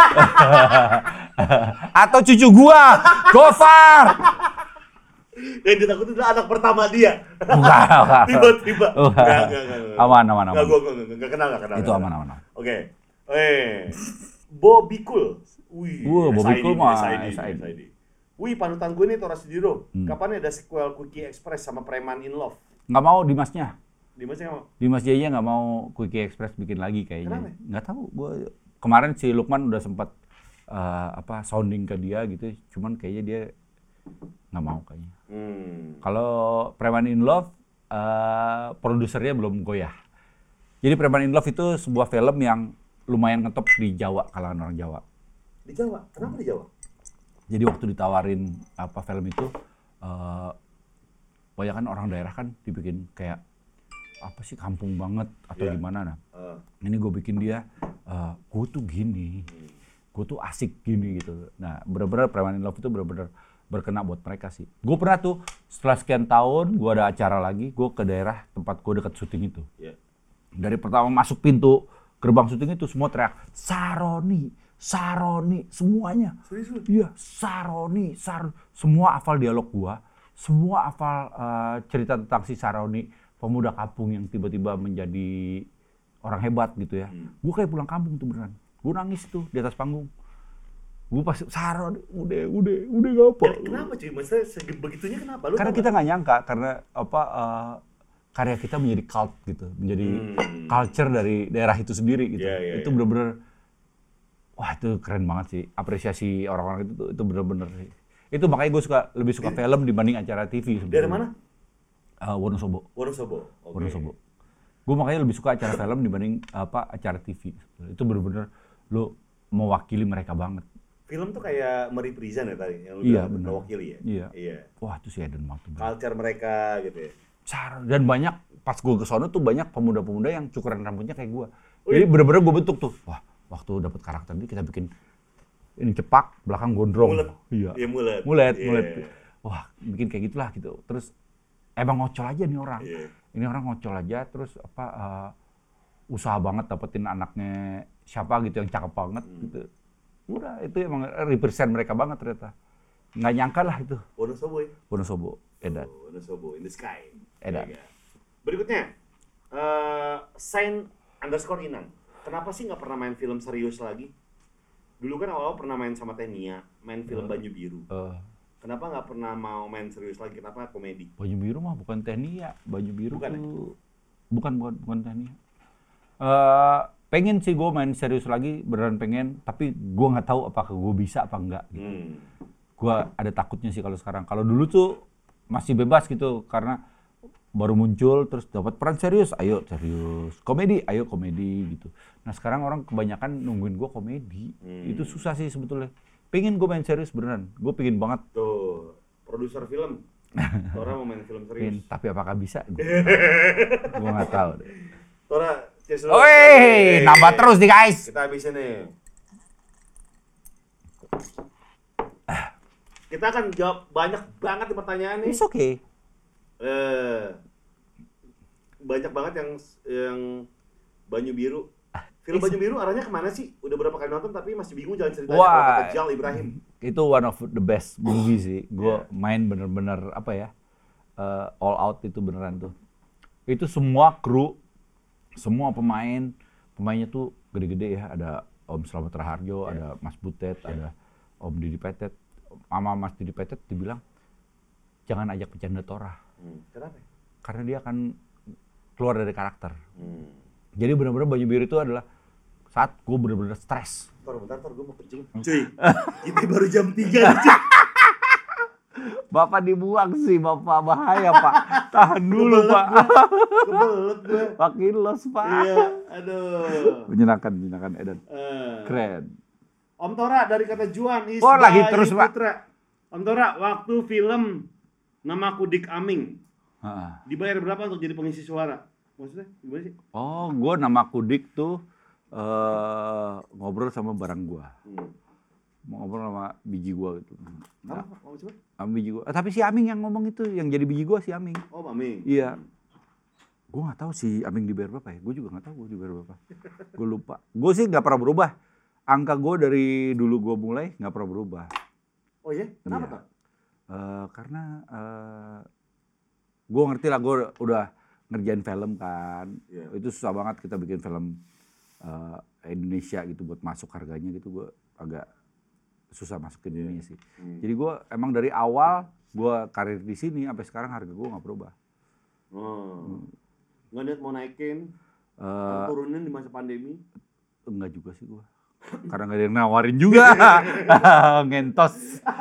Atau cucu gua, Gofar. Yang ditakutin adalah anak pertama dia. Bukan. Tiba-tiba. Enggak. Aman. Enggak kenal. Itu aman. Oke. Bobby Cool. Bobby Cool mah SID. Panutan gue nih Tora Sudiro. Kapan ada sequel Quickie Express sama Preman in Love? Nggak mau Dimasnya. Dimasnya nggak mau? Dimas Jaya nggak mau Quickie Express bikin lagi kayaknya. Kenapa? Nggak tahu. Kemarin si Lukman udah sempat sounding ke dia gitu. Cuman kayaknya dia nggak mau kayaknya. Kalau Preman in Love, produsernya belum goyah. Jadi Preman in Love itu sebuah film yang lumayan ngetop di Jawa, kalangan orang Jawa. Di Jawa? Kenapa di Jawa? Jadi waktu ditawarin film itu, banyak kan orang daerah kan dibikin kayak kampung banget atau gimana. Ini gue bikin dia, gue tuh gini, gue tuh asik gini gitu. Nah bener-bener Preman in Love itu bener-bener berkena buat mereka sih. Gue pernah tuh setelah sekian tahun gue ada acara lagi, gue ke daerah tempat gue dekat syuting itu. Dari pertama masuk pintu gerbang syuting itu semua teriak Saroni semuanya. Iya, Saroni. Semua hafal dialog gue, semua hafal cerita tentang si Saroni, pemuda kampung yang tiba-tiba menjadi orang hebat gitu ya. Gue kayak pulang kampung tuh beneran. Gue nangis tuh di atas panggung. Gue pas Saro, udah ngapa? Kenapa cuy? Maksudnya begitunya kenapa? Lu karena kita nggak nyangka, karena karya kita menjadi cult gitu, menjadi culture dari daerah itu sendiri gitu. Itu bener-bener, wah itu keren banget sih. Apresiasi orang-orang itu bener-bener sih. Itu makanya gue lebih suka film dibanding acara TV. Sebetulnya. Dari mana? Wonosobo. Okay. Wonosobo. Gue makanya lebih suka acara film dibanding acara TV. Itu bener-bener lo mewakili mereka banget. Film tuh kayak merepresent ya tadi, yang lu bilang mewakili ya? Iya. Wah itu sih Eden banget. Culture mereka gitu ya? Dan banyak, pas gue kesono tuh banyak pemuda-pemuda yang cukuran rambutnya kayak gue. Jadi bener-bener gue bentuk tuh, wah waktu dapet karakter ini kita bikin ini cepak, belakang gondrong. Mulet. Iya, mulet. Wah bikin kayak gitulah gitu. Terus emang ngocol aja nih orang. Ini orang ngocol aja, terus usaha banget dapetin anaknya siapa gitu yang cakep banget gitu. Udah, itu emang represent mereka banget ternyata. Nggak nyangka lah itu. Wonosobo ya? Wonosobo, Edan. Wonosobo, in the sky. Edan. Berikutnya, Sain_Inan. Kenapa sih nggak pernah main film serius lagi? Dulu kan awal pernah main sama Tenia, main film Banyu Biru. Kenapa nggak pernah mau main serius lagi? Kenapa komedi? Banyu Biru mah bukan Tenia. Banyu Biru bukan, tuh bukan Tenia. Pengen sih gue main serius lagi, beneran pengen. Tapi gue nggak tahu apakah gue bisa apa enggak. Gitu. Gue ada takutnya sih kalau sekarang. Kalau dulu tuh masih bebas gitu, karena baru muncul terus dapat peran serius, ayo serius. Komedi, ayo komedi gitu. Nah sekarang orang kebanyakan nungguin gue komedi. Itu susah sih sebetulnya. Pengen gue main serius beneran. Gue pengen banget. Tuh, produser film. Tora mau main film serius. Tapi apakah bisa? Gue nggak tahu deh. Tora, woi, nambah terus nih guys. Kita habisin nih. Kita akan jawab banyak banget di pertanyaan nih. It's okay. Banyak banget yang Banyu Biru. Film Banyu Biru arahnya kemana sih? Udah berapa kali nonton tapi masih bingung jalan ceritanya. Kalau kata Jal Ibrahim. Itu one of the best movie sih. Gue main bener-bener all out itu beneran tuh. Itu semua kru, semua pemainnya tuh gede-gede ya. Ada Om Slamet Raharjo, ada Mas Butet, ada Om Didi Petet. Sama Mas Didi Petet dibilang, jangan ajak bercanda Tora. Kenapa? Karena dia akan keluar dari karakter. Jadi benar-benar Banyu Biru itu adalah saat gue benar-benar stres. Bentar, gue mau kencing. Cuy, ini baru jam 3 cuy. Bapak dibuang sih, Bapak bahaya Pak. Tahan dulu Pak. Kebelet gue. Makin los Pak. Iya, aduh. Menyenangkan Edan. Keren. Om Tora dari kata Juan lagi terus Pak. Om Tora, waktu film Namaku Dik Aming, dibayar berapa untuk jadi pengisi suara? Maksudnya gimana sih? Oh, gue Namaku Dik tuh ngobrol sama barang gue. Mau ngobrol sama biji gue gitu. Sama biji gue. Tapi si Aming yang ngomong itu, yang jadi biji gue si Aming. Oh, Aming. Iya. Gue nggak tahu si Aming dibayar berapa ya. Gue juga nggak tahu gue dibayar berapa. Gue lupa. Gue sih nggak pernah berubah. Angka gue dari dulu gue mulai nggak pernah berubah. Oh iya? Kenapa Pak? Karena gue ngerti lah, gue udah ngerjain film kan. Itu susah banget kita bikin film Indonesia gitu buat masuk harganya gitu, gue agak susah masuk ke Indonesia sih. Jadi gue emang dari awal gue karir di sini sampai sekarang harga gue nggak berubah. Nggak niat mau naikin, turunin di masa pandemi? Enggak juga sih gue. Karena nggak ada yang nawarin juga. Ngentos.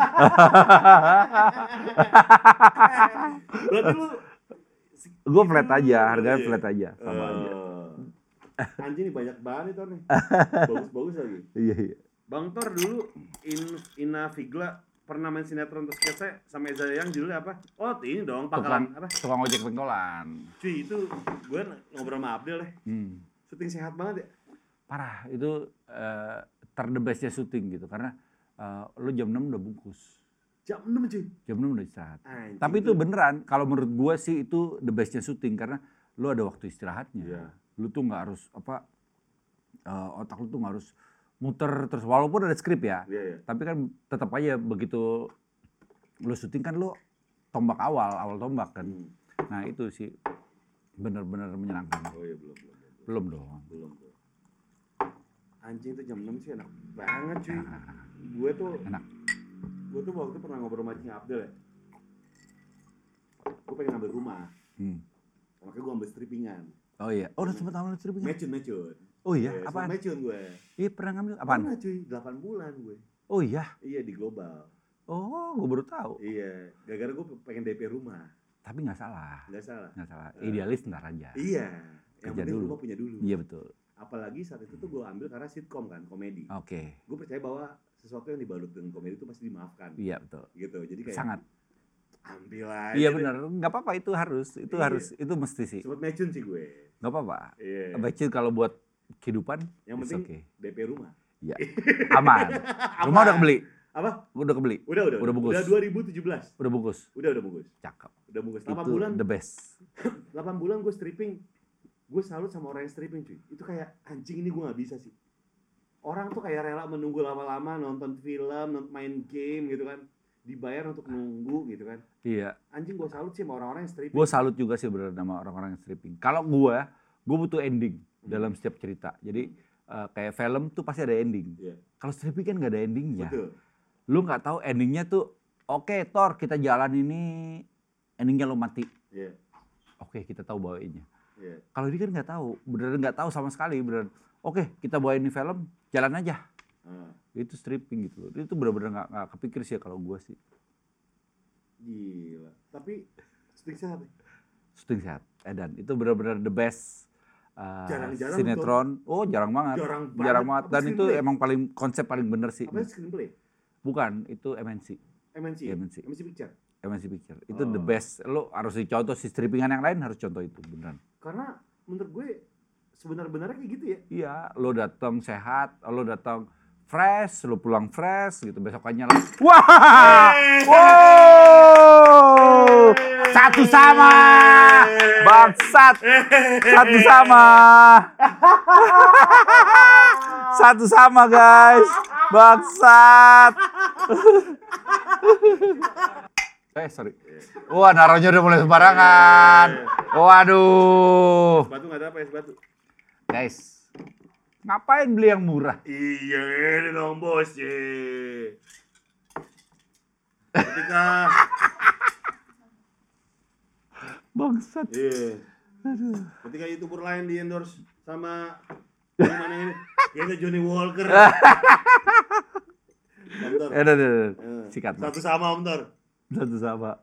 Berarti lu gue flat aja, harganya flat aja, sama aja. Anjing nih banyak banget nih Tor nih. Bagus-bagus lagi. Iya. Bang Tor dulu Ina Figla pernah main sinetron terus sketsa sama Eza Yang, judulnya apa? Oh ini dong, Pangkalan apa? Tukang ojek pengkolan. Cuy itu gue ngobrol sama Abdel deh. Syuting sehat banget ya. Parah, itu the bestnya syuting gitu, karena lo jam 6 udah bungkus. Jam 6 cuy? Jam 6 udah istirahat. Tapi itu beneran, kalau menurut gue sih itu the bestnya syuting, karena lo ada waktu istirahatnya. Lo tuh gak harus, otak lo tuh gak harus muter terus, walaupun ada skrip ya. Tapi kan tetap aja begitu lo syuting kan lo tombak awal tombak kan. Nah itu sih bener-bener menyenangkan. Oh iya, belum dong. Anjing itu jam 6 sih enak banget cuy. Gue tuh waktu itu pernah ngobrol sama Cing Abdel ya. Gue pengen ngambil rumah. Makanya gue ambil strippingan. Oh iya. Oh udah sempet ngambil strippingan? Mecun. Oh iya, apaan? Mecun gue. Iya pernah ngambil apaan? Pernah cuy, 8 bulan gue. Oh iya? Iya di Global. Oh gue baru tahu. Iya, gara-gara gue pengen DP rumah. Tapi nggak salah. Nggak salah. Idealis ntar aja. Iya. Yang Kerja penting dulu. rumah punya dulu. Iya betul. Apalagi saat itu tuh gue ambil karena sitkom kan, komedi. Oke. Gue percaya bahwa sesuatu yang dibalut dengan komedi itu pasti dimaafkan. Iya betul. Gitu, jadi kayak sangat. Ambil aja. Iya benar, nggak apa-apa itu harus, itu mesti sih. Sempet mecun sih gue. Nggak apa-apa. Iya. Mecun kalau buat kehidupan. Yang penting okay. DP rumah. Iya. Aman. Rumah udah kebeli. Apa? Udah kebeli. Udah bungkus. Udah 2017. Udah bungkus. Udah bungkus. Cakep. Udah bungkus. 8 itu bulan. The best. 8 bulan gue stripping. Gue salut sama orang yang stripping cuy. Itu kayak anjing ini gue nggak bisa sih. Orang tuh kayak rela menunggu lama-lama nonton film, main game gitu kan. Dibayar untuk nunggu gitu kan. Iya. Anjing gue salut sih sama orang-orang yang stripping. Gue salut juga sih bener sama orang-orang yang stripping. Kalau gue butuh ending dalam setiap cerita. Jadi kayak film tuh pasti ada ending. Yeah. Kalau stripping kan nggak ada endingnya. Betul. Lu nggak tahu endingnya tuh. Oke, Thor kita jalan ini endingnya lo mati. Yeah. Oke, kita tahu bawainnya. Yeah. Kalau dia kan nggak tahu, beneran nggak tahu sama sekali, beneran. Oke, kita bawain ini film, jalan aja. Itu stripping gitu loh. Itu bener-bener nggak kepikir sih kalau gue sih. Gila. Tapi syuting sehat ya? Syuting sehat, Edan. Itu bener-bener the best jarang-jarang sinetron. Oh jarang banget. Jarang banget. Dan itu emang konsep paling bener sih. Apa screenplay? Bukan, itu MNC. MNC Picture. MNC Picture. Itu the best. Lo harus dicontoh si strippingan yang lain harus contoh itu beneran. Karena menurut gue sebenar-benarnya kayak gitu ya. Iya, lo datang sehat, lo datang fresh, lo pulang fresh gitu, besokannya lah. Wah! Wow! Satu sama! Bangsat! Satu sama! Satu sama guys! Bangsat! Sorry. Wah, naruhnya udah mulai sembarangan. Waduh. Sepatu nggak ada apa ya sepatu? Guys, ngapain beli yang murah? Iya, ini dong bos. Ketika bangsat. Iya. Ketika YouTuber lain di endorse sama mana ini? Kayaknya Johnny Walker. Sikat. Satu sama Om Tor. Satu sama.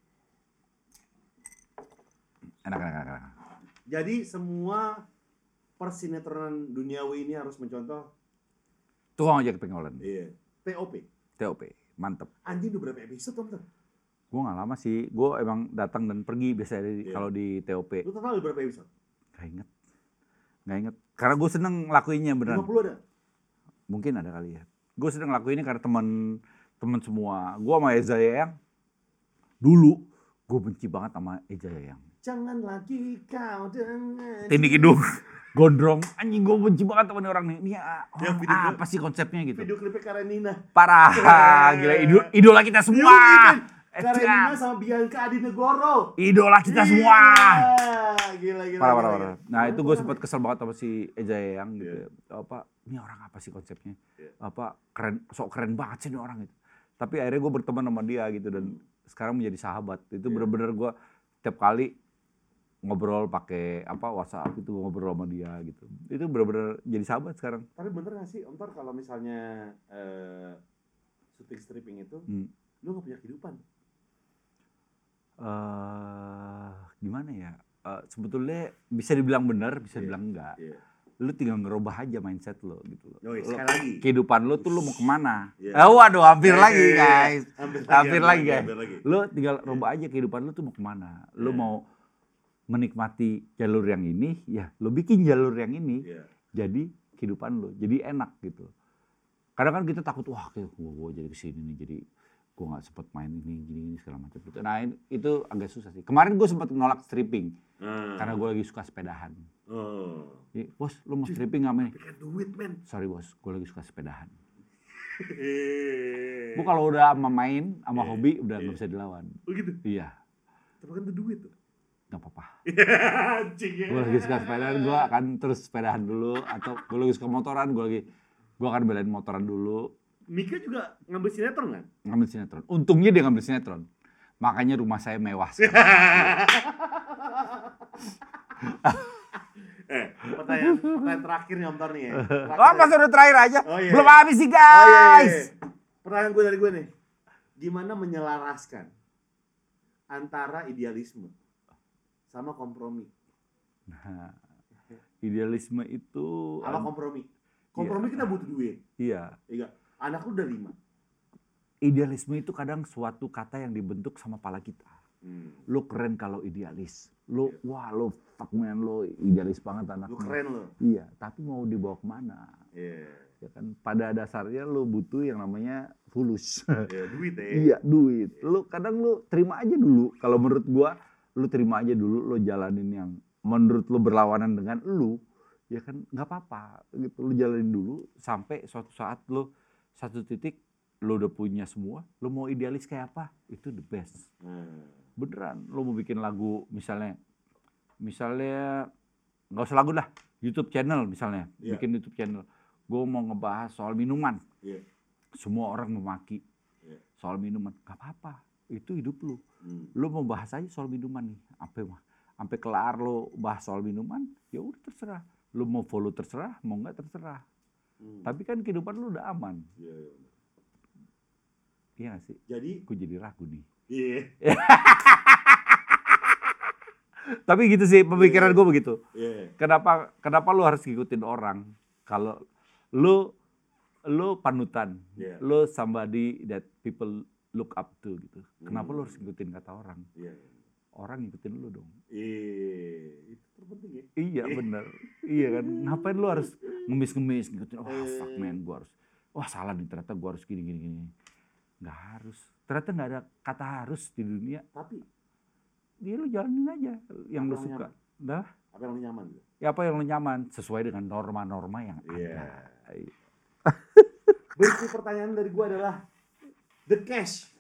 Enak. Jadi semua persinetronan duniawi ini harus mencontoh tukang ojek pengkolan. Iya. TOP. Mantep. Anjing udah berapa episode Om Tor? Gue nggak lama sih. Gue emang datang dan pergi biasanya kalau di TOP. Lu total berapa episode? Gak inget. Karena gue seneng ngelakuinnya beneran. 50 ada? Mungkin ada kali ya. Gue seneng ngelakuinnya karena temen semua. Gue sama Eza Yayang. Dulu gue benci banget sama Eza Yayang. Jangan lagi kau dengan Tindik hidung, gondrong. Anjing gue benci banget sama orang nih. Ini apa sih konsepnya gitu. Video klipnya Karenina. Parah, gila idola kita semua. Karenina sama Bianca Adinegoro. Idola kita semua. Gila. Parah. Nah itu gue sempat kesel banget sama si Eza Yayang gitu. Ini orang apa sih konsepnya? Sok keren banget sih ini orang gitu. Tapi akhirnya gue berteman sama dia gitu dan sekarang menjadi sahabat. Itu bener-bener gue tiap kali ngobrol pakai WhatsApp itu ngobrol sama dia gitu. Itu bener-bener jadi sahabat sekarang. Tapi bener gak sih Om Tor kalau misalnya syuting stripping itu lu gak punya kehidupan? Gimana ya? Sebetulnya bisa dibilang benar, bisa dibilang enggak. Lu tinggal ngerubah aja mindset lo gitu loh. Sekali lagi. Kehidupan lu tuh lu mau kemana? Waduh, hampir lagi guys. Hampir lagi guys. Lu tinggal rubah aja kehidupan lu tuh mau kemana. Lu mau menikmati jalur yang ini, ya lu bikin jalur yang ini. Jadi kehidupan lu, jadi enak gitu. Kadang kan kita takut, wah gue jadi kesini nih, jadi gue gak sempet main ini, gini segala macam. Nah itu agak susah sih. Kemarin gue sempat nolak stripping. Karena gue lagi suka sepedahan. Bos, lu mau stripping gak men? Bikin duit men. Sorry bos, gue lagi suka sepedahan. Gue kalau udah sama main, sama hobi, udah gak bisa dilawan. Oh gitu? Iya. Tapi kan itu duit tuh. nggak apa-apa. Anjing ya. Gue lagi suka sepedaan, gue akan terus sepedaan dulu. Atau gue lagi suka motoran, gue akan belain motoran dulu. Mika juga ngambil sinetron kan? Ngambil sinetron. Untungnya dia ngambil sinetron. Makanya rumah saya mewah sekarang. Pertanyaan terakhir nih Om Tor nih ya. Masa udah terakhir aja? Iya. Belum habis sih guys. Iya. Pertanyaan gue dari gue nih. Gimana menyelaraskan antara idealisme sama kompromi? Nah, idealisme itu... Sama kompromi. Kompromi kita butuh duit. Iya. Anak lu udah 5. Idealisme itu kadang suatu kata yang dibentuk sama kepala kita. Lo keren kalau idealis. Lo fuck man, lo idealis banget anak. Lo keren lo. Iya, tapi mau dibawa kemana? Iya. Ya kan, pada dasarnya lo butuh yang namanya fulus. Duit ya. Iya, duit. Lo kadang lo terima aja dulu. Kalau menurut gua, lo terima aja dulu, lo jalanin yang menurut lo berlawanan dengan lo. Ya kan, nggak apa-apa. Gitu, lo jalanin dulu sampai suatu saat lo satu titik lo udah punya semua. Lo mau idealis kayak apa? Itu the best. Beneran. Lo mau bikin lagu misalnya nggak usah lagu lah, YouTube channel misalnya, bikin YouTube channel. Gue mau ngebahas soal minuman. Semua orang memaki soal minuman. Gak apa-apa, itu hidup lo. Lo mau bahas aja soal minuman nih, sampai kelar lo bahas soal minuman, ya udah terserah. Lo mau follow terserah, mau nggak terserah. Tapi kan kehidupan lo udah aman. Iya gak sih? Jadi, gue jadi ragu nih. Iya. Tapi gitu sih pemikiran gue begitu. Yeah. Kenapa lu harus ngikutin orang? Kalau lu panutan, lu somebody that people look up to gitu. Kenapa lu harus ngikutin kata orang? Orang ngikutin lu dong. Itu terpenting ya. Iya benar. Iya kan. Ngapain lu harus ngemis-ngemis ngikutin? Fuck man, gue harus. Salah nih ternyata gue harus gini. Nggak harus. Ternyata nggak ada kata harus di dunia. Tapi dia lu jalanin aja yang lu suka. Dah. Apa yang lu nyaman? Ya apa yang lu nyaman sesuai dengan norma-norma yang ada. Berikut pertanyaan dari gua adalah The Cash.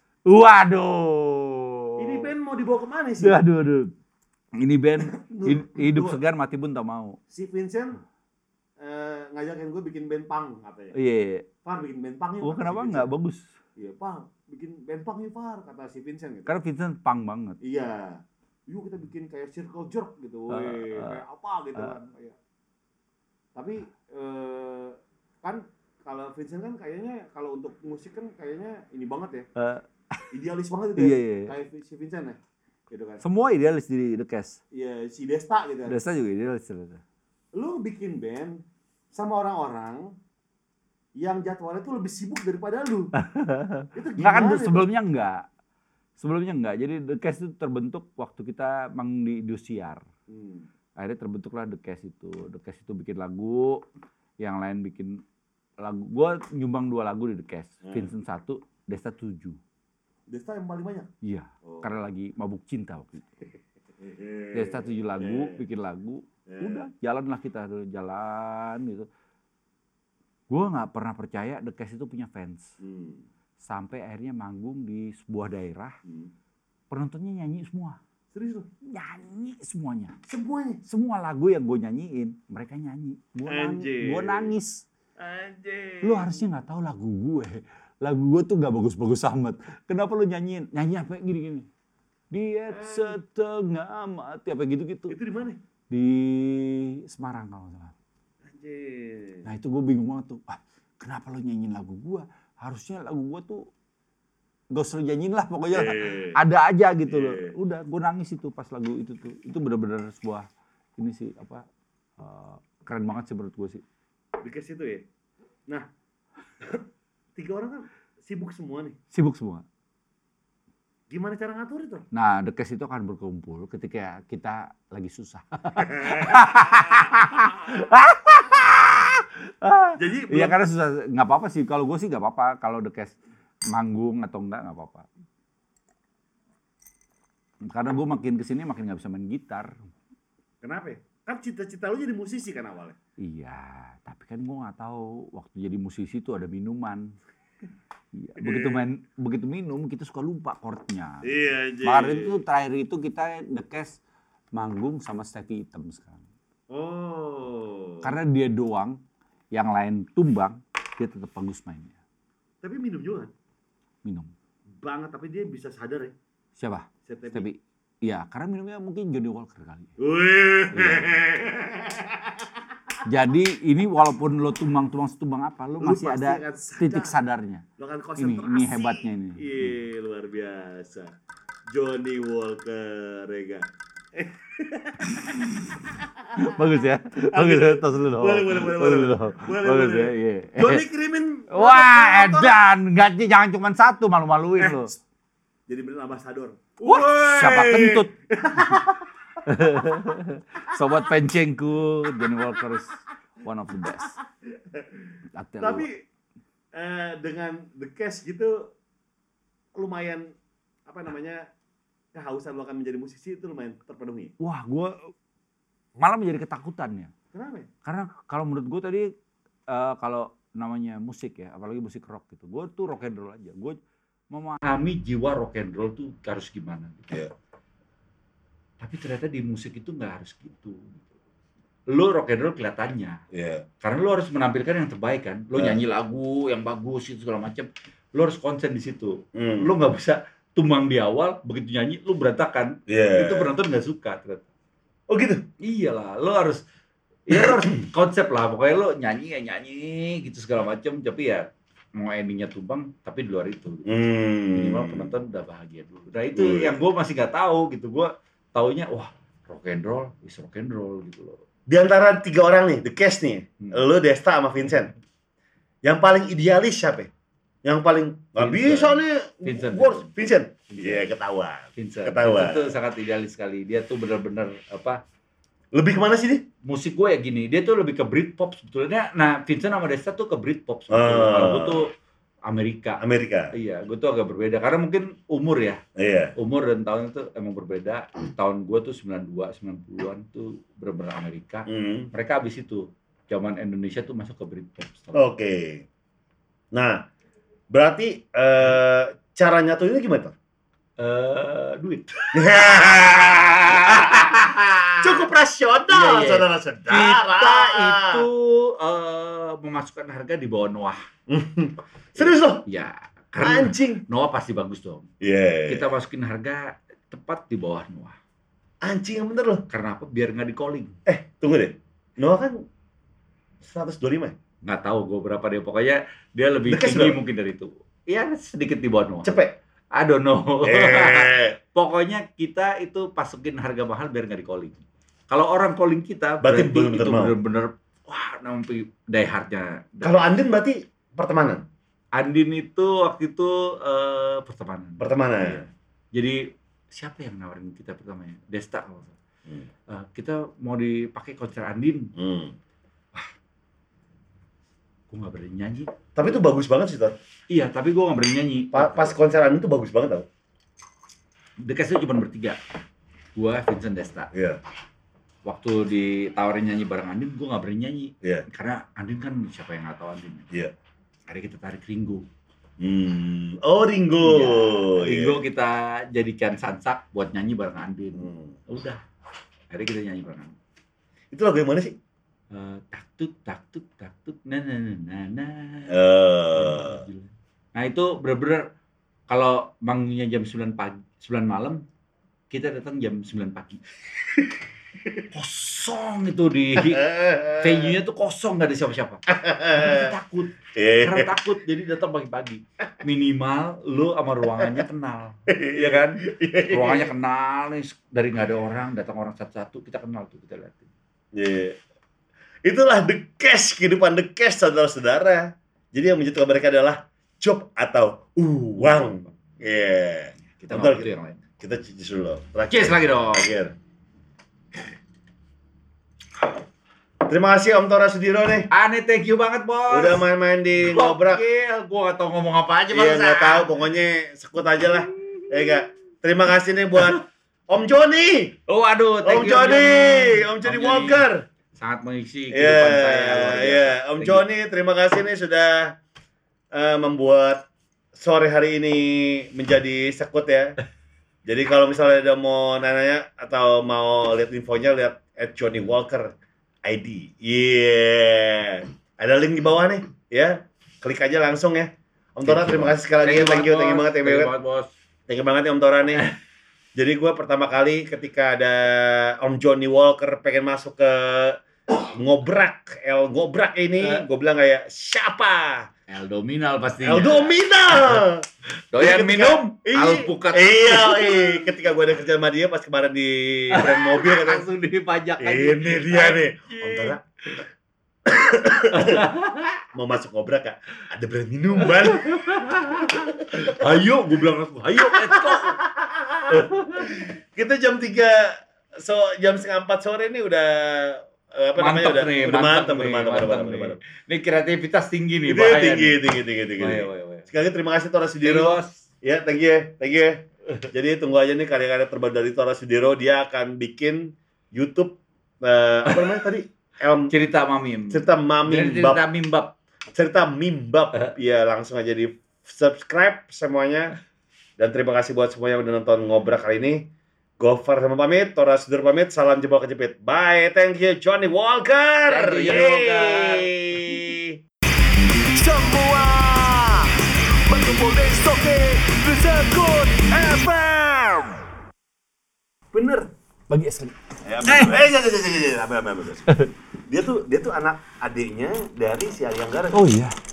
Waduh. Ini band mau dibawa kemana sih? Aduh. Ini band hidup segar mati pun tak mau. Si Vincent ngajakin gue bikin band punk katanya. Iya. Far bikin band punk yuk. Kenapa nggak bagus? Iya Pak, bikin band punk yuk Far, kata si Vincent gitu. Karena Vincent punk banget. Iya. Yuk kita bikin kayak Circle Jerk gitu, kayak apa gitu kan. Tapi kan kalau Vincent kan kayaknya kalau untuk musik kan kayaknya ini banget ya. Idealis banget gitu ya. Iya. Kayak si Vincent ya. Gitu kan. Semua idealis di The Cash. Iya, si Desta gitu kan. Desta juga idealis. Lu bikin band sama orang-orang yang jadwalnya tuh lebih sibuk daripada lu. Itu gimana? Sebelumnya enggak. Jadi The Cash itu terbentuk waktu kita mang di Indosiar. Akhirnya terbentuklah The Cash itu. The Cash itu bikin lagu, yang lain bikin lagu. Gua nyumbang 2 lagu di The Cash. Vincent 1, Desta 7. Desta yang paling banyak? Iya, karena lagi mabuk cinta waktu itu. Desta 7 lagu, bikin lagu. Udah, jalanlah kita jalan gitu. Gue nggak pernah percaya The Cash itu punya fans. Sampai akhirnya manggung di sebuah daerah, penontonnya nyanyi semua. Serius lu? Nyanyi semuanya. Semuanya? Semua lagu yang gue nyanyiin, mereka nyanyi. Gue nangis. Anjir. Lu harusnya nggak tahu lagu gue. Lagu gue tuh nggak bagus-bagus amat. Kenapa lu nyanyiin? Nyanyi apa gini-gini? Diet setengah mati, apa gitu-gitu. Itu di mana? Di Semarang kalau nggak salah. Anjir. Nah itu gue bingung banget tuh. Kenapa lu nyanyiin lagu gue? Harusnya lagu gue tuh gak usah nyanyiin lah pokoknya ada aja gitu loh. Udah gue nangis itu pas lagu itu tuh. Itu benar-benar sebuah ini sih keren banget sih menurut gue sih. The Cash itu ya. Nah 3 orang kan sibuk semua nih. Sibuk semua. Gimana cara ngatur itu? Nah The Cash itu akan berkumpul ketika kita lagi susah. Jadi iya karena susah, nggak apa-apa sih. Kalau gue sih nggak apa-apa. Kalau The Cash manggung atau enggak nggak apa-apa. Karena gue makin kesini makin nggak bisa main gitar. Kenapa ya? Kan cita-cita lu jadi musisi kan awalnya? Iya, tapi kan gue nggak tahu waktu jadi musisi itu ada minuman. Iya, begitu minum kita suka lupa chordnya. Iya. Kemarin itu terakhir itu kita The Cash manggung sama Stevie Hitam sekarang. Oh. Karena dia doang, yang lain tumbang, dia tetap bagus mainnya. Tapi minum juga kan? Minum. Banget, tapi dia bisa sadar ya. Siapa? Stevie. Stevie. Iya, karena minumnya mungkin Johnny Walker kali. Wih. Jadi ini walaupun lo tumbang-tumbang setumbang apa, lo masih pasti ada akan sadar. titik sadarnya. Lo kan konsentrasi. Ini hebatnya ini. Iya, luar biasa. Johnny Walker, Rega. Bagus ya, bagus ya, tos lu dong. Boleh. Bagus ya, iya. Johnny kirimin. Wah, edan, jangan cuma satu, malu-maluin lo. Jadi bener ambasador. Wah, siapa kentut? Sobat pencengku, Johnny Walker is one of the best. Tapi dengan The Cash gitu lumayan kehausan lo akan menjadi musisi itu lumayan terpenuhi. Wah, gue malah menjadi ketakutan ya. Kenapa ya? Karena kalau menurut gue tadi kalau namanya musik ya, apalagi musik rock gitu, gue tuh rock and roll aja. Gue memahami jiwa rock and roll tuh harus gimana gitu. Yeah. Tapi ternyata di musik itu nggak harus gitu. Lo rock and roll kelihatannya, karena lo harus menampilkan yang terbaik kan. Lo nyanyi lagu yang bagus itu segala macam, lo harus konsen di situ. Lo nggak bisa tumbang di awal, begitu nyanyi lo berantakan. Itu penonton nggak suka ternyata. Oh gitu? Iyalah, lo harus konsep lah. Pokoknya lo nyanyi gitu segala macam, tapi ya mau endingnya tumbang, tapi di luar itu. Minimal penonton udah bahagia dulu. Nah itu yang gue masih nggak tahu gitu. Gue taunya wah rock and roll gitu loh. Di antara 3 orang nih, The Cash nih, lo, Desta sama Vincent. Yang paling idealis siapa? Yang paling nggak bisa nih, Vincent. Iya, ketahuan. Vincent tuh sangat idealis sekali. Dia tuh benar-benar lebih kemana sih dia? Musik gue ya gini, dia tuh lebih ke Britpop sebetulnya. Nah, Vincent sama Desta tuh ke Britpop sebetulnya. Kalau gue tuh Amerika. Iya, gue tuh agak berbeda karena mungkin umur ya. Iya. Umur dan tahun itu emang berbeda. Tahun gue tuh 92, 90-an tuh bener-bener Amerika. Mereka habis itu zaman Indonesia tuh masuk ke Britpop. Oke. Nah, berarti cara nyatuinnya gimana? Duit. Cukup rasional, saudara-saudara. Kita itu memasukkan harga di bawah Noah. Serius loh? Ya, karena anjing. Noah pasti bagus dong. Iya. Kita masukin harga tepat di bawah Noah. Anjing yang bener loh. Karena apa? Biar nggak di calling. Tunggu deh. Noah kan 125 ya? Nggak tahu gue berapa deh. Pokoknya dia lebih tinggi mungkin dari itu. Iya, sedikit di bawah Noah. Cepet? I don't know. Pokoknya kita itu masukin harga mahal biar nggak di calling. Kalau orang calling kita berarti itu bener-bener wah nampi die hardnya. Kalau Andin berarti pertemanan? Andin itu waktu itu pertemanan. Pertemanan. Jadi siapa yang nawarin kita pertamanya? Desta. Kita mau dipakai konser Andin. Wah, gue nggak berani nyanyi. Tapi itu bagus banget sih, Tor. Iya, tapi gue nggak berani nyanyi. Pas konser Andin itu bagus banget tau. The Cash itu cuma bertiga. Gue, Vincent, Desta. Iya. Waktu ditawarin nyanyi bareng Andin, gue nggak berani nyanyi. Iya. Karena Andin kan siapa yang nggak tahu Andin. Iya. Akhirnya kita tarik Ringo. Oh, Ringo. Iya. Ringo kita jadikan sansak buat nyanyi bareng Andin. Udah. Akhirnya kita nyanyi bareng Andin. Itu lagu yang mana sih? Taktut na. Nah itu bener-bener kalau manggungnya jam 9 malam, kita datang jam 9 pagi. Kosong itu di venue-nya tuh kosong, nggak ada siapa-siapa. Kita takut, karena takut jadi datang pagi-pagi. Minimal lu sama ruangannya kenal, ya kan? Ruangannya kenal nih, dari nggak ada orang datang orang satu-satu, kita kenal tuh, kita liatin. Itulah The Cash, kehidupan The Cash, saudara-saudara. Jadi yang menjatuhkan mereka adalah job atau uang. Kita nggak butuh yang lain. Kita cheers dulu. Cheers lagi dong. Terima kasih Om Tora Sudiro nih. Aneh, thank you banget bos. Udah main-main di Ngobrak. Gua gak tau ngomong apa aja bang. Iya gak tahu, pokoknya sekut aja lah. Terima kasih nih buat Om Joni. Oh aduh, thank you Om Joni Walker. Sangat mengisi kehidupan saya. Om Joni, terima kasih nih sudah membuat sore hari ini menjadi sekut ya. Jadi kalau misalnya ada mau nanya atau mau lihat infonya, lihat @JohnnyWalker ID. Yeah. Ada link di bawah nih, ya. Klik aja langsung ya. Om Tora, terima kasih sekali lagi. Thank you banget, Bos. Thank you banget ya Om Tora nih. Jadi gue pertama kali ketika ada Om Johnny Walker pengen masuk ke Ngobrak ini, gue bilang kayak siapa? El Dominal pastinya. El Dominal. Doyan minum, alpukat. Iya, ketika gue ada kerja sama dia pas kemarin di brand mobil katanya, Langsung dipajak aja. ini dia nih. Om Tora. Mau masuk Ngobrak Kak? Ada brand minuman. Ayo, gue bilang langsung, ayo, let's go. Kita jam 3, jam 3:30 sore ini udah Mantap. udah mantap. Ini kreativitas tinggi nih, tinggi. Sekali lagi terima kasih Tora Sudiro. Ya, thank you. Jadi tunggu aja nih karya-karya terbaru dari Tora Sudiro. Dia akan bikin YouTube apa namanya tadi? Cerita Mamim. Cerita Mimbab. Ya, langsung aja di subscribe semuanya. Dan terima kasih buat semua yang udah nonton Ngobrak kali ini. Gofar sama pamit, Tora Sudiro pamit, salam jempol kejepit. Bye, thank you Johnny Walker. Thank you, Johnny Walker. Semua berkumpul di Soke Sekut FM. Bener. Bagi SKD. Dia tuh anak adiknya dari si Ariang Gareng. Oh iya.